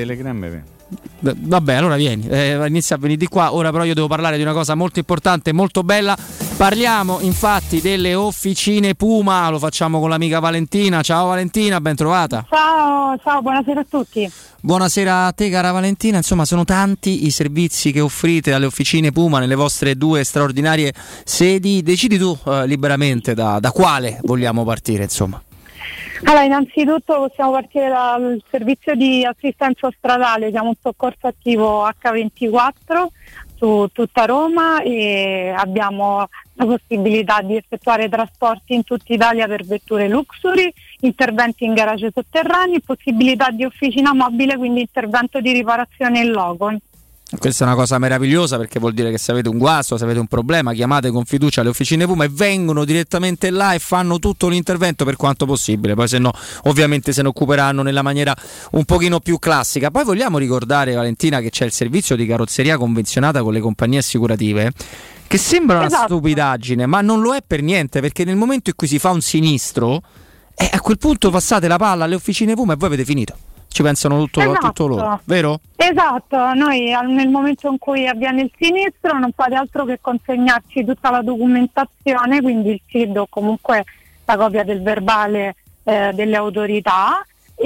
Vabbè, allora vieni, inizia a venire di qua. Ora però io devo parlare di una cosa molto importante, molto bella. Parliamo infatti delle officine Puma. Lo facciamo con l'amica Valentina. Ciao Valentina, ben trovata. Ciao, buonasera a tutti. Buonasera a te, cara Valentina. Insomma, sono tanti i servizi che offrite alle officine Puma nelle vostre due straordinarie sedi. Decidi tu liberamente da quale vogliamo partire, insomma. Allora, innanzitutto possiamo partire dal servizio di assistenza stradale. Siamo un soccorso attivo H24 su tutta Roma e abbiamo la possibilità di effettuare trasporti in tutta Italia per vetture luxury, interventi in garage sotterranei, possibilità di officina mobile, quindi intervento di riparazione in loco. Questa è una cosa meravigliosa, perché vuol dire che se avete un guasto, se avete un problema, chiamate con fiducia le officine Puma e vengono direttamente là e fanno tutto l'intervento per quanto possibile. Poi se no ovviamente se ne occuperanno nella maniera un pochino più classica. Poi vogliamo ricordare, Valentina, che c'è il servizio di carrozzeria convenzionata con le compagnie assicurative, che sembra una stupidaggine, ma non lo è per niente, perché nel momento in cui si fa un sinistro a quel punto passate la palla alle officine Puma e voi avete finito. Ci pensano tutto loro, vero? Esatto, noi nel momento in cui avviene il sinistro non fate altro che consegnarci tutta la documentazione, quindi il CID o comunque la copia del verbale delle autorità,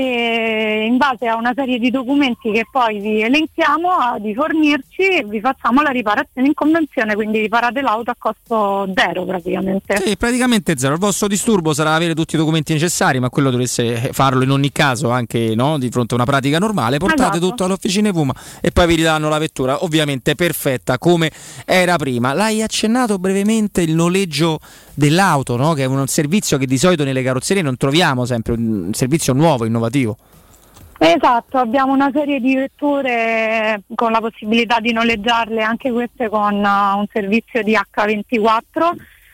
e in base a una serie di documenti che poi vi elenchiamo di fornirci, e vi facciamo la riparazione in convenzione, quindi riparate l'auto a costo zero praticamente. Sì, praticamente zero. Il vostro disturbo sarà avere tutti i documenti necessari, ma quello dovreste farlo in ogni caso, anche di fronte a una pratica normale. Portate tutto all'officina Puma e poi vi ridanno la vettura, ovviamente perfetta come era prima. L'hai accennato brevemente, il noleggio dell'auto, no? Che è un servizio che di solito nelle carrozzerie non troviamo sempre, un servizio nuovo, innovativo. Esatto, abbiamo una serie di vetture con la possibilità di noleggiarle, anche queste con un servizio di H24,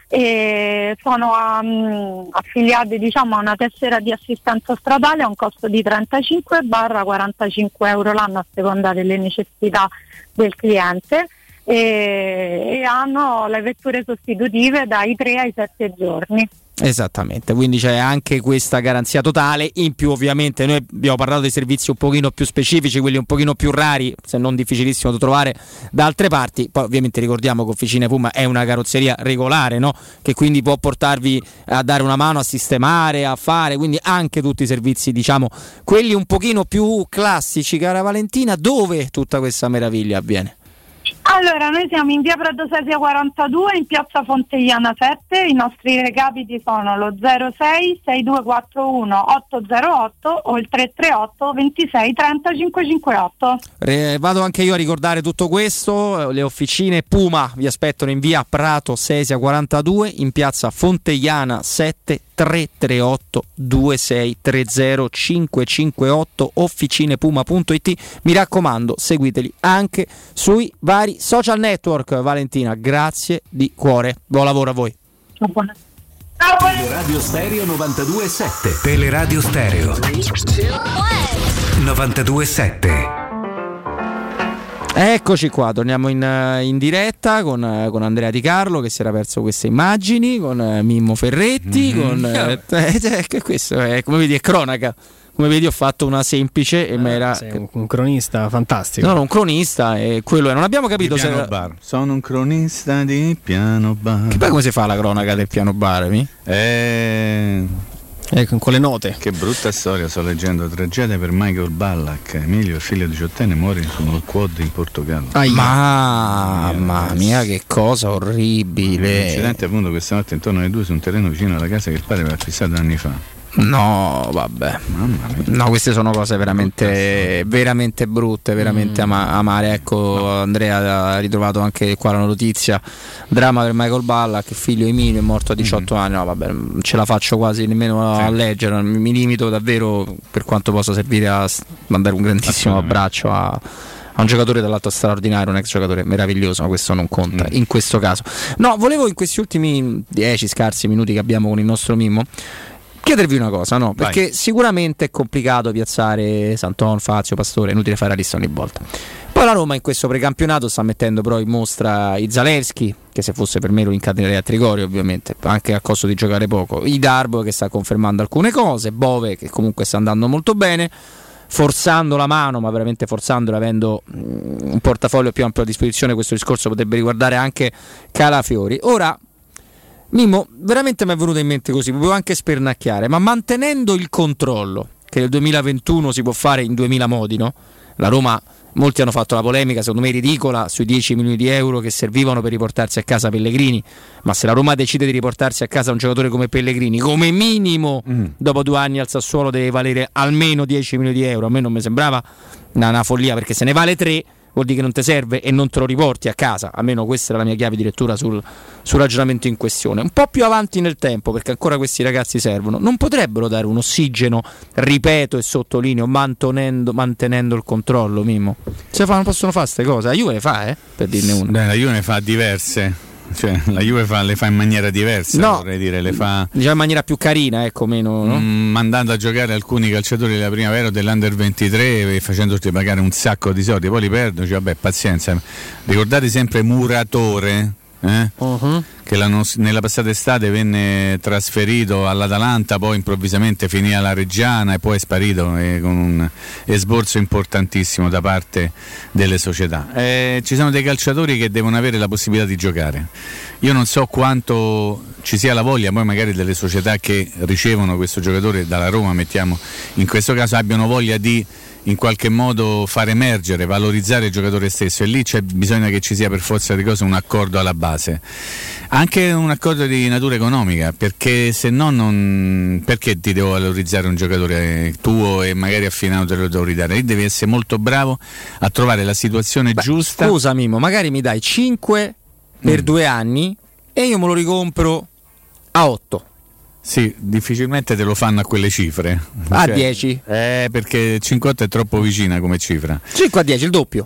e sono affiliate a una tessera di assistenza stradale a un costo di 35-45 euro l'anno a seconda delle necessità del cliente, e hanno le vetture sostitutive dai 3 ai 7 giorni. Esattamente, quindi c'è anche questa garanzia totale. In più ovviamente noi abbiamo parlato di servizi un pochino più specifici, quelli un pochino più rari, se non difficilissimo da trovare da altre parti. Poi ovviamente ricordiamo che Officine Puma è una carrozzeria regolare, no? Che quindi può portarvi a dare una mano a sistemare, a fare, quindi anche tutti i servizi, quelli un pochino più classici, cara Valentina. Dove tutta questa meraviglia avviene? Allora, noi siamo in via Pradosesia 42, in piazza Fontegliana 7, i nostri recapiti sono lo 06 6241 808 o il 338 26 30 558. Vado anche io a ricordare tutto questo. Le officine Puma vi aspettano in via Prato Sesia 42, in piazza Fontegliana 7, 338 26 30 558, officinepuma.it. Mi raccomando, seguiteli anche sui vari social network. Valentina, grazie di cuore, buon lavoro a voi. Teleradio Stereo 92.7. Teleradio Stereo 92.7. Eccoci qua, torniamo in diretta con Andrea Di Carlo, che si era perso queste immagini, con Mimmo Ferretti, questo è, come vedi, è cronaca come vedi ho fatto una semplice e m'era un cronista fantastico. No, un cronista e quello è. Non abbiamo capito se bar. Sono un cronista di piano bar. Che poi come si fa la cronaca del piano bar? Con le note. Che brutta storia, sto leggendo. Tragedia per Michael Ballack. Emilio, figlio 18enne, muore sul quad in Portogallo. Mamma mia, che cosa orribile. Incidente appunto questa notte intorno alle 2 su un terreno vicino alla casa che il padre aveva acquistato anni fa. No, vabbè. No, queste sono cose veramente brutte, veramente amare. Ecco, Andrea ha ritrovato anche qua la notizia. Dramma per Michael Ballack, figlio Emilio, è morto a 18 anni. No, vabbè, non ce la faccio quasi nemmeno a leggere. Mi limito davvero, per quanto possa servire, a mandare un grandissimo abbraccio a un giocatore dall'alto straordinario, un ex giocatore meraviglioso, ma questo non conta in questo caso. No, volevo in questi ultimi 10 scarsi minuti che abbiamo con il nostro Mimmo chiedervi una cosa, no? Perché Vai. Sicuramente è complicato piazzare Santon, Fazio, Pastore, è inutile fare la lista ogni volta. Poi la Roma in questo precampionato sta mettendo però in mostra i Zalewski, che se fosse per me lo incatenerei a Trigoria ovviamente, anche a costo di giocare poco, i Darbo che sta confermando alcune cose, Bove che comunque sta andando molto bene, forzando la mano, ma veramente forzandola, avendo un portafoglio più ampio a disposizione. Questo discorso potrebbe riguardare anche Calafiori. Ora Mimmo, veramente mi è venuto in mente così, volevo anche spernacchiare, ma mantenendo il controllo che nel 2021 si può fare in 2000 modi, no? La Roma, molti hanno fatto la polemica, secondo me ridicola, sui 10 milioni di euro che servivano per riportarsi a casa Pellegrini, ma se la Roma decide di riportarsi a casa un giocatore come Pellegrini, come minimo dopo 2 anni al Sassuolo deve valere almeno 10 milioni di euro, a me non mi sembrava una follia, perché se ne vale 3 vuol dire che non ti serve e non te lo riporti a casa, almeno questa è la mia chiave di lettura sul ragionamento in questione. Un po' più avanti nel tempo, perché ancora questi ragazzi servono, non potrebbero dare un ossigeno, ripeto e sottolineo, mantenendo il controllo, Mimmo? Non possono fare queste cose, la Juve le fa, per dirne una. La Juve ne fa diverse. Cioè, la Juve le fa in maniera diversa, vorrei dire, le fa diciamo in maniera più carina, ecco, meno, no? Mandando a giocare alcuni calciatori della primavera o dell'Under 23 e facendoti pagare un sacco di soldi, poi li perdono, cioè, vabbè, pazienza. Ricordate sempre Muratore, che nella passata estate venne trasferito all'Atalanta, poi improvvisamente finì alla Reggiana e poi è sparito con un esborso importantissimo da parte delle società. Ci sono dei calciatori che devono avere la possibilità di giocare. Io non so quanto ci sia la voglia, poi magari delle società che ricevono questo giocatore dalla Roma, mettiamo in questo caso, abbiano voglia di in qualche modo far emergere, valorizzare il giocatore stesso, e lì bisogna che ci sia per forza di cose un accordo alla base, anche un accordo di natura economica, perché se no perché ti devo valorizzare un giocatore tuo e magari affinato te lo devo ridare? Lì devi essere molto bravo a trovare la situazione giusta. Scusa Mimmo, magari mi dai 5 per 2 anni e io me lo ricompro a 8. Sì, difficilmente te lo fanno a quelle cifre. A 10? Perché 5-8 è troppo vicina come cifra. 5 a 10, il doppio.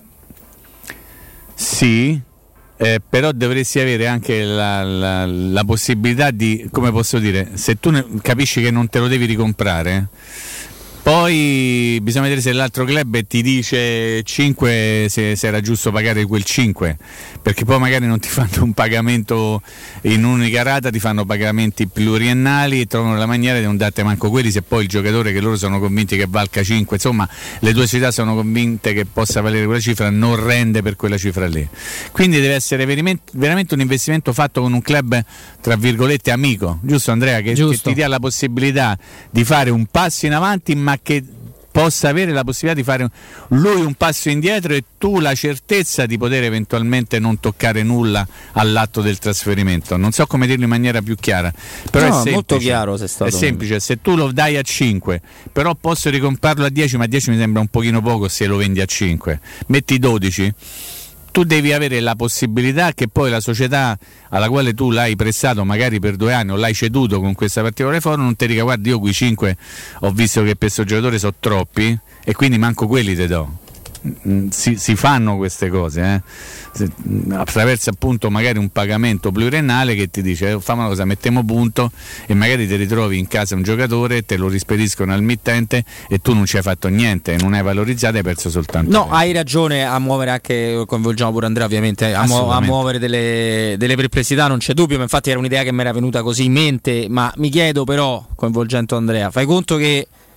Sì, però dovresti avere anche la possibilità di, come posso dire, se tu capisci che non te lo devi ricomprare, poi bisogna vedere se l'altro club ti dice 5, se era giusto pagare quel 5, perché poi magari non ti fanno un pagamento in un'unica rata, ti fanno pagamenti pluriennali e trovano la maniera di non darti manco quelli, se poi il giocatore che loro sono convinti che valga 5, insomma le due società sono convinte che possa valere quella cifra, non rende per quella cifra lì. Quindi deve essere veramente un investimento fatto con un club tra virgolette amico, giusto Andrea? Che ti dia la possibilità di fare un passo in avanti, ma che possa avere la possibilità di fare lui un passo indietro e tu la certezza di poter eventualmente non toccare nulla all'atto del trasferimento. Non so come dirlo in maniera più chiara, però è semplice, molto chiaro, se è stato... è semplice. Se tu lo dai a 5, però posso ricomprarlo a 10, ma 10 mi sembra un pochino poco se lo vendi a 5, metti 12, tu devi avere la possibilità che poi la società alla quale tu l'hai prestato magari per 2 anni o l'hai ceduto con questa particolare forma non ti dica guarda, io quei 5 ho visto che per questo giocatore sono troppi e quindi manco quelli te do. Si fanno queste cose attraverso appunto magari un pagamento pluriennale che ti dice fammi una cosa, mettiamo punto, e magari ti ritrovi in casa un giocatore, te lo rispediscono al mittente e tu non ci hai fatto niente, non hai valorizzato, hai perso soltanto tempo. Hai ragione a muovere, anche coinvolgiamo pure Andrea ovviamente, a muovere delle perplessità, non c'è dubbio, ma infatti era un'idea che mi era venuta così in mente, ma mi chiedo però, coinvolgendo Andrea, fai conto che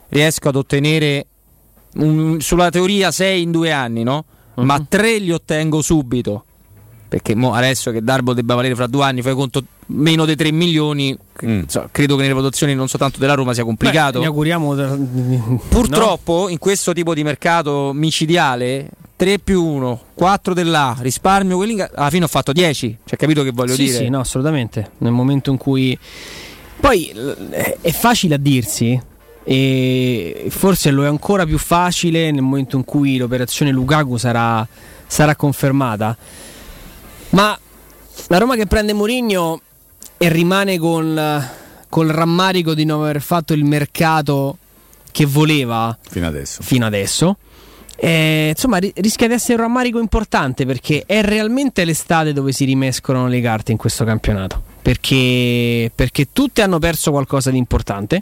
riesco ad ottenere sulla teoria 6 in 2 anni, no? Ma 3 li ottengo subito, perché adesso che Darbo debba valere fra 2 anni, fai conto meno dei 3 milioni, credo che nelle votazioni non soltanto della Roma sia complicato. Ne auguriamo purtroppo in questo tipo di mercato micidiale 3+1, 4 dell'A, risparmio quelli, alla fine ho fatto 10, cioè capito che voglio dire? Sì, no, assolutamente. Nel momento in cui poi è facile a dirsi, e forse lo è ancora più facile nel momento in cui l'operazione Lukaku sarà confermata, ma la Roma che prende Mourinho e rimane col rammarico di non aver fatto il mercato che voleva fino adesso. Insomma, rischia di essere un rammarico importante, perché è realmente l'estate dove si rimescolano le carte in questo campionato, perché tutte hanno perso qualcosa di importante.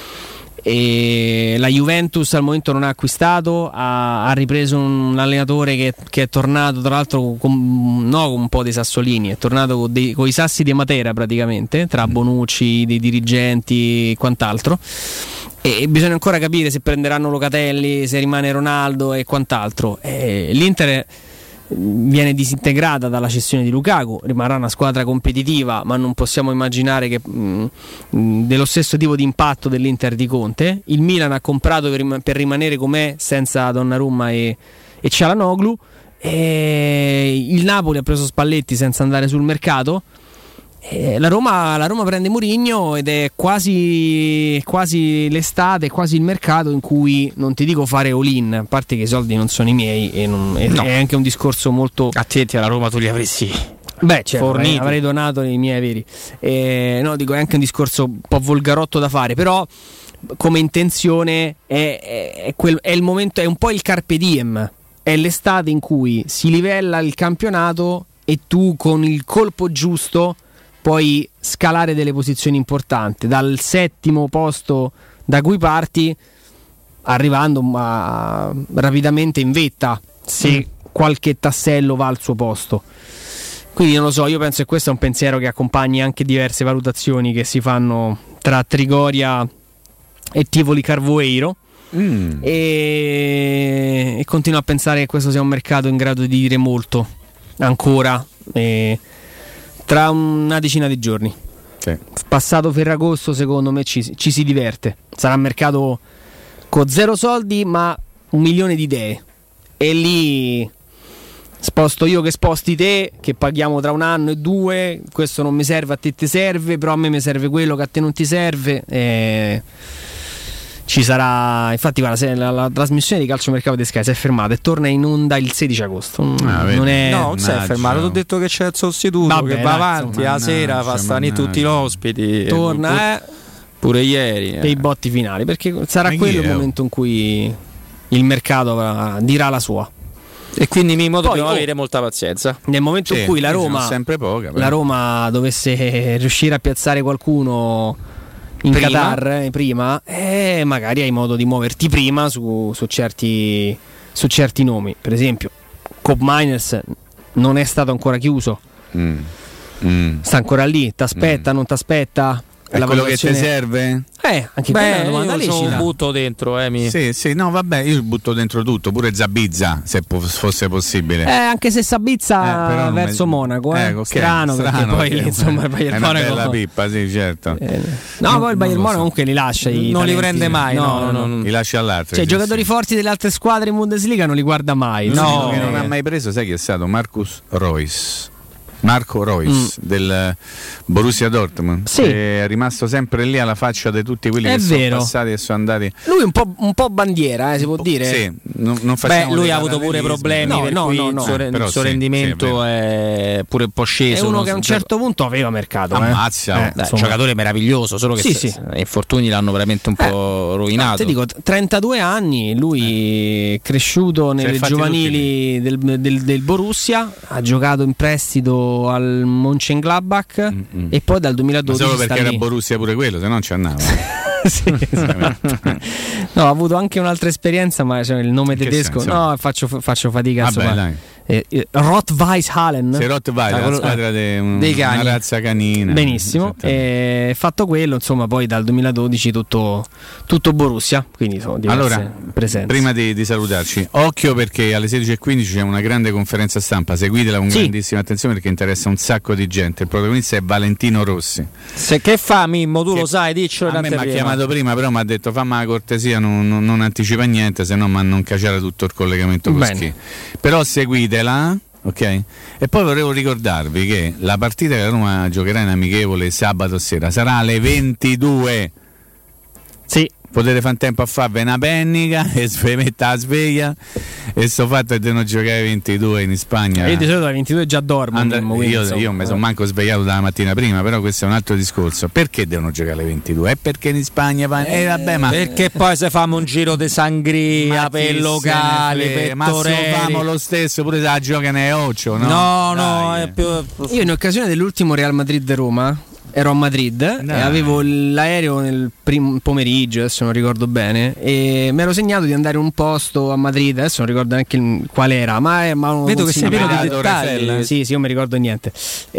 E la Juventus al momento non ha acquistato, ha ripreso un allenatore che è tornato, tra l'altro con un po' dei sassolini, è tornato con i sassi di Matera praticamente, tra Bonucci, dei dirigenti e quant'altro, e bisogna ancora capire se prenderanno Locatelli, se rimane Ronaldo e quant'altro. L'Inter viene disintegrata dalla cessione di Lukaku, rimarrà una squadra competitiva, ma non possiamo immaginare che dello stesso tipo di impatto dell'Inter di Conte. Il Milan ha comprato per rimanere com'è, senza Donnarumma e Çalhanoğlu, il Napoli ha preso Spalletti senza andare sul mercato. La Roma prende Mourinho ed è quasi l'estate, quasi il mercato in cui non ti dico fare all-in, a parte che i soldi non sono i miei è anche un discorso molto attenti. Alla Roma tu li avresti forniti, avrei donato i miei veri, dico, è anche un discorso un po' volgarotto da fare, però come intenzione è il momento, è un po' il carpe diem, è l'estate in cui si livella il campionato e tu con il colpo giusto puoi scalare delle posizioni importanti, dal 7° posto da cui parti, arrivando rapidamente in vetta se qualche tassello va al suo posto. Quindi non lo so, io penso che questo è un pensiero che accompagni anche diverse valutazioni che si fanno tra Trigoria e Tivoli Carvoeiro. E continuo a pensare che questo sia un mercato in grado di dire molto ancora, tra una decina di giorni. Sì. Passato Ferragosto secondo me ci si diverte. Sarà un mercato con 0 soldi ma 1 milione di idee, e lì sposto io che sposti te, che paghiamo tra 1 anno e 2, questo non mi serve, a te ti serve, però a me mi serve quello che a te non ti serve. Ci sarà, infatti guarda, la trasmissione di Calciomercato di Sky si è fermata e torna in onda il 16 agosto. Non si è fermato, ti ho detto che c'è il sostituto che va avanti la sera, fa stare tutti gli ospiti, torna pure ieri dei botti finali, perché sarà quello il momento in cui il mercato dirà la sua. E quindi Mimmo dobbiamo avere molta pazienza. Nel momento in cui la Roma dovesse riuscire a piazzare qualcuno in Qatar prima, magari hai modo di muoverti prima su certi nomi. Per esempio Coop Miners non è stato ancora chiuso, sta ancora lì, t'aspetta, non t'aspetta? È quello che ti serve? Anche quella è una domanda lecita. Io butto dentro, Sì, no, vabbè, io butto dentro tutto, pure Zabizza, se fosse possibile. Anche se Sabizza verso Monaco, strano perché poi insomma il Bayern Monaco è una bella pippa, sì, certo. Poi il Bayern Monaco comunque li lascia, non li prende mai, no. Li lascia all'altro. Cioè i giocatori forti delle altre squadre in Bundesliga non li guarda mai. Che non ha mai preso, sai chi è stato? Marco Reus del Borussia Dortmund, è rimasto sempre lì alla faccia di tutti quelli che sono passati e sono andati. Lui un po' bandiera, si può dire. Sì, non facciamo. Lui ha avuto pure problemi, il suo rendimento è pure un po' sceso. È uno che a un certo punto aveva mercato. Ammazza, un giocatore meraviglioso, solo che i infortuni l'hanno veramente un po' rovinato. Ti dico, 32 anni, lui è cresciuto nelle giovanili del Borussia, ha giocato in prestito al Mönchengladbach e poi dal 2012 solo perché era Borussia pure quello, se no ci andava. No, ho avuto anche un'altra esperienza, ma il nome tedesco faccio fatica, insomma. Rottweishalen. Sì, Rottweiler, la squadra dei cani, una razza canina. Benissimo. Fatto quello, insomma, poi dal 2012 tutto Borussia, quindi sono diverse presenze. Prima di salutarci, occhio perché alle 16:15 c'è una grande conferenza stampa, seguitela con grandissima attenzione perché interessa un sacco di gente. Il protagonista è Valentino Rossi. Se che fa Mimmo, tu lo sai, diccelo. A me mi ha chiamato prima, però mi ha detto fammi la cortesia, non anticipa niente, se no ma non cacciare tutto il collegamento così. Però seguitela, ok? E poi volevo ricordarvi che la partita che la Roma giocherà in amichevole sabato sera sarà alle 22. Sì. Potete fare tempo a farvi una pennica e vi mette la sveglia, e sto fatto che devono giocare 22 in Spagna. Io di solito alle 22 già dormo. Io mi sono manco svegliato dalla mattina prima, però questo è un altro discorso. Perché devono giocare alle 22? È perché in Spagna vabbè, ma perché poi se famo un giro di sangria per il locale, ma se famo lo stesso pure se la giocano alle 8, no? No, è più... Io in occasione dell'ultimo Real Madrid-Roma ero a Madrid e avevo l'aereo nel primo pomeriggio, adesso non ricordo bene, e mi ero segnato di andare a un posto a Madrid, adesso non ricordo neanche qual era, ma vedo che sei pieno di dettagli. Sì, io mi ricordo niente,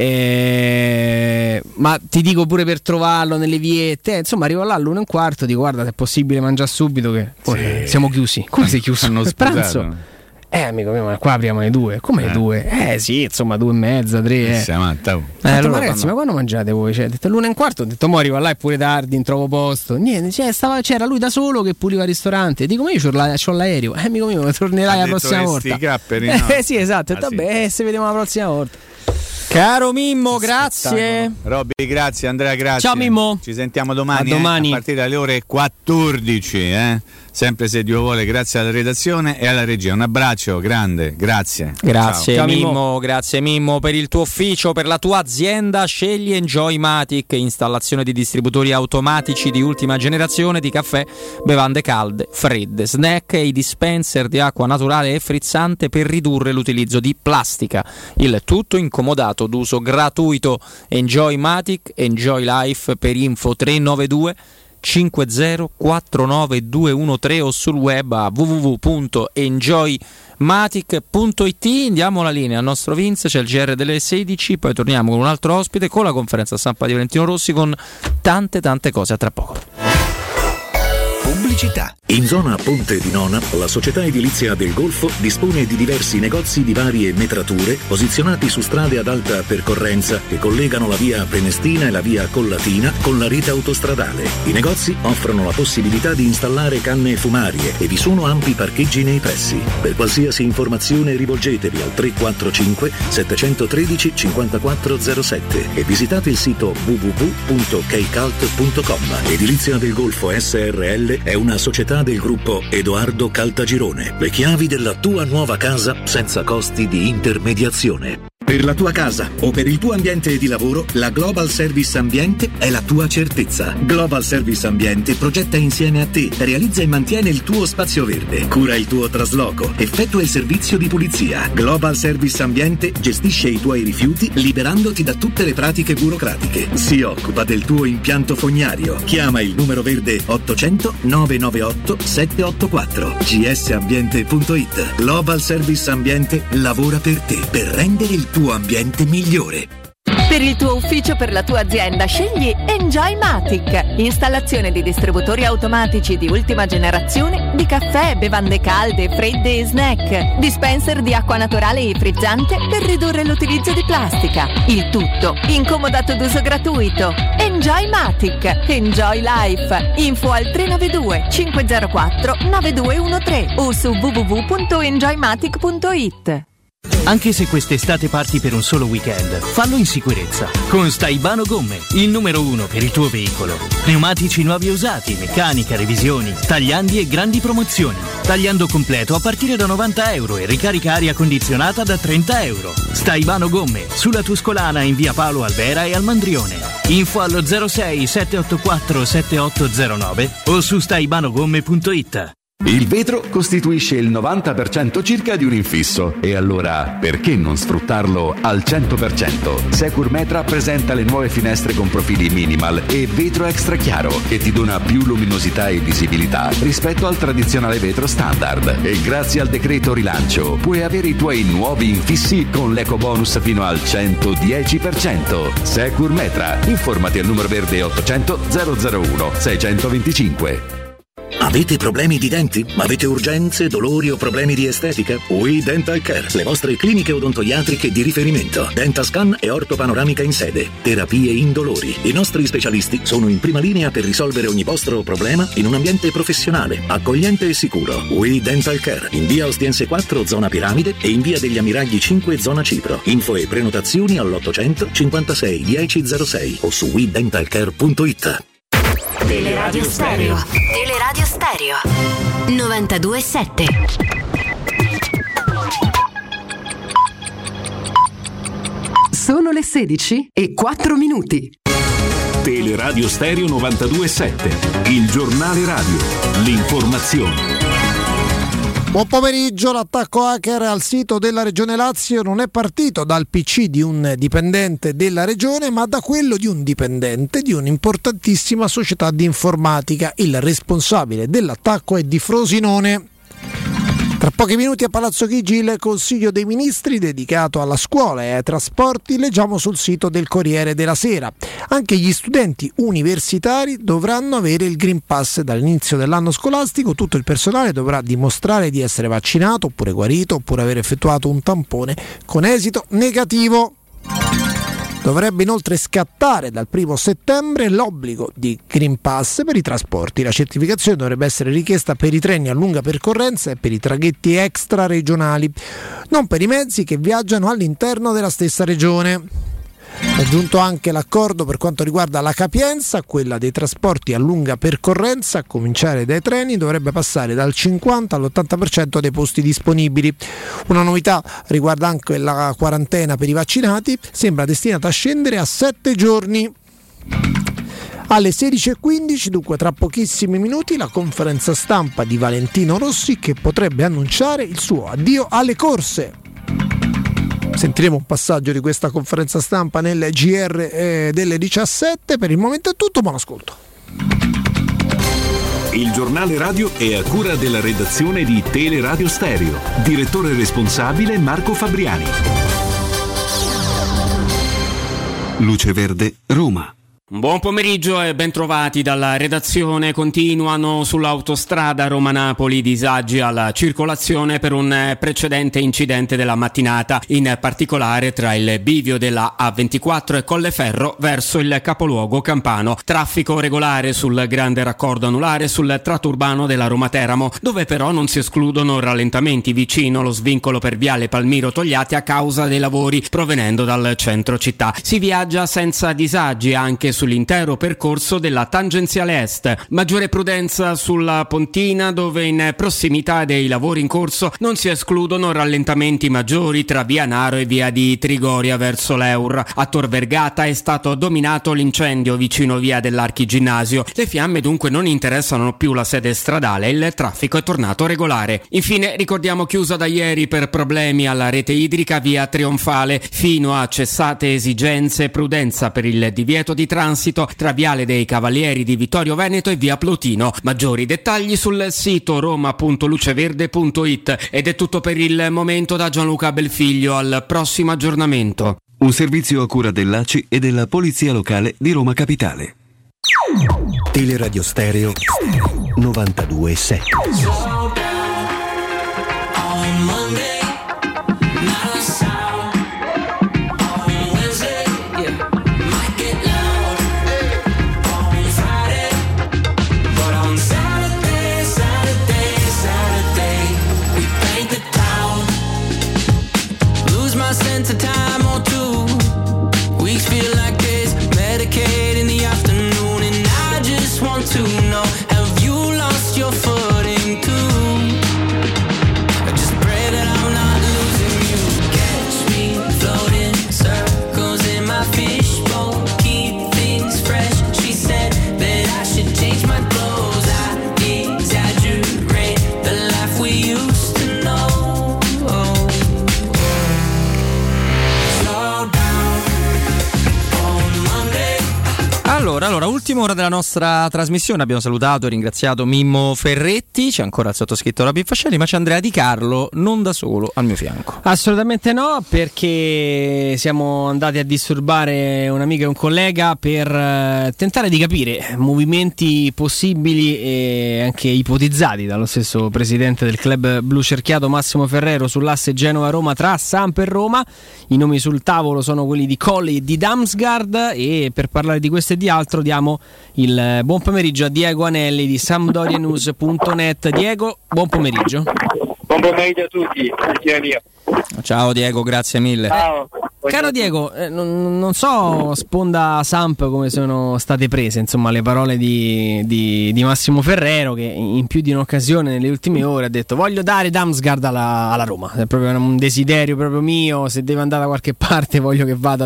ma ti dico pure per trovarlo nelle viette, insomma arrivo là all'1:15, dico guarda se è possibile mangiare subito che poi siamo chiusi. Come sei chiuso? Per pranzo? Amico mio, ma qua apriamo le 2. Come le 2? Sì, insomma 2:30, 3. Allora, ma ragazzi, ma quando mangiate voi? Cioè, ho detto all'1:15, ho detto mo arrivo là, è pure tardi, non trovo posto. Niente, c'era lui da solo che puliva il ristorante. Dico, ma io c'ho l'aereo. Amico mio, tornerai la prossima volta. Capperi, no? Sì, esatto. Vabbè, se vediamo la prossima volta. Caro Mimmo, grazie. Robby, grazie. Andrea, grazie. Ciao Mimmo. Ci sentiamo domani. A partire dalle ore 14. Sempre se Dio vuole, grazie alla redazione e alla regia. Un abbraccio grande, grazie. Grazie. Ciao. Mimmo, grazie Mimmo per il tuo ufficio, per la tua azienda. Scegli Enjoymatic, installazione di distributori automatici di ultima generazione di caffè, bevande calde, fredde, snack e i dispenser di acqua naturale e frizzante per ridurre l'utilizzo di plastica. Il tutto incomodato d'uso gratuito. Enjoymatic, Enjoy Life. Per info 392 5049213 o sul web a www.enjoymatic.it. Andiamo alla linea al nostro Vince, c'è il GR delle 16, poi torniamo con un altro ospite con la conferenza stampa di Valentino Rossi, con tante cose. A tra poco. Pubblicità. In zona Ponte di Nona, la società edilizia del Golfo dispone di diversi negozi di varie metrature posizionati su strade ad alta percorrenza che collegano la via Prenestina e la via Collatina con la rete autostradale. I negozi offrono la possibilità di installare canne fumarie e vi sono ampi parcheggi nei pressi. Per qualsiasi informazione rivolgetevi al 345 713 5407 e visitate il sito www.keicalt.com. Edilizia del Golfo SRL è una società del gruppo Edoardo Caltagirone. Le chiavi della tua nuova casa senza costi di intermediazione. Per la tua casa o per il tuo ambiente di lavoro, la Global Service Ambiente è la tua certezza. Global Service Ambiente progetta insieme a te, realizza e mantiene il tuo spazio verde, cura il tuo trasloco, effettua il servizio di pulizia. Global Service Ambiente gestisce i tuoi rifiuti liberandoti da tutte le pratiche burocratiche. Si occupa del tuo impianto fognario. Chiama il numero verde 800 998 784. gsambiente.it. Global Service Ambiente lavora per te, per rendere il tuo ambiente migliore. Per il tuo ufficio, per la tua azienda, scegli Enjoymatic. Installazione di distributori automatici di ultima generazione di caffè, bevande calde, fredde e snack. Dispenser di acqua naturale e frizzante per ridurre l'utilizzo di plastica. Il tutto incomodato d'uso gratuito. Enjoymatic. Enjoy Life. Info al 392 504 9213 o su www.enjoymatic.it. Anche se quest'estate parti per un solo weekend, fallo in sicurezza. Con Staibano Gomme, il numero 1 per il tuo veicolo. Pneumatici nuovi e usati, meccanica, revisioni, tagliandi e grandi promozioni. Tagliando completo a partire da €90 e ricarica aria condizionata da €30. Staibano Gomme, sulla Tuscolana in via Paolo Albera e al Mandrione. Info allo 06 784 7809 o su staibanogomme.it. Il vetro costituisce il 90% circa di un infisso e allora perché non sfruttarlo al 100%? Securmetra presenta le nuove finestre con profili minimal e vetro extra chiaro che ti dona più luminosità e visibilità rispetto al tradizionale vetro standard e grazie al decreto rilancio puoi avere i tuoi nuovi infissi con l'ecobonus fino al 110%. Securmetra, informati al numero verde 800 001 625. Avete problemi di denti? Avete urgenze, dolori o problemi di estetica? We Dental Care, le vostre cliniche odontoiatriche di riferimento. Dentascan e ortopanoramica in sede. Terapie indolori. I nostri specialisti sono in prima linea per risolvere ogni vostro problema in un ambiente professionale, accogliente e sicuro. We Dental Care, in via Ostiense 4, zona Piramide e in via degli Ammiragli 5, zona Cipro. Info e prenotazioni all'800 56 1006 o su wedentalcare.it. Teleradio Stereo. Teleradio Stereo 92.7. Sono le 16:04. Teleradio Stereo 92.7, il giornale radio, l'informazione. Buon pomeriggio, l'attacco hacker al sito della Regione Lazio non è partito dal PC di un dipendente della Regione, ma da quello di un dipendente di un'importantissima società di informatica. Il responsabile dell'attacco è di Frosinone. Tra pochi minuti a Palazzo Chigi il Consiglio dei Ministri dedicato alla scuola e ai trasporti, leggiamo sul sito del Corriere della Sera. Anche gli studenti universitari dovranno avere il Green Pass dall'inizio dell'anno scolastico, tutto il personale dovrà dimostrare di essere vaccinato oppure guarito oppure aver effettuato un tampone con esito negativo. Dovrebbe inoltre scattare dal 1 settembre l'obbligo di Green Pass per i trasporti. La certificazione dovrebbe essere richiesta per i treni a lunga percorrenza e per i traghetti extraregionali, non per i mezzi che viaggiano all'interno della stessa regione. È giunto anche l'accordo per quanto riguarda la capienza, quella dei trasporti a lunga percorrenza, a cominciare dai treni, dovrebbe passare dal 50 all'80% dei posti disponibili. Una novità riguarda anche la quarantena per i vaccinati, sembra destinata a scendere a 7 giorni. Alle 16:15, dunque tra pochissimi minuti, la conferenza stampa di Valentino Rossi che potrebbe annunciare il suo addio alle corse. Sentiremo un passaggio di questa conferenza stampa nel GR delle 17. Per il momento è tutto, buon ascolto. Il giornale radio è a cura della redazione di Teleradio Stereo. Direttore responsabile Marco Fabriani. Luce Verde, Roma. Buon pomeriggio e ben trovati dalla redazione. Continuano sull'autostrada Roma-Napoli disagi alla circolazione per un precedente incidente della mattinata, in particolare tra il bivio della A24 e Colleferro verso il capoluogo campano. Traffico regolare sul grande raccordo anulare sul tratto urbano della Roma-Teramo, dove però non si escludono rallentamenti vicino lo svincolo per viale Palmiro Togliatti a causa dei lavori provenendo dal centro città. Si viaggia senza disagi anche sull'intero percorso della tangenziale est. Maggiore prudenza sulla Pontina, dove in prossimità dei lavori in corso non si escludono rallentamenti maggiori tra via Naro e via di Trigoria verso l'Eur. A Tor Vergata è stato dominato l'incendio vicino via dell'Archiginnasio. Le fiamme dunque non interessano più la sede stradale e il traffico è tornato regolare. Infine ricordiamo chiusa da ieri per problemi alla rete idrica via Trionfale, fino a cessate esigenze e prudenza per il divieto di transito tra Viale dei Cavalieri di Vittorio Veneto e via Plotino. Maggiori dettagli sul sito roma.luceverde.it. Ed è tutto per il momento da Gianluca Belfiglio, al prossimo aggiornamento. Un servizio a cura dell'ACI e della Polizia Locale di Roma Capitale. Teleradio Stereo 92.7. Sense of time or two. Weeks feel like days, Medicaid in the afternoon, and I just want to know, have you lost your footing too? I just pray that I'm not Allora, ultima ora della nostra trasmissione, abbiamo salutato e ringraziato Mimmo Ferretti, c'è ancora il sottoscritto Robin Fascelli, ma c'è Andrea Di Carlo, non da solo, al mio fianco. Assolutamente no, perché siamo andati a disturbare un amico e un collega per tentare di capire movimenti possibili e anche ipotizzati dallo stesso presidente del club blu cerchiato Massimo Ferrero sull'asse Genova-Roma tra Samp e Roma. I nomi sul tavolo sono quelli di Colley e di Damsgaard, e per parlare di questo e di altro diamo il buon pomeriggio a Diego Anelli di sampdorianews.net. Diego, buon pomeriggio. Buon pomeriggio a tutti. Ciao Diego, grazie mille. Ciao. Caro Diego, non so sponda Samp come sono state prese, insomma, le parole di Massimo Ferrero, che in più di un'occasione nelle ultime ore ha detto voglio dare Damsgaard alla Roma, è proprio un desiderio proprio mio, se deve andare da qualche parte voglio che vada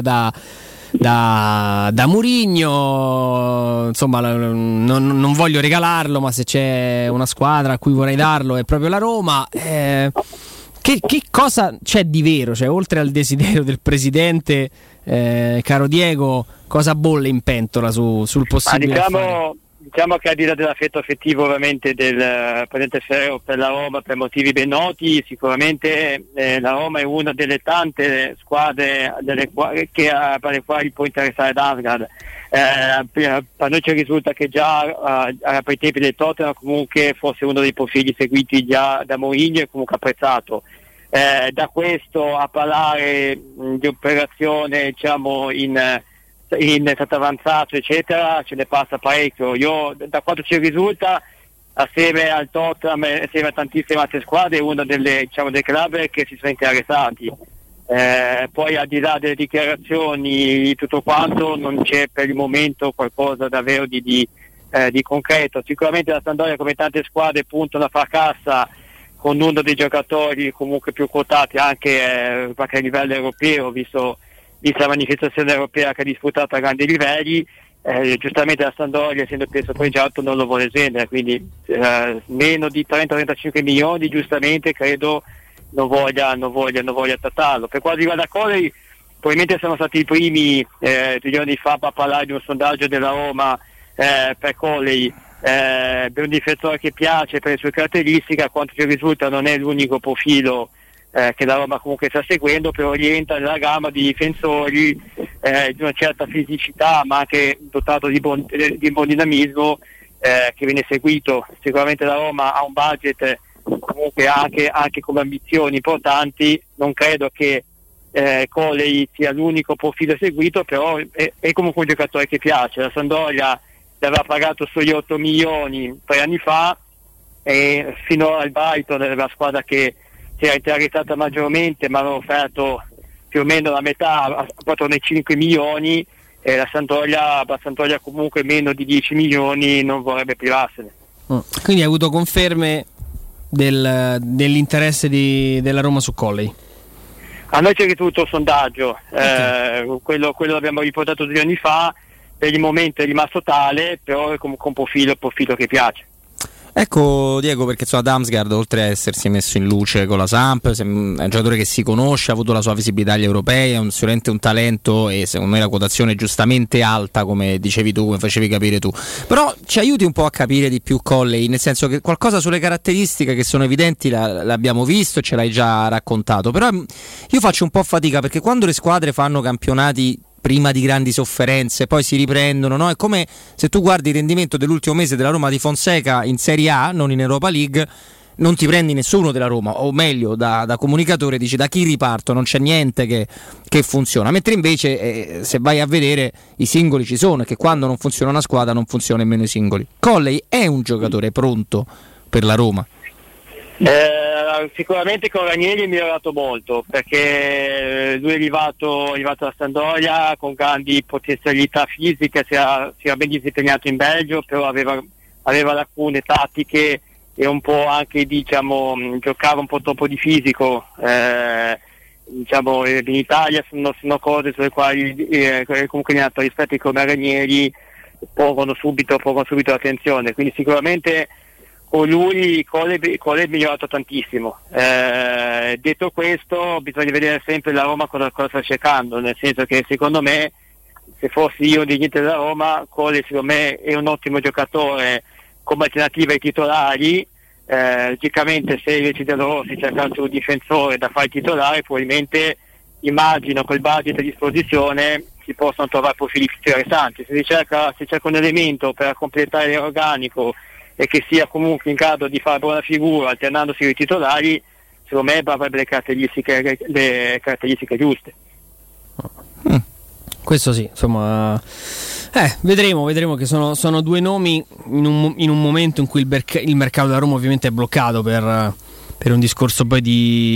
da Mourinho, insomma non voglio regalarlo, ma se c'è una squadra a cui vorrei darlo è proprio la Roma. Che cosa c'è di vero? Cioè, oltre al desiderio del presidente, caro Diego, cosa bolle in pentola sul possibile affare? Diciamo che al di là dell'affetto affettivo ovviamente del presidente Ferrero per la Roma, per motivi ben noti, sicuramente la Roma è una delle tante squadre per le quali può interessare Damsgaard. Per noi ci risulta che già ai tempi del Tottenham comunque fosse uno dei profili seguiti già da Mourinho e comunque apprezzato. Da questo a parlare di operazione, diciamo, in stato avanzato eccetera, ce ne passa parecchio. Io, da quanto ci risulta, assieme al Tottenham e assieme a tantissime altre squadre, è uno dei club che si sono interessati. Poi al di là delle dichiarazioni di tutto quanto non c'è per il momento qualcosa davvero di concreto. Sicuramente la Sampdoria, come tante squadre, puntano a far cassa con uno dei giocatori comunque più quotati anche a livello europeo, vista la manifestazione europea che ha disputato a grandi livelli. Giustamente la Sampdoria, essendo peso pregiato, non lo vuole vendere, quindi meno di 30-35 milioni giustamente credo non voglia trattarlo. Per quanto riguarda Colley, probabilmente siamo stati i primi 2 giorni fa a parlare di un sondaggio della Roma per Colley, per un difensore che piace per le sue caratteristiche. A quanto ci risulta non è l'unico profilo che la Roma comunque sta seguendo, però rientra nella gamma di difensori di una certa fisicità ma anche dotato di buon dinamismo che viene seguito. Sicuramente la Roma ha un budget comunque anche come ambizioni importanti. Non credo che Colley sia l'unico profilo seguito, però è comunque un giocatore che piace. La Sampdoria aveva pagato sugli 8 milioni 3 anni fa, e fino al Brighton era la squadra che si era interessata maggiormente, ma hanno offerto più o meno la metà, proprio nei 5 milioni, e la Sampdoria comunque meno di 10 milioni non vorrebbe privarsene. Quindi hai avuto conferme dell'interesse della Roma su Colley? A noi c'è tutto il sondaggio, quello l'abbiamo riportato 2 anni fa, per il momento è rimasto tale, però è comunque un profilo che piace. Ecco Diego, perché insomma Damsgaard, oltre a essersi messo in luce con la Samp, è un giocatore che si conosce, ha avuto la sua visibilità agli europei, è sicuramente un talento, e secondo me la quotazione è giustamente alta, come dicevi tu, come facevi capire tu. Però ci aiuti un po' a capire di più Colley, nel senso che qualcosa sulle caratteristiche che sono evidenti l'abbiamo visto e ce l'hai già raccontato, però io faccio un po' fatica, perché quando le squadre fanno campionati prima di grandi sofferenze, poi si riprendono, no? È come se tu guardi il rendimento dell'ultimo mese della Roma di Fonseca in Serie A, non in Europa League, non ti prendi nessuno della Roma, o meglio da comunicatore dici da chi riparto, non c'è niente che funziona, mentre invece se vai a vedere i singoli ci sono, e che quando non funziona una squadra non funziona nemmeno i singoli. Colley è un giocatore pronto per la Roma? Sicuramente con Ranieri è migliorato molto, perché lui è arrivato alla Sampdoria con grandi potenzialità fisiche, si era ben disegnato in Belgio, però aveva lacune tattiche e un po' anche giocava un po' troppo di fisico. In Italia sono cose sulle quali comunque gli altri rispetti come Ranieri pongono subito l'attenzione, quindi sicuramente con lui Colley è migliorato tantissimo. Detto questo, bisogna vedere sempre la Roma cosa sta cercando, nel senso che secondo me se fossi io degli Inter della Roma, Colley secondo me è un ottimo giocatore come alternativa ai titolari. Logicamente se invece dello Rossi cercasse un difensore da fare titolare, probabilmente immagino col budget a disposizione si possono trovare profili interessanti. Se si cerca un elemento per completare l'organico e che sia comunque in grado di fare buona figura alternandosi ai titolari, secondo me avrebbe le caratteristiche giuste. Questo sì, insomma, vedremo che sono due nomi in un momento in cui il mercato della Roma ovviamente è bloccato per un discorso poi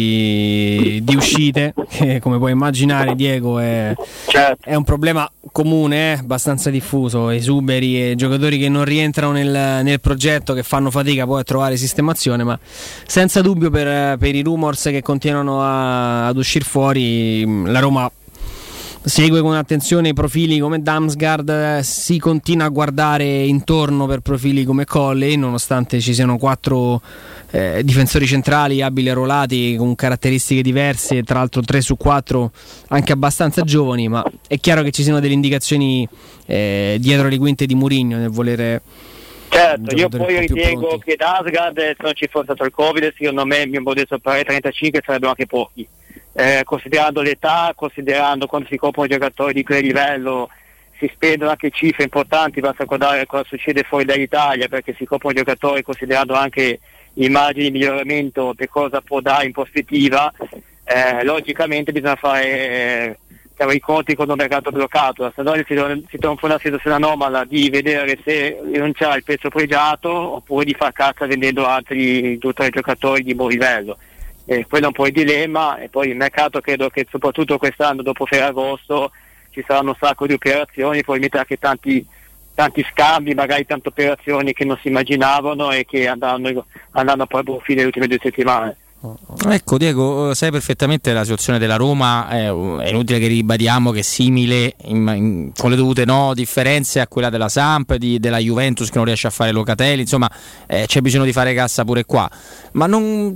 di uscite, che come puoi immaginare, Diego, è un problema comune, abbastanza diffuso, esuberi e giocatori che non rientrano nel progetto, che fanno fatica poi a trovare sistemazione, ma senza dubbio per i rumors che continuano ad uscire fuori, la Roma segue con attenzione i profili come Damsgaard, si continua a guardare intorno per profili come Colley, nonostante ci siano 4 difensori centrali abili arruolati con caratteristiche diverse, tra l'altro 3 su 4 anche abbastanza giovani, ma è chiaro che ci siano delle indicazioni dietro le quinte di Mourinho nel volere. Certo, io poi ritengo che Damsgaard, se non ci fosse stato il Covid, secondo me, il mio modesto parere, 35 sarebbero anche pochi. Considerando l'età, considerando quando si comprano giocatori di quel livello, si spendono anche cifre importanti, basta guardare cosa succede fuori dall'Italia, perché si comprano giocatori considerando anche i margini di miglioramento per cosa può dare in prospettiva. Logicamente bisogna fare i conti con un mercato bloccato. La Sampdoria si trova una situazione anomala di vedere se rinunciare il prezzo pregiato oppure di far cassa vendendo altri 2 o 3 giocatori di buon livello. Quello è un po' il dilemma, e poi il mercato credo che soprattutto quest'anno dopo Ferragosto ci saranno un sacco di operazioni, probabilmente anche tanti scambi, magari tante operazioni che non si immaginavano e che andranno poi a buon fine le ultime 2 settimane. Ecco Diego, sai perfettamente la situazione della Roma, è inutile che ribadiamo che è simile con le dovute differenze a quella della Samp, della Juventus che non riesce a fare Locatelli, insomma c'è bisogno di fare cassa pure qua, ma non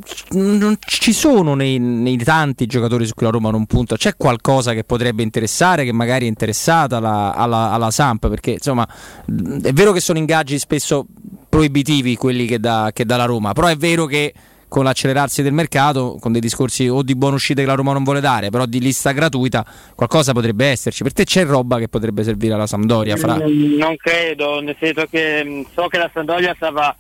ci sono nei tanti giocatori su cui la Roma non punta, c'è qualcosa che potrebbe interessare, che magari è interessata alla Samp, perché insomma è vero che sono ingaggi spesso proibitivi quelli che dà la Roma, però è vero che con l'accelerarsi del mercato, con dei discorsi o di buone uscite che la Roma non vuole dare, però di lista gratuita, qualcosa potrebbe esserci. Per te c'è roba che potrebbe servire alla Sampdoria? Non credo, nel senso che so che la Sampdoria stava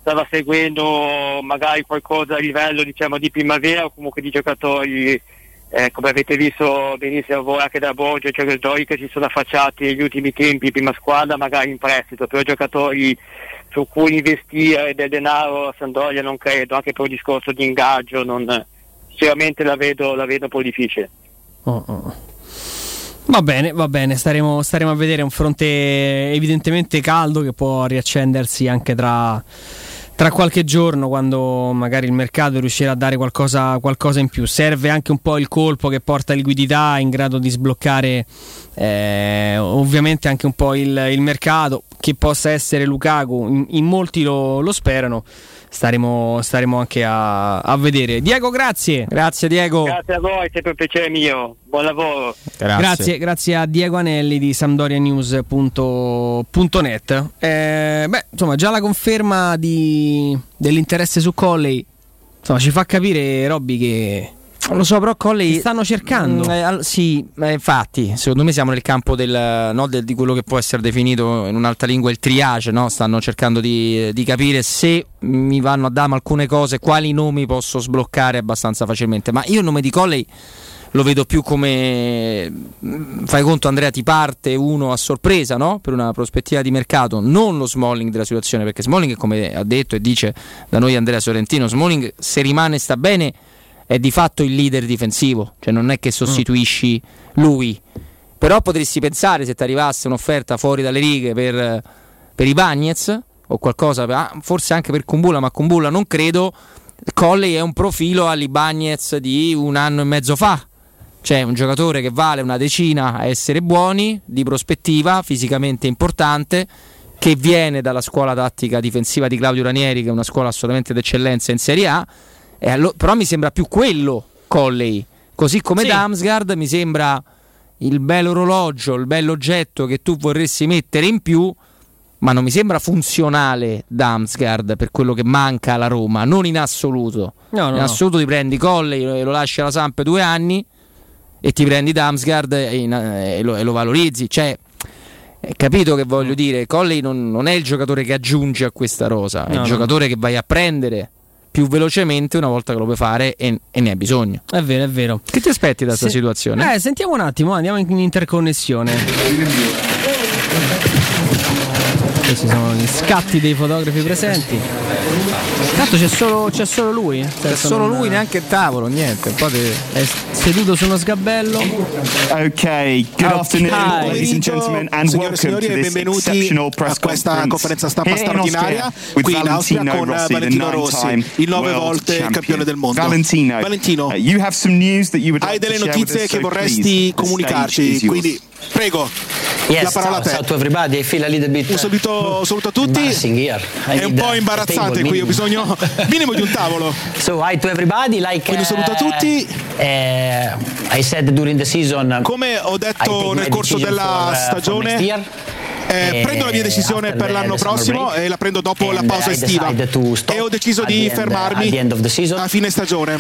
seguendo magari qualcosa a livello di primavera o comunque di giocatori, come avete visto benissimo anche da Borgio, giocatori che si sono affacciati negli ultimi tempi in prima squadra, magari in prestito, però giocatori su cui investire del denaro a Sampdoria non credo, anche per un discorso di ingaggio sinceramente la vedo un po' difficile. Va bene, staremo a vedere un fronte evidentemente caldo che può riaccendersi anche tra qualche giorno, quando magari il mercato riuscirà a dare qualcosa in più. Serve anche un po' il colpo che porta liquidità in grado di sbloccare ovviamente anche un po' il mercato, che possa essere Lukaku, in molti lo sperano. Staremo anche a vedere. Diego, grazie Diego. Grazie a voi, è sempre un piacere mio, buon lavoro. Grazie a Diego Anelli di SampdoriaNews.net. Insomma, già la conferma dell'interesse su Colley, insomma, ci fa capire, Robby, che lo so, però Colley stanno cercando. Sì, infatti, secondo me siamo nel campo di quello che può essere definito in un'altra lingua il triage, no? Stanno cercando di capire se mi vanno a dare alcune cose, quali nomi posso sbloccare abbastanza facilmente. Ma io il nome di Colley lo vedo più come, fai conto Andrea, ti parte uno a sorpresa, no? Per una prospettiva di mercato, non lo Smalling della situazione, perché Smalling, come ha detto e dice da noi Andrea Sorrentino, Smalling se rimane e sta bene è di fatto il leader difensivo, cioè non è che sostituisci lui, però potresti pensare, se ti arrivasse un'offerta fuori dalle righe per Ibañez o qualcosa, forse anche per Kumbulla, ma Kumbulla non credo. Colley è un profilo all'Ibañez di 1 anno e mezzo fa, cioè un giocatore che vale una decina a essere buoni, di prospettiva, fisicamente importante, che viene dalla scuola tattica difensiva di Claudio Ranieri, che è una scuola assolutamente d'eccellenza in Serie A. Però mi sembra più quello Colley, così come sì. Damsgaard mi sembra il bel orologio, il bell'oggetto che tu vorresti mettere in più, ma non mi sembra funzionale Damsgaard per quello che manca alla Roma, non in assoluto. In assoluto ti prendi Colley e lo lasci alla Samp 2 anni e ti prendi Damsgaard e lo valorizzi, cioè capito che voglio dire? Colley non è il giocatore che aggiunge a questa rosa, è il giocatore che vai a prendere più velocemente una volta che lo puoi fare e ne hai bisogno. È vero, è vero. Che ti aspetti da questa situazione? Sentiamo un attimo, andiamo in interconnessione. Questi sono gli scatti dei fotografi presenti. Tanto c'è solo lui. C'è solo lui, neanche il tavolo, niente. È seduto su uno sgabello. Ok, good afternoon, ladies and gentlemen, and welcome to this exceptional press questa conferenza stampa straordinaria qui in Austria con Valentino Rossi, il 9 volte campione del mondo. Valentino, hai delle notizie che vorresti comunicarci, quindi prego. La parola a te. Un saluto a tutti. È un po' imbarazzante qui, ho bisogno minimo di un tavolo. Quindi un saluto a tutti. Come ho detto nel corso della stagione, prendo la mia decisione per l'anno prossimo e la prendo dopo la pausa estiva e ho deciso di fermarmi a fine stagione.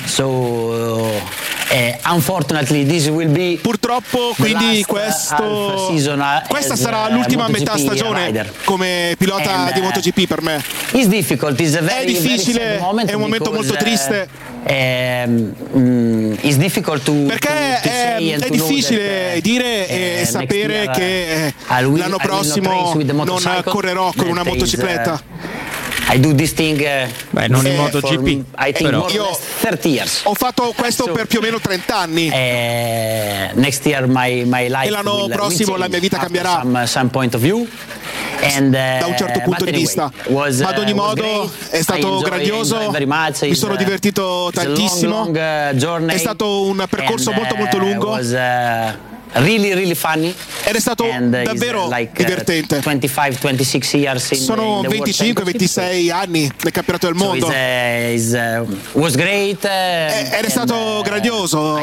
Purtroppo quindi questa sarà l'ultima metà stagione come pilota di MotoGP per me. È difficile, è un momento molto triste perché è difficile dire e sapere che l'anno prossimo non correrò con una motocicletta. Non in MotoGP, però. Io ho fatto questo per più o meno 30 anni e l'anno prossimo la mia vita cambierà da un certo punto di vista, ma ad ogni modo è stato grandioso, mi sono divertito tantissimo, è stato un percorso molto lungo, really funny, ed è stato davvero divertente. 25-26 sono 25-26 anni nel campionato del mondo, ed è stato grandioso.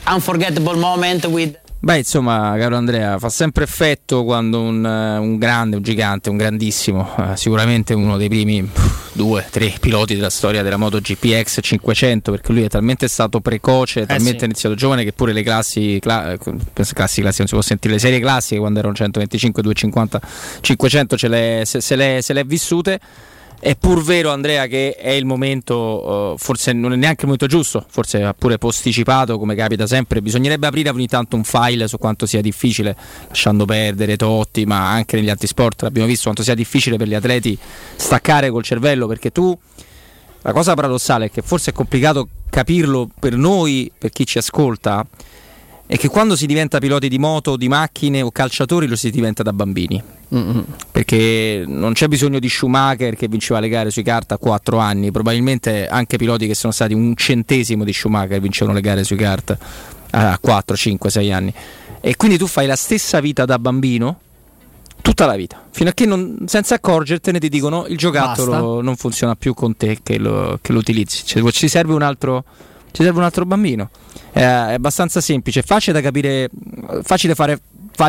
Beh, insomma, caro Andrea, fa sempre effetto quando un grande, un gigante, un grandissimo, sicuramente uno dei primi 2-3 piloti della storia della MotoGP X 500, perché lui è talmente stato precoce, talmente iniziato giovane che pure le classi non si può sentire, le serie classiche quando erano 125, 250, 500 se le è vissute. È pur vero, Andrea, che è il momento, forse non è neanche il momento giusto, forse ha pure posticipato, come capita sempre. Bisognerebbe aprire ogni tanto un file su quanto sia difficile, lasciando perdere Totti, ma anche negli altri sport l'abbiamo visto, quanto sia difficile per gli atleti staccare col cervello, perché la cosa paradossale è che forse è complicato capirlo per noi, per chi ci ascolta, è che quando si diventa piloti di moto, di macchine o calciatori lo si diventa da bambini. Perché non c'è bisogno di Schumacher che vinceva le gare sui kart a 4 anni, probabilmente anche piloti che sono stati 1/100 di Schumacher vincevano le gare sui kart a 4, 5, 6 anni, e quindi tu fai la stessa vita da bambino tutta la vita, fino a che senza accorgertene ti dicono il giocattolo non funziona più con te, che lo utilizzi, ci serve un altro bambino. È abbastanza semplice, facile da capire, facile fare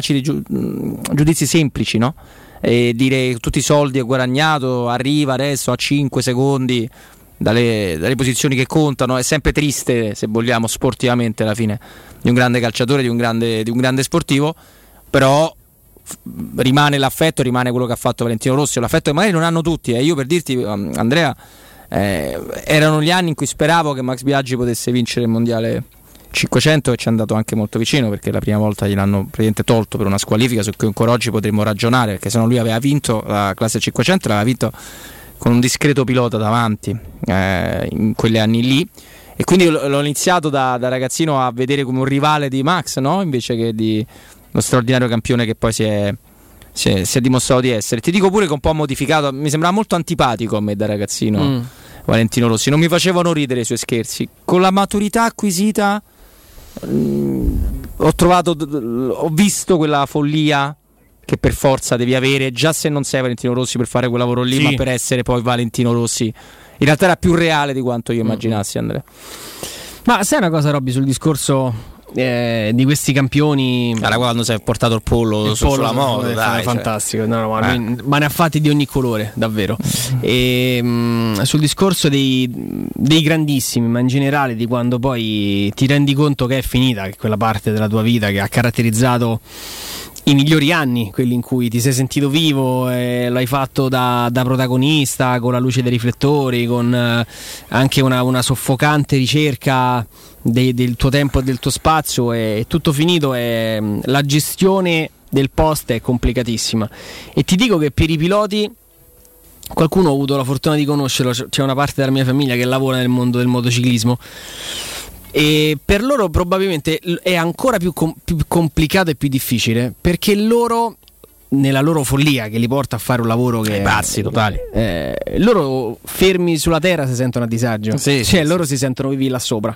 giudizi semplici, no? E dire tutti i soldi è guadagnato, arriva adesso a 5 secondi dalle posizioni che contano. È sempre triste, se vogliamo, sportivamente alla fine, di un grande calciatore, di un grande sportivo, però rimane l'affetto, rimane quello che ha fatto Valentino Rossi, l'affetto che magari non hanno tutti. Io, per dirti, Andrea, erano gli anni in cui speravo che Max Biaggi potesse vincere il mondiale 500 e ci è andato anche molto vicino, perché la prima volta gliel'hanno praticamente tolto per una squalifica su cui ancora oggi potremmo ragionare, perché se no lui aveva vinto la classe 500, l'aveva vinto con un discreto pilota davanti in quegli anni lì, e quindi l'ho iniziato da ragazzino a vedere come un rivale di Max, no? Invece che di lo straordinario campione che poi si è dimostrato di essere. Ti dico pure che un po' modificato, mi sembrava molto antipatico a me da ragazzino Valentino Rossi, non mi facevano ridere i suoi scherzi. Con la maturità acquisita ho visto quella follia che per forza devi avere, già se non sei Valentino Rossi, per fare quel lavoro lì, ma per essere poi Valentino Rossi in realtà era più reale di quanto io immaginassi, Andrea. Ma sai una cosa, Robby, sul discorso di questi campioni. Era quando si è portato il pollo sulla moto, dai, fantastico, ma ne ha fatti di ogni colore, davvero. E sul discorso dei grandissimi, ma in generale di quando poi ti rendi conto che è finita quella parte della tua vita che ha caratterizzato i migliori anni, quelli in cui ti sei sentito vivo e l'hai fatto da protagonista, con la luce dei riflettori, con anche una soffocante ricerca del tuo tempo e del tuo spazio, è tutto finito, la gestione del post è complicatissima. E ti dico che per i piloti, qualcuno ho avuto la fortuna di conoscerlo, c'è una parte della mia famiglia che lavora nel mondo del motociclismo, e per loro probabilmente è ancora più complicato e più difficile, perché loro, nella loro follia che li porta a fare un lavoro che pazzi totali, loro fermi sulla terra si sentono a disagio, loro si sentono vivi là sopra,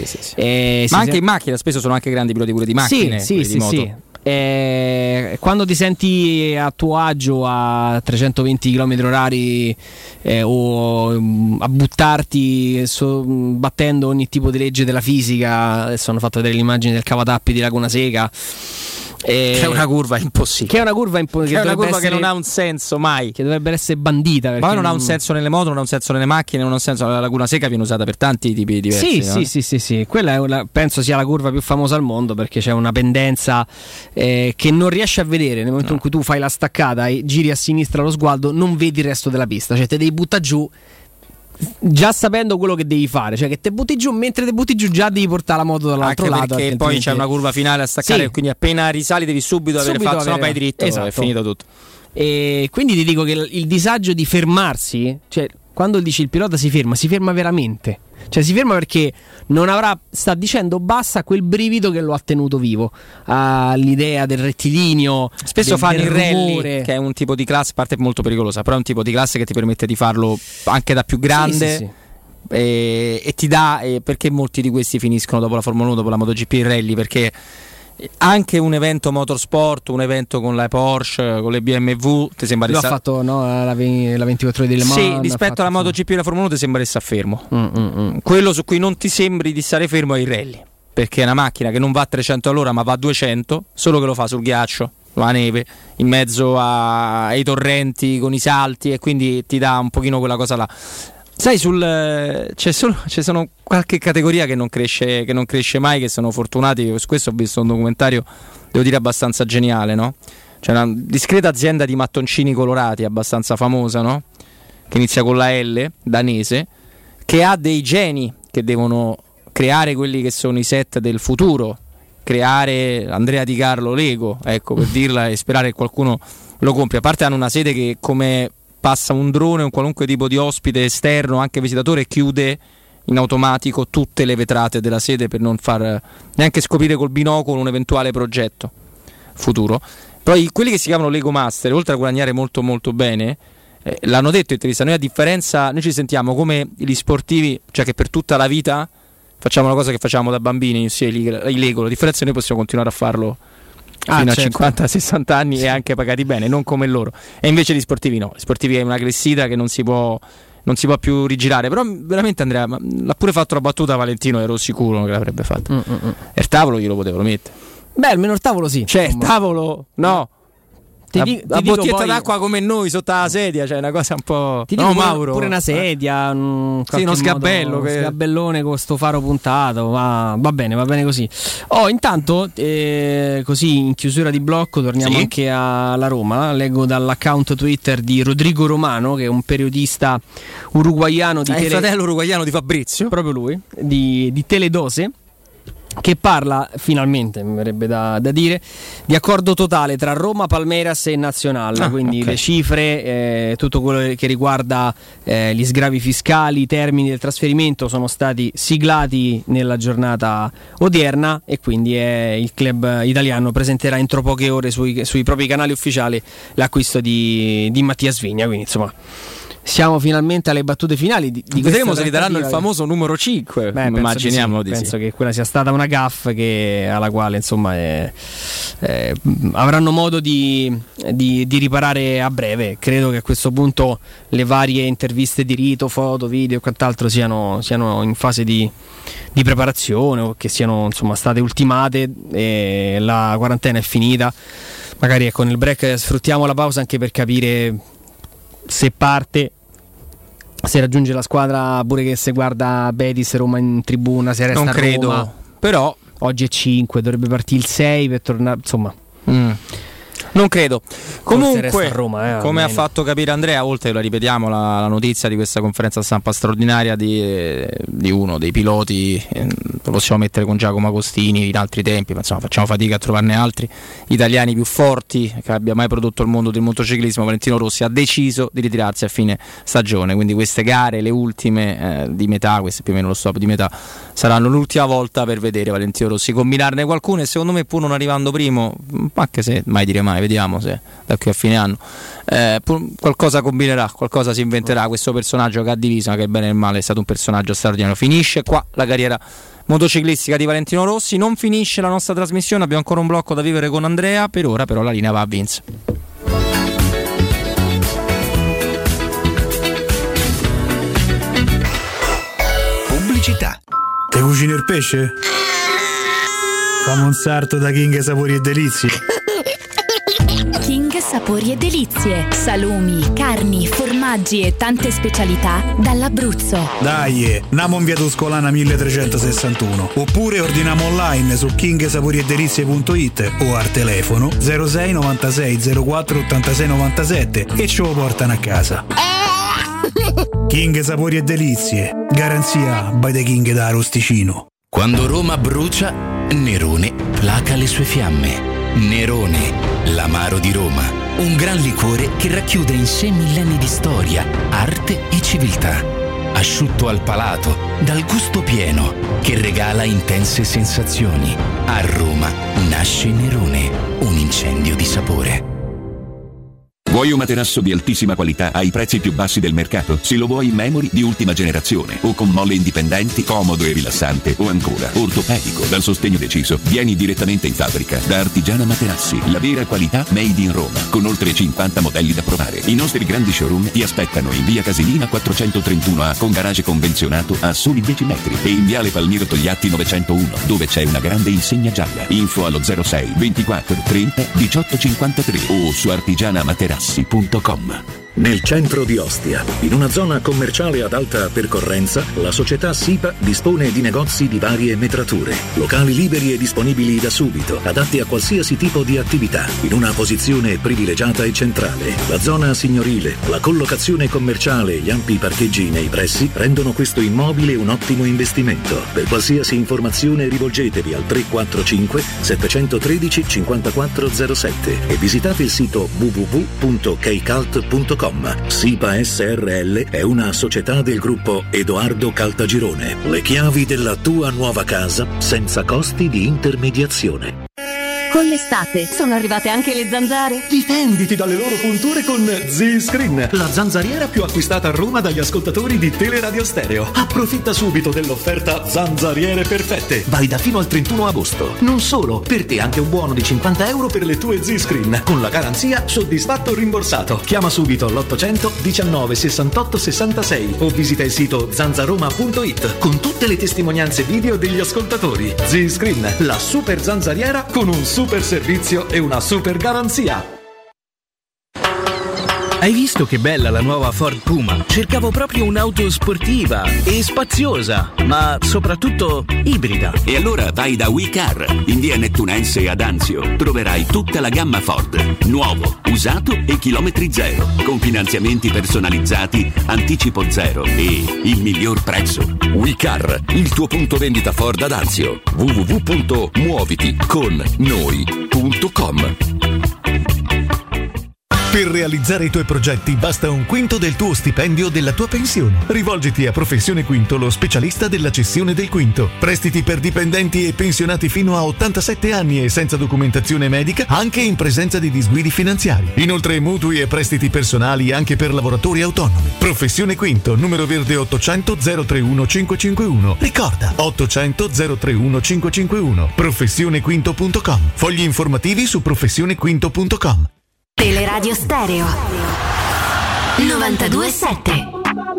ma anche in macchina spesso sono anche grandi piloti pure di macchine, di moto. Quando ti senti a tuo agio a 320 km/h o a buttarti battendo ogni tipo di legge della fisica, adesso hanno fatto vedere l'immagine del cavatappi di Laguna Seca, che è una curva impossibile, che è una curva che non ha un senso mai, che dovrebbe essere bandita, ma non ha un senso nelle moto, non ha un senso nelle macchine, non ha un senso. La Laguna Seca viene usata per tanti tipi diversi. Sì. Quella penso sia la curva più famosa al mondo, perché c'è una pendenza che non riesci a vedere nel momento in cui tu fai la staccata e giri a sinistra lo sguardo, non vedi il resto della pista, cioè te devi buttare giù già sapendo quello che devi fare, cioè che te butti giù, mentre te butti giù già devi portare la moto dall'altro anche lato, perché poi c'è una curva finale a staccare, quindi appena risali devi subito avere fatto, se no vai dritto, è finito tutto. E quindi ti dico che il disagio di fermarsi, cioè quando dici il pilota si ferma veramente, cioè si ferma perché sta dicendo basta quel brivido che lo ha tenuto vivo, all'idea del rettilineo. Spesso fanno il rally, che è un tipo di classe, a parte molto pericolosa, però è un tipo di classe che ti permette di farlo anche da più grande. E ti dà, perché molti di questi finiscono dopo la Formula 1, dopo la MotoGP, il rally, perché anche un evento motorsport, un evento con la Porsche, con le BMW, ti sembra ha fatto la 24 ore di Le Mans. Sì, rispetto alla MotoGP e alla Formula 1 ti sembra di stare fermo. Quello su cui non ti sembri di stare fermo è il rally, perché è una macchina che non va a 300 all'ora ma va a 200, solo che lo fa sul ghiaccio, sulla neve, in mezzo ai torrenti, con i salti, e quindi ti dà un pochino quella cosa là. Sai, c'è sono qualche categoria che non cresce mai, che sono fortunati. Su questo ho visto un documentario, devo dire abbastanza geniale, no? C'è una discreta azienda di mattoncini colorati abbastanza famosa, no? Che inizia con la L, danese, che ha dei geni che devono creare quelli che sono i set del futuro, creare Andrea Di Carlo Lego, ecco, per dirla, e sperare che qualcuno lo compri. A parte hanno una sede che, come passa un drone o un qualunque tipo di ospite esterno, anche visitatore, chiude in automatico tutte le vetrate della sede per non far neanche scoprire col binocolo un eventuale progetto futuro. Poi quelli che si chiamano Lego Master, oltre a guadagnare molto molto bene, l'hanno detto in intervista, noi ci sentiamo come gli sportivi, cioè che per tutta la vita facciamo una cosa che facciamo da bambini, ossia i Lego. La differenza è che noi possiamo continuare a farlo fino a 50-60 anni e anche pagati bene, non come loro. E invece gli sportivi no, gli sportivi è una clessidra che non si può più rigirare. Però veramente, Andrea, l'ha pure fatto la battuta Valentino, ero sicuro che l'avrebbe fatta. E il tavolo glielo potevano mettere. Beh, almeno il tavolo sì. Cioè, il tavolo no. La bottiglietta poi d'acqua come noi sotto la sedia, cioè una cosa un po'. Mauro, pure una sedia, uno sgabello, sgabellone con sto faro puntato, ma va bene così. Intanto così in chiusura di blocco torniamo anche alla Roma. Leggo dall'account Twitter di Rodrigo Romano, che è un periodista uruguaiano di il fratello uruguaiano di Fabrizio, proprio lui, di Teledose, che parla finalmente, mi verrebbe da dire, di accordo totale tra Roma, Palmeiras e Nazionale, quindi le cifre, tutto quello che riguarda gli sgravi fiscali, i termini del trasferimento sono stati siglati nella giornata odierna, e quindi il club italiano presenterà entro poche ore sui propri canali ufficiali l'acquisto di Mattias Vigna. Quindi insomma siamo finalmente alle battute finali di vedremo se vi daranno il famoso numero 5. Immaginiamo di penso che quella sia stata una gaffe alla quale insomma avranno modo di riparare a breve. Credo che a questo punto le varie interviste di rito, foto, video e quant'altro siano in fase di preparazione, o che siano insomma state ultimate e la quarantena è finita. Magari nel break sfruttiamo la pausa anche per capire se parte, se raggiunge la squadra, pure che se guarda Betis, Roma in tribuna, se resta non credo, Roma. Però oggi è 5, dovrebbe partire il 6 per tornare, insomma. Non credo. Comunque, a Roma, come ha fatto capire Andrea, oltre, la ripetiamo, la notizia di questa conferenza stampa straordinaria di uno dei piloti, lo possiamo mettere con Giacomo Agostini in altri tempi, ma insomma facciamo fatica a trovarne altri italiani più forti che abbia mai prodotto il mondo del motociclismo. Valentino Rossi ha deciso di ritirarsi a fine stagione, quindi queste gare, le ultime di metà, queste più o meno lo stop di metà, saranno l'ultima volta per vedere Valentino Rossi combinarne qualcuno, e secondo me, pur non arrivando primo, anche se mai dire mai, vediamo se da qui a fine anno qualcosa combinerà, qualcosa si inventerà questo personaggio che ha diviso, ma che bene e male è stato un personaggio straordinario. Finisce qua la carriera motociclistica di Valentino Rossi, non finisce la nostra trasmissione, abbiamo ancora un blocco da vivere con Andrea, per ora però la linea va a Vince. Pubblicità. Te cucini il pesce? Fammi un sarto da King Sapori e Delizie. King Sapori e Delizie, salumi, carni, formaggi e tante specialità dall'Abruzzo. Dai, namo in via Tuscolana 1361, oppure ordiniamo online su kingsaporiedelizie.it o al telefono 06 96 04 86 97 e ce lo portano a casa. King Sapori e Delizie, garanzia by the King da Arosticino. Quando Roma brucia, Nerone placa le sue fiamme. Nerone, l'amaro di Roma, un gran liquore che racchiude in sé millenni di storia, arte e civiltà. Asciutto al palato, dal gusto pieno, che regala intense sensazioni. A Roma nasce Nerone, un incendio di sapore. Vuoi un materasso di altissima qualità ai prezzi più bassi del mercato? Se lo vuoi in memory di ultima generazione o con molle indipendenti, comodo e rilassante, o ancora ortopedico dal sostegno deciso, vieni direttamente in fabbrica da Artigiana Materassi, la vera qualità made in Roma, con oltre 50 modelli da provare. I nostri grandi showroom ti aspettano in via Casilina 431A con garage convenzionato a soli 10 metri e in viale Palmiro Togliatti 901, dove c'è una grande insegna gialla. Info allo 06 24 30 18 53 o su artigianamaterassi.com. Nel centro di Ostia, in una zona commerciale ad alta percorrenza, la società SIPA dispone di negozi di varie metrature, locali liberi e disponibili da subito, adatti a qualsiasi tipo di attività, in una posizione privilegiata e centrale. La zona signorile, la collocazione commerciale e gli ampi parcheggi nei pressi rendono questo immobile un ottimo investimento. Per qualsiasi informazione rivolgetevi al 345 713 5407 e visitate il sito www.kcalt.com. SIPA SRL è una società del gruppo Edoardo Caltagirone. Le chiavi della tua nuova casa senza costi di intermediazione. Con l'estate sono arrivate anche le zanzare? Difenditi dalle loro punture con Z-Screen, la zanzariera più acquistata a Roma dagli ascoltatori di Teleradio Stereo. Approfitta subito dell'offerta Zanzariere Perfette, valida fino al 31 agosto. Non solo, per te anche un buono di 50 euro per le tue Z-Screen, con la garanzia soddisfatto o rimborsato. Chiama subito all'800 19 68 66 o visita il sito zanzaroma.it con tutte le testimonianze video degli ascoltatori. Z-Screen, la super zanzariera con un super servizio e una super garanzia. Hai visto che bella la nuova Ford Puma? Cercavo proprio un'auto sportiva e spaziosa, ma soprattutto ibrida. E allora vai da WeCar, in via Nettunense ad Anzio. Troverai tutta la gamma Ford, nuovo, usato e chilometri zero, con finanziamenti personalizzati, anticipo zero e il miglior prezzo. WeCar, il tuo punto vendita Ford ad Anzio. www.muoviticonNoi.com. Per realizzare i tuoi progetti basta un quinto del tuo stipendio o della tua pensione. Rivolgiti a Professione Quinto, lo specialista della cessione del quinto. Prestiti per dipendenti e pensionati fino a 87 anni e senza documentazione medica, anche in presenza di disguidi finanziari. Inoltre mutui e prestiti personali anche per lavoratori autonomi. Professione Quinto, numero verde 800 031 551. Ricorda, 800 031 551. Professionequinto.com. Fogli informativi su professionequinto.com. Teleradio Stereo 92.7.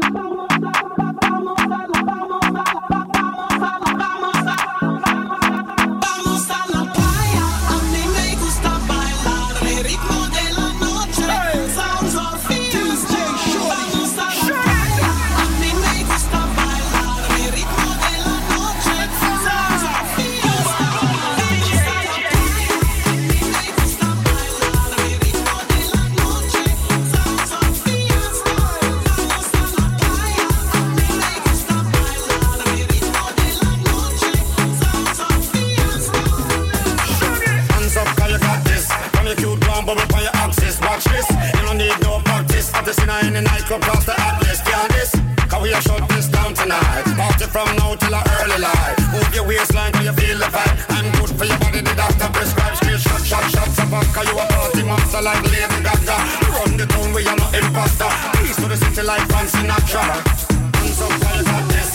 Across the atlas, can this? Cause we are shut this down tonight. Party from now till a early light. Move your waistline till you feel the vibe. I'm good for your body, the doctor prescribes. Straight shots of vodka. You a party monster like Lady Gaga. You run the town where you're not imposter. Peace to the city like Frank Sinatra. Hands up, fire got this.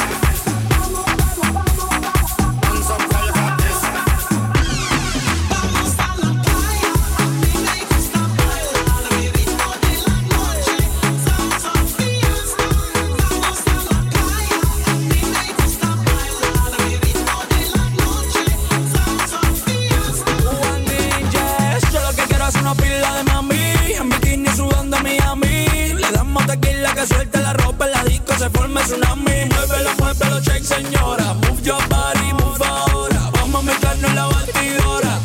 Hands up, fire got this. Suelta la ropa en la disco, se forma tsunami. Muévelo, check señora. Move your body, move ahora. Vamos a meternos en la batidora.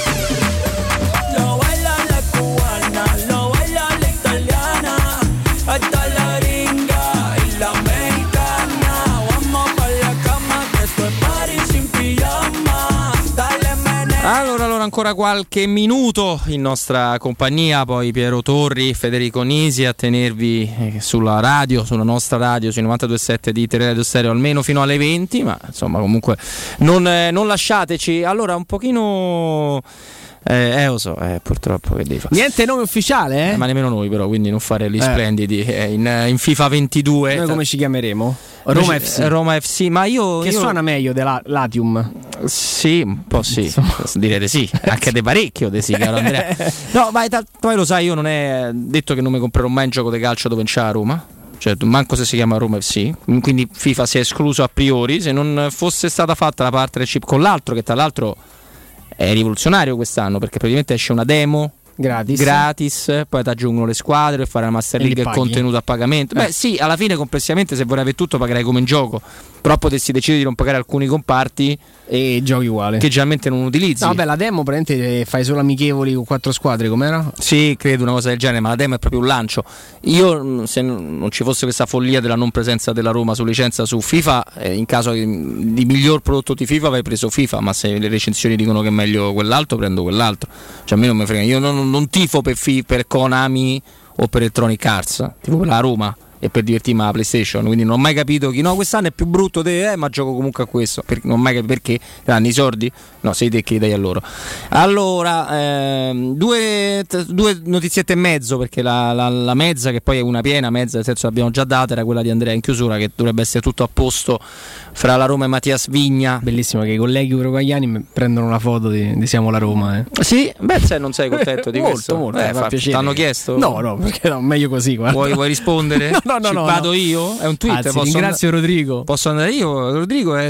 Lo baila la cubana, lo baila la italiana. Hasta la gringa y la mexicana. Vamos pa' la cama, que esto es party sin pijama. Dale mene. Allora, ancora qualche minuto in nostra compagnia, poi Piero Torri, Federico Nisi a tenervi sulla radio, sulla nostra radio, sui 92.7 di Teleradio Stereo, almeno fino alle 20, ma insomma comunque non lasciateci. Allora un pochino... lo so, purtroppo che devi fare. Niente nome ufficiale, ma nemmeno noi però, quindi non fare gli splendidi in FIFA 22. Noi come ci chiameremo? Roma FC. Roma FC, ma io suona meglio dell'Latium. Sì, un po' sì. Direte sì, anche de parecchio de sì, caro Andrea. No, ma poi lo sai, io non è detto che non mi comprerò mai un gioco di calcio dove c'è la Roma. Cioè, manco se si chiama Roma FC, quindi FIFA si è escluso a priori. Se non fosse stata fatta la partnership con l'altro, che tra l'altro è rivoluzionario quest'anno, perché praticamente esce una demo gratis, poi ti aggiungono le squadre per fare la Master League e il contenuto a pagamento. Beh sì, alla fine complessivamente se vorrai avere tutto pagherai come in gioco, però potessi decidere di non pagare alcuni comparti e giochi uguali che generalmente non utilizzi. No, vabbè, la demo praticamente fai solo amichevoli con 4 squadre, com'era? Sì, credo una cosa del genere, ma la demo è proprio un lancio. Io, se non ci fosse questa follia della non presenza della Roma su licenza su FIFA, in caso di miglior prodotto di FIFA avrei preso FIFA, ma se le recensioni dicono che è meglio quell'altro, prendo quell'altro. Cioè a me non mi frega, io non tifo per Konami o per Electronic Arts, tifo per la Roma e per divertirmi alla PlayStation, quindi non ho mai capito chi no, quest'anno è più brutto ma gioco comunque a questo, non ho mai capito perché danno i soldi, no, sei te che li dai a loro. Allora due notiziette e mezzo, perché la mezza, che poi è una piena mezza, nel senso l'abbiamo già data, era quella di Andrea in chiusura, che dovrebbe essere tutto a posto fra la Roma e Mattias Vigna. Bellissimo che i colleghi uruguayani prendono una foto di Siamo la Roma. Sì, beh, non sei contento di questo? Molto, fa piacere. T'hanno chiesto? No, perché no, meglio così, guarda. Vuoi rispondere? No, vado io? È un tweet. Anzi, ringrazio Rodrigo. Posso andare io? Rodrigo è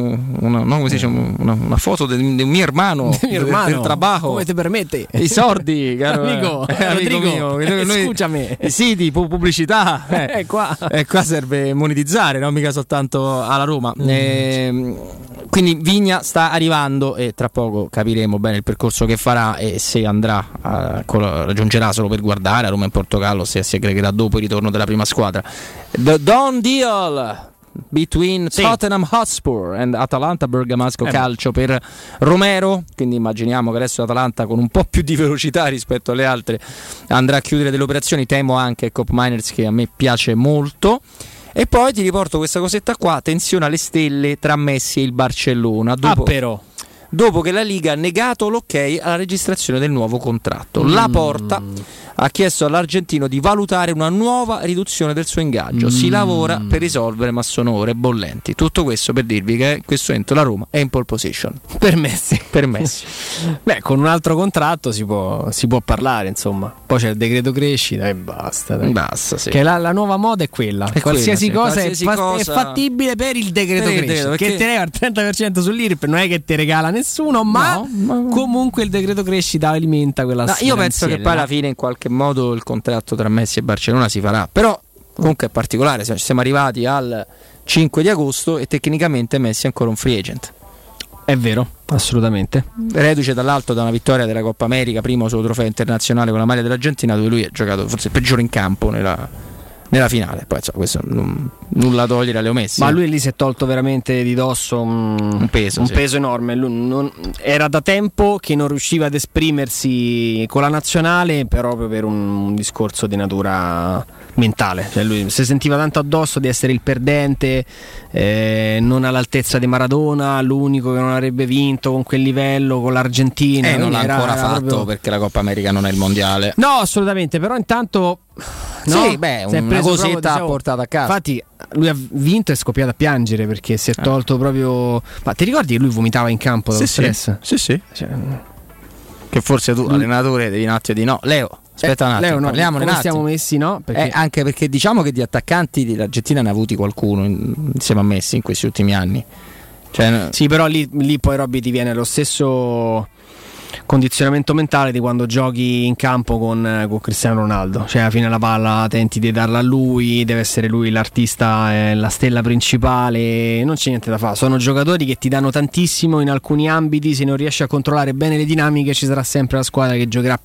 una foto del mio hermano, del trabajo. Come ti permette? I sordi, caro amico Rodrigo, mio. Scusami. I siti, pubblicità. Qua serve monetizzare, non mica soltanto alla Roma. Quindi Vigna sta arrivando e tra poco capiremo bene il percorso che farà e se andrà raggiungerà solo per guardare a Roma in Portogallo, se si aggregherà dopo il ritorno della prima squadra. Don Deal between Tottenham Hotspur and Atalanta Bergamasco Calcio per Romero, quindi immaginiamo che adesso l'Atalanta con un po' più di velocità rispetto alle altre andrà a chiudere delle operazioni. Temo anche Koop Meiners, che a me piace molto. E poi ti riporto questa cosetta qua, attenzione alle stelle tra Messi e il Barcellona dopo che la Liga ha negato l'ok alla registrazione del nuovo contratto. Laporta ha chiesto all'argentino di valutare una nuova riduzione del suo ingaggio. Si lavora per risolvere, ma sono ore bollenti. Tutto questo per dirvi che in questo momento la Roma è in pole position. Per Messi. Beh, con un altro contratto si può parlare, insomma. Poi c'è il decreto crescita e basta. Basta, sì. Che la nuova moda è quella. Qualsiasi cosa è fattibile per il decreto crescita. Che te leva il 30% sull'IRP, non è che ti regala nessuno, ma comunque il decreto crescita alimenta quella io penso che poi alla fine in qualche modo il contratto tra Messi e Barcellona si farà, però comunque è particolare, siamo arrivati al 5 di agosto e tecnicamente Messi è ancora un free agent. È vero, assolutamente. Reduce dall'alto da una vittoria della Coppa America, primo suo trofeo internazionale con la maglia dell'Argentina, dove lui ha giocato forse il peggiore in campo nella finale. Poi insomma, questo nulla togliere a Leo Messi. Ma lui lì si è tolto veramente di dosso un peso enorme. Lui era da tempo che non riusciva ad esprimersi con la nazionale, proprio per un discorso di natura mentale. Cioè lui si sentiva tanto addosso di essere il perdente, non all'altezza di Maradona, l'unico che non avrebbe vinto con quel livello con l'Argentina. Non l'ha ancora fatto proprio... perché la Coppa America non è il mondiale. No, assolutamente, però intanto una cosetta ha portato a casa. Infatti lui ha vinto e è scoppiato a piangere perché si è tolto proprio. Ma ti ricordi che lui vomitava in campo dallo stress? Sì. Cioè, che forse tu, allenatore, devi un attimo di no. Leo, aspetta un attimo, parliamo un attimo. Siamo messi, no? Perché... anche perché diciamo che di attaccanti l'Argentina ne ha avuti qualcuno insieme a Messi in questi ultimi anni. Cioè, sì, però lì poi Robby ti viene lo stesso condizionamento mentale di quando giochi in campo con Cristiano Ronaldo, cioè alla fine la palla tenti di darla a lui, deve essere lui l'artista, la stella principale, non c'è niente da fare. Sono giocatori che ti danno tantissimo in alcuni ambiti, se non riesci a controllare bene le dinamiche ci sarà sempre la squadra che giocherà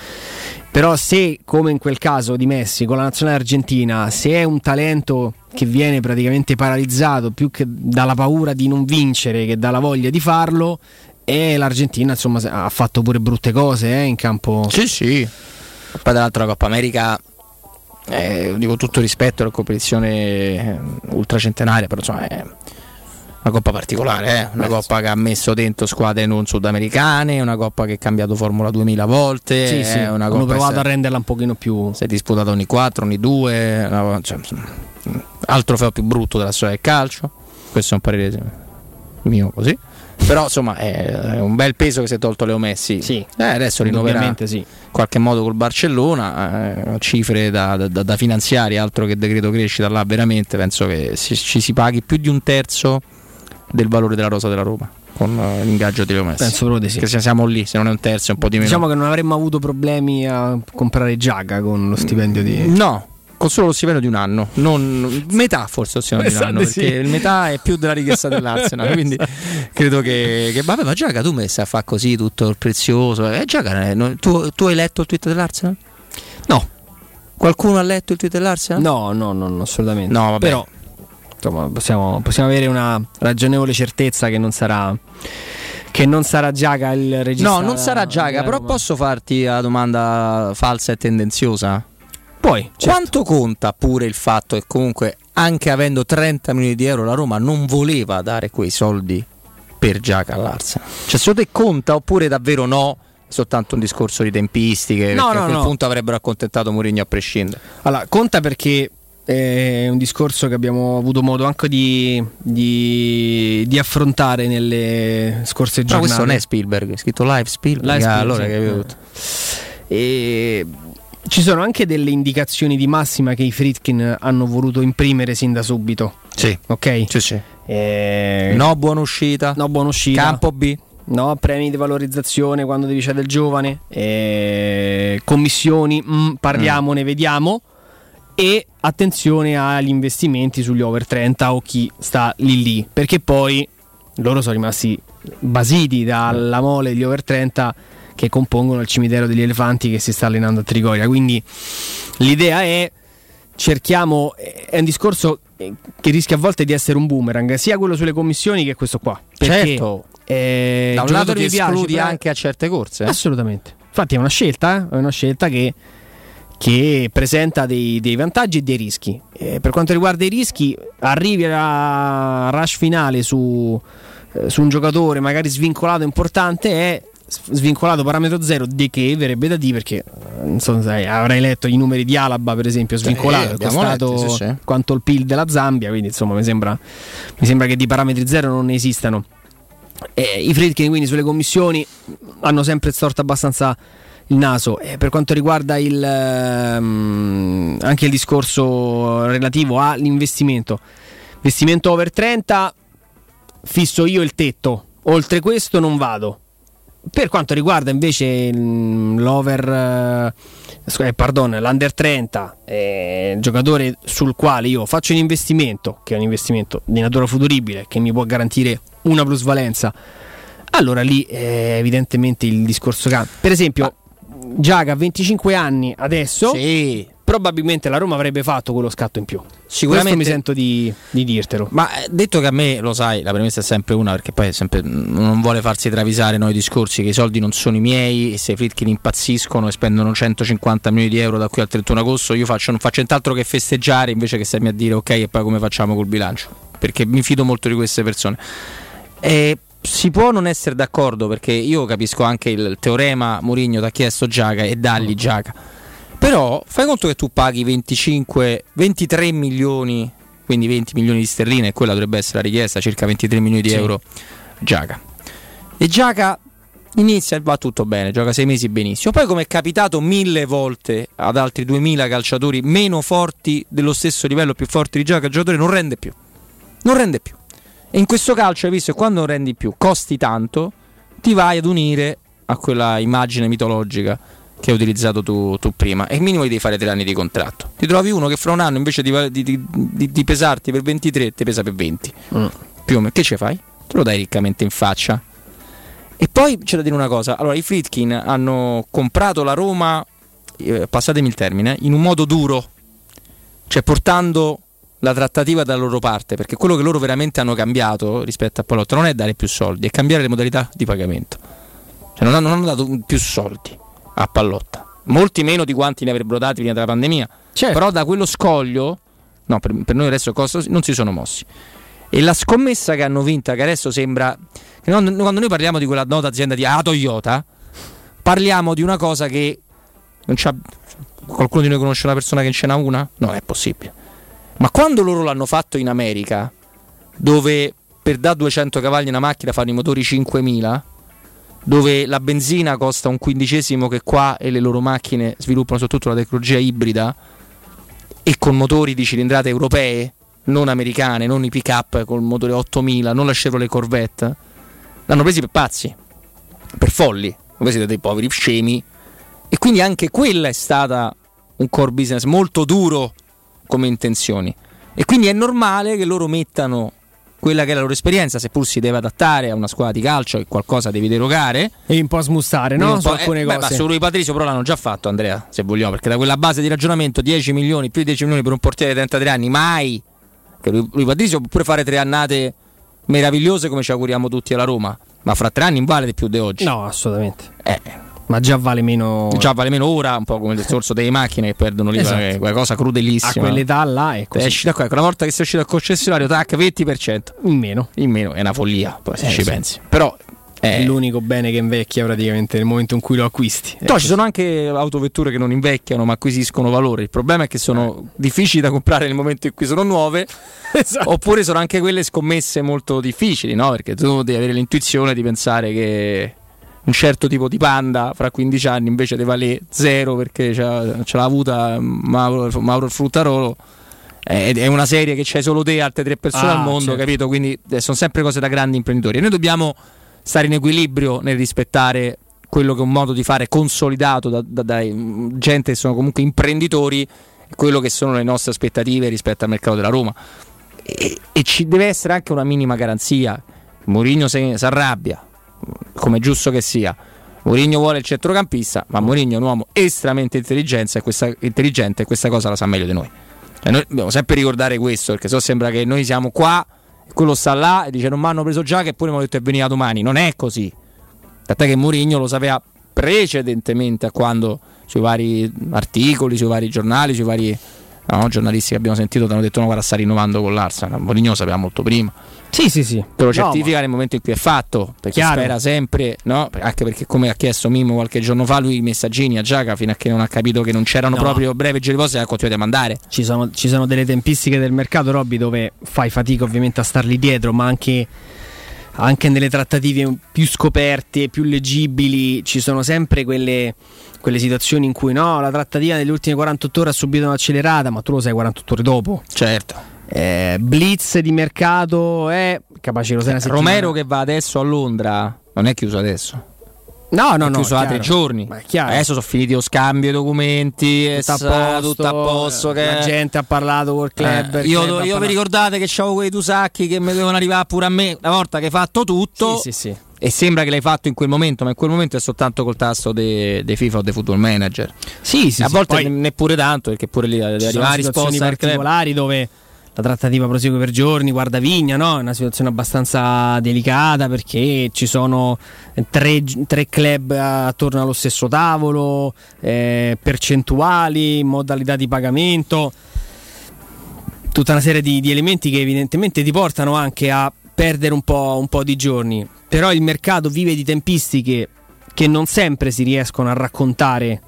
però se, come in quel caso di Messi con la nazionale argentina, se è un talento che viene praticamente paralizzato più che dalla paura di non vincere che dalla voglia di farlo, e l'Argentina insomma ha fatto pure brutte cose in campo. Sì. Poi dall'altro la Coppa America, dico tutto rispetto alla competizione ultracentenaria, però insomma è una coppa particolare, una coppa che ha messo dentro squadre non sudamericane, una coppa che ha cambiato Formula 2000 volte. Sì. Una hanno provato a renderla un pochino più. Si è disputata ogni 4, ogni 2, altro trofeo più brutto della storia del calcio. Questo è un parere mio così. Però insomma è un bel peso che si è tolto Leo Messi. Adesso rinnoverà in qualche modo col Barcellona, cifre da finanziari, altro che decreto crescita. Là veramente penso che ci si paghi più di un terzo del valore della rosa della Roma con l'ingaggio di Leo Messi. Penso proprio di sì. Che se siamo lì, se non è un terzo è un po' di meno. Diciamo che non avremmo avuto problemi a comprare Giaga con lo stipendio di... No, con solo lo stipendio di un anno, non metà forse lo stipendio di un anno, perché il metà è più della richiesta dell'Arsenal, quindi credo che vabbè, ma Giaga tu mi stai a fare così tutto il prezioso, Giaga, tu hai letto il tweet dell'Arsenal? No. Qualcuno ha letto il tweet dell'Arsenal? No, assolutamente. No, vabbè. Però insomma possiamo avere una ragionevole certezza che non sarà Giaga il regista. No, non sarà Giaga, però posso farti la domanda falsa e tendenziosa? Poi, certo. Quanto conta pure il fatto che comunque, anche avendo 30 milioni di euro, la Roma non voleva dare quei soldi per Giaga all'Arsenal? Cioè, secondo te conta oppure davvero no? È soltanto un discorso di tempistiche? No, perché a quel punto avrebbero accontentato Mourinho a prescindere. Allora, conta perché è un discorso che abbiamo avuto modo anche di affrontare nelle scorse giornate. Ma questo non è Spielberg, è scritto Live Spielberg. Allora che avevo e ci sono anche delle indicazioni di massima che i Friedkin hanno voluto imprimere sin da subito. Sì. Ok? Sì. No buona uscita. Campo B. No, premi di valorizzazione quando devi cedere il giovane. Commissioni, parliamone, vediamo. E attenzione agli investimenti sugli over 30 o chi sta lì. Perché poi loro sono rimasti basiti dalla mole degli over 30 che compongono il cimitero degli elefanti che si sta allenando a Trigoria. Quindi l'idea è cerchiamo, è un discorso che rischia a volte di essere un boomerang, sia quello sulle commissioni che questo qua. Perché, certo, da un lato ti escludi anche a certe corse. Assolutamente. Infatti è una scelta che presenta dei vantaggi e dei rischi. Per quanto riguarda i rischi, arrivi a rush finale su un giocatore magari svincolato importante, è svincolato parametro zero, di che verrebbe da dire, perché non so se avrai letto i numeri di Alaba per esempio, svincolato, è costato sì. quanto il PIL della Zambia, quindi insomma mi sembra che di parametri zero non ne esistano. I Friedkin quindi sulle commissioni hanno sempre storto abbastanza il naso. Per quanto riguarda anche il discorso relativo all'investimento over 30, fisso io il tetto, oltre questo non vado. Per quanto riguarda invece l'under 30, giocatore sul quale io faccio un investimento, che è un investimento di natura futuribile, che mi può garantire una plusvalenza, allora lì evidentemente il discorso cambia. Per esempio Giaga a 25 anni adesso, sì, probabilmente la Roma avrebbe fatto quello scatto in più. Sicuramente. Questo mi sento di dirtelo. Ma detto che a me, lo sai, la premessa è sempre una, perché poi è sempre, non vuole farsi travisare noi discorsi che i soldi non sono i miei, e se i Friedkin impazziscono e spendono 150 milioni di euro da qui al 31 agosto, io non faccio nient'altro che festeggiare, invece che starmi a dire ok, e poi come facciamo col bilancio, perché mi fido molto di queste persone. Si può non essere d'accordo, perché io capisco anche il teorema Mourinho ti ha chiesto Giaga e dagli Giaga, però fai conto che tu paghi 23 milioni, quindi 20 milioni di sterline, e quella dovrebbe essere la richiesta, circa 23 milioni di euro Giaga, e Giaga inizia, va tutto bene, gioca 6 mesi benissimo, poi come è capitato 1000 volte ad altri 2000 calciatori meno forti dello stesso livello, più forti di Giaga, il giocatore non rende più. E in questo calcio hai visto che quando non rendi più, costi tanto, ti vai ad unire a quella immagine mitologica che hai utilizzato tu prima, e il minimo devi fare 3 anni di contratto. Ti trovi uno che fra un anno invece di pesarti per 23 ti pesa per 20 più o meno. Che ce fai? Te lo dai riccamente in faccia. E poi c'è da dire una cosa, allora i Friedkin hanno comprato la Roma, passatemi il termine, in un modo duro, cioè portando la trattativa dalla loro parte, perché quello che loro veramente hanno cambiato rispetto a Pallotta non è dare più soldi, è cambiare le modalità di pagamento. Cioè non hanno dato più soldi a Pallotta, molti meno di quanti ne avrebbero dati prima della pandemia, certo. Però da quello scoglio, no, per noi adesso non si sono mossi, e la scommessa che hanno vinta, che adesso sembra che quando noi parliamo di quella nota azienda di Toyota, parliamo di una cosa che non c'ha. Qualcuno di noi conosce una persona che ce n'ha una? Non è possibile. Ma quando loro l'hanno fatto in America, dove per da 200 cavalli una macchina fanno i motori 5.000, dove la benzina costa un quindicesimo che qua, e le loro macchine sviluppano soprattutto la tecnologia ibrida e con motori di cilindrate europee, non americane, non i pick-up con il motore 8.000, non la Chevrolet Corvette, l'hanno presi per pazzi, per folli, voi siete dei poveri scemi, e quindi anche quella è stata un core business molto duro come intenzioni, e quindi è normale che loro mettano quella che è la loro esperienza, seppur si deve adattare a una squadra di calcio e qualcosa devi derogare e un po' smustare, no? Su alcune cose. Ma su Rui Patricio però l'hanno già fatto, Andrea, se vogliamo, perché da quella base di ragionamento 10 milioni, più di 10 milioni per un portiere di 33 anni, mai, che Rui Patricio può pure fare 3 annate meravigliose come ci auguriamo tutti alla Roma, ma fra 3 anni non vale di più di oggi. No, assolutamente. Ma già vale meno ora, un po' come il discorso delle macchine che perdono lì, esatto. Quella cosa crudelissima. A quell'età là è così. Esci da qua, una volta che sei uscito dal concessionario, tac, 20% in meno, è una follia, poi se ci pensi. Però è l'unico bene che invecchia praticamente nel momento in cui lo acquisti. No, ci sono anche autovetture che non invecchiano ma acquisiscono valore. Il problema è che sono difficili da comprare nel momento in cui sono nuove, esatto. Oppure sono anche quelle scommesse molto difficili, no? Perché tu devi avere l'intuizione di pensare che un certo tipo di Panda fra 15 anni invece deve valere 0 perché ce l'ha avuta Mauro il Fruttarolo, è una serie che c'hai solo te e altre 3 persone al mondo, certo. Capito? Quindi sono sempre cose da grandi imprenditori, e noi dobbiamo stare in equilibrio nel rispettare quello che è un modo di fare consolidato da gente che sono comunque imprenditori, quello che sono le nostre aspettative rispetto al mercato della Roma, e ci deve essere anche una minima garanzia. Mourinho si arrabbia, come è giusto che sia. Mourinho vuole il centrocampista, ma Mourinho è un uomo estremamente intelligente e questa cosa la sa meglio di noi. Noi dobbiamo sempre ricordare questo, perché sembra che noi siamo qua, quello sta là e dice non mi hanno preso già, che pure mi hanno detto è venuta domani. Non è così. Tant'è che Mourinho lo sapeva precedentemente a quando sui vari articoli, sui vari giornali, sui vari giornalisti che abbiamo sentito ti hanno detto no, guarda, sta rinnovando con l'Arsenal. Mourinho lo sapeva molto prima. Sì. Te lo certifica nel momento in cui è fatto, perché spera sempre, no? Anche perché, come ha chiesto Mimmo qualche giorno fa, lui i messaggini a Giaca fino a che non ha capito che non c'erano proprio breve giri di posta, ha continuato a mandare. Ci sono delle tempistiche del mercato, Robby, dove fai fatica ovviamente a starli dietro, ma anche nelle trattative più scoperte, più leggibili, ci sono sempre quelle situazioni in cui la trattativa delle ultime 48 ore ha subito un'accelerata, ma tu lo sai 48 ore dopo. Certo. Blitz di mercato è capace lo sai una settimana. Romero che va adesso a Londra non è chiuso adesso. No, chiuso da 3 giorni. Adesso sono finiti lo scambio, i documenti, tutto a posto, che la gente ha parlato col club. Io vi ricordate che c'avevo quei tusacchi che mi dovevano arrivare pure a me una volta che hai fatto tutto. Sì. E sembra che l'hai fatto in quel momento, ma in quel momento è soltanto col tasto dei FIFA o dei Football Manager. Sì. A volte neppure tanto, perché pure lì arrivano risposte particolari dove la trattativa prosegue per giorni. Guarda Vigna, no? È una situazione abbastanza delicata, perché ci sono tre club attorno allo stesso tavolo, percentuali, modalità di pagamento, tutta una serie di elementi che evidentemente ti portano anche a perdere un po' di giorni. Però il mercato vive di tempistiche che non sempre si riescono a raccontare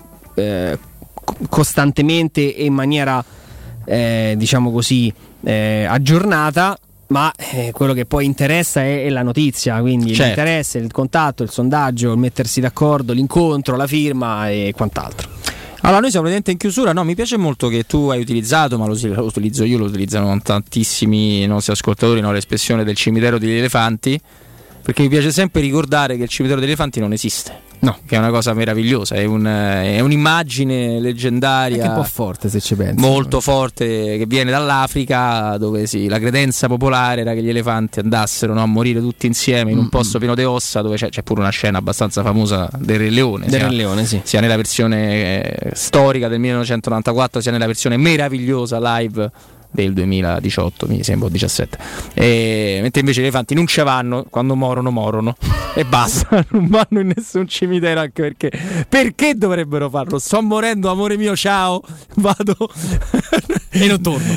costantemente e in maniera diciamo così aggiornata, ma quello che poi interessa è la notizia, quindi certo. L'interesse, il contatto, il sondaggio, il mettersi d'accordo, l'incontro, la firma e quant'altro. Allora, noi siamo praticamente in chiusura. No, mi piace molto che tu hai utilizzato, ma lo utilizzo io, lo utilizzano tantissimi nostri ascoltatori, l'espressione del cimitero degli elefanti, perché mi piace sempre ricordare che il cimitero degli elefanti non esiste. No, che è una cosa meravigliosa, è un'immagine leggendaria, anche un po' forte se ci pensi, molto forte, che viene dall'Africa, dove la credenza popolare era che gli elefanti andassero a morire tutti insieme in un posto pieno di ossa, dove c'è pure una scena abbastanza famosa del Re Leone, sia nella versione storica del 1994 sia nella versione meravigliosa live del 2018, mi sembra, 17. Mentre invece gli elefanti non ci vanno, quando morono e basta, non vanno in nessun cimitero, anche perché dovrebbero farlo? Sto morendo, amore mio, ciao, vado e non torno.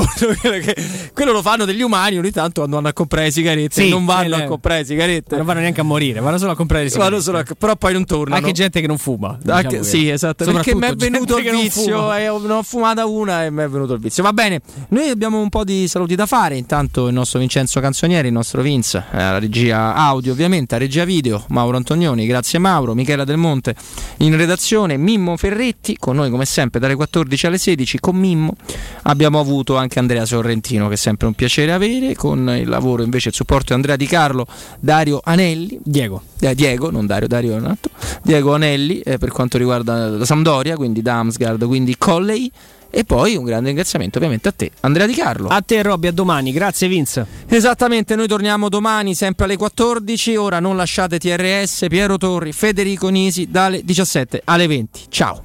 Quello lo fanno degli umani ogni tanto quando vanno a comprare le sigarette, non vanno a comprare le sigarette, non vanno neanche a morire, vanno solo a comprare le sigarette, però poi non tornano. Anche gente che non fuma, diciamo sì, esatto, perché mi è venuto il vizio, non ho fumata una e mi è venuto il vizio. Va bene, noi abbiamo un po' di saluti da fare. Intanto il nostro Vincenzo Canzonieri, il nostro Vince, la regia audio ovviamente, la regia video Mauro Antonioni, grazie Mauro, Michela Del Monte in redazione, Mimmo Ferretti con noi come sempre dalle 14 alle 16. Con Mimmo abbiamo avuto anche Andrea Sorrentino, che è sempre un piacere avere, con il lavoro invece il supporto di Andrea Di Carlo, Dario Anelli, Diego non Dario Diego Anelli per quanto riguarda la Sampdoria, quindi Damsgaard, quindi Colley. E poi un grande ringraziamento ovviamente a te, Andrea Di Carlo. A te Robby, a domani, grazie Vince. Esattamente, noi torniamo domani sempre alle 14. Ora non lasciate TRS, Piero Torri, Federico Nisi dalle 17 alle 20. Ciao.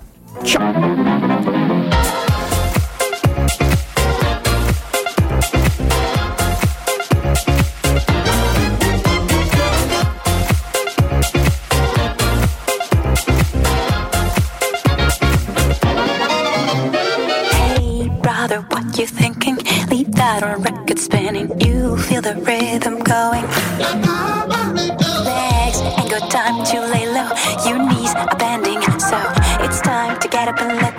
What you thinking? Leave that on record spinning. You feel the rhythm going. Legs ain't got time to lay low. Your knees are bending, so it's time to get up and let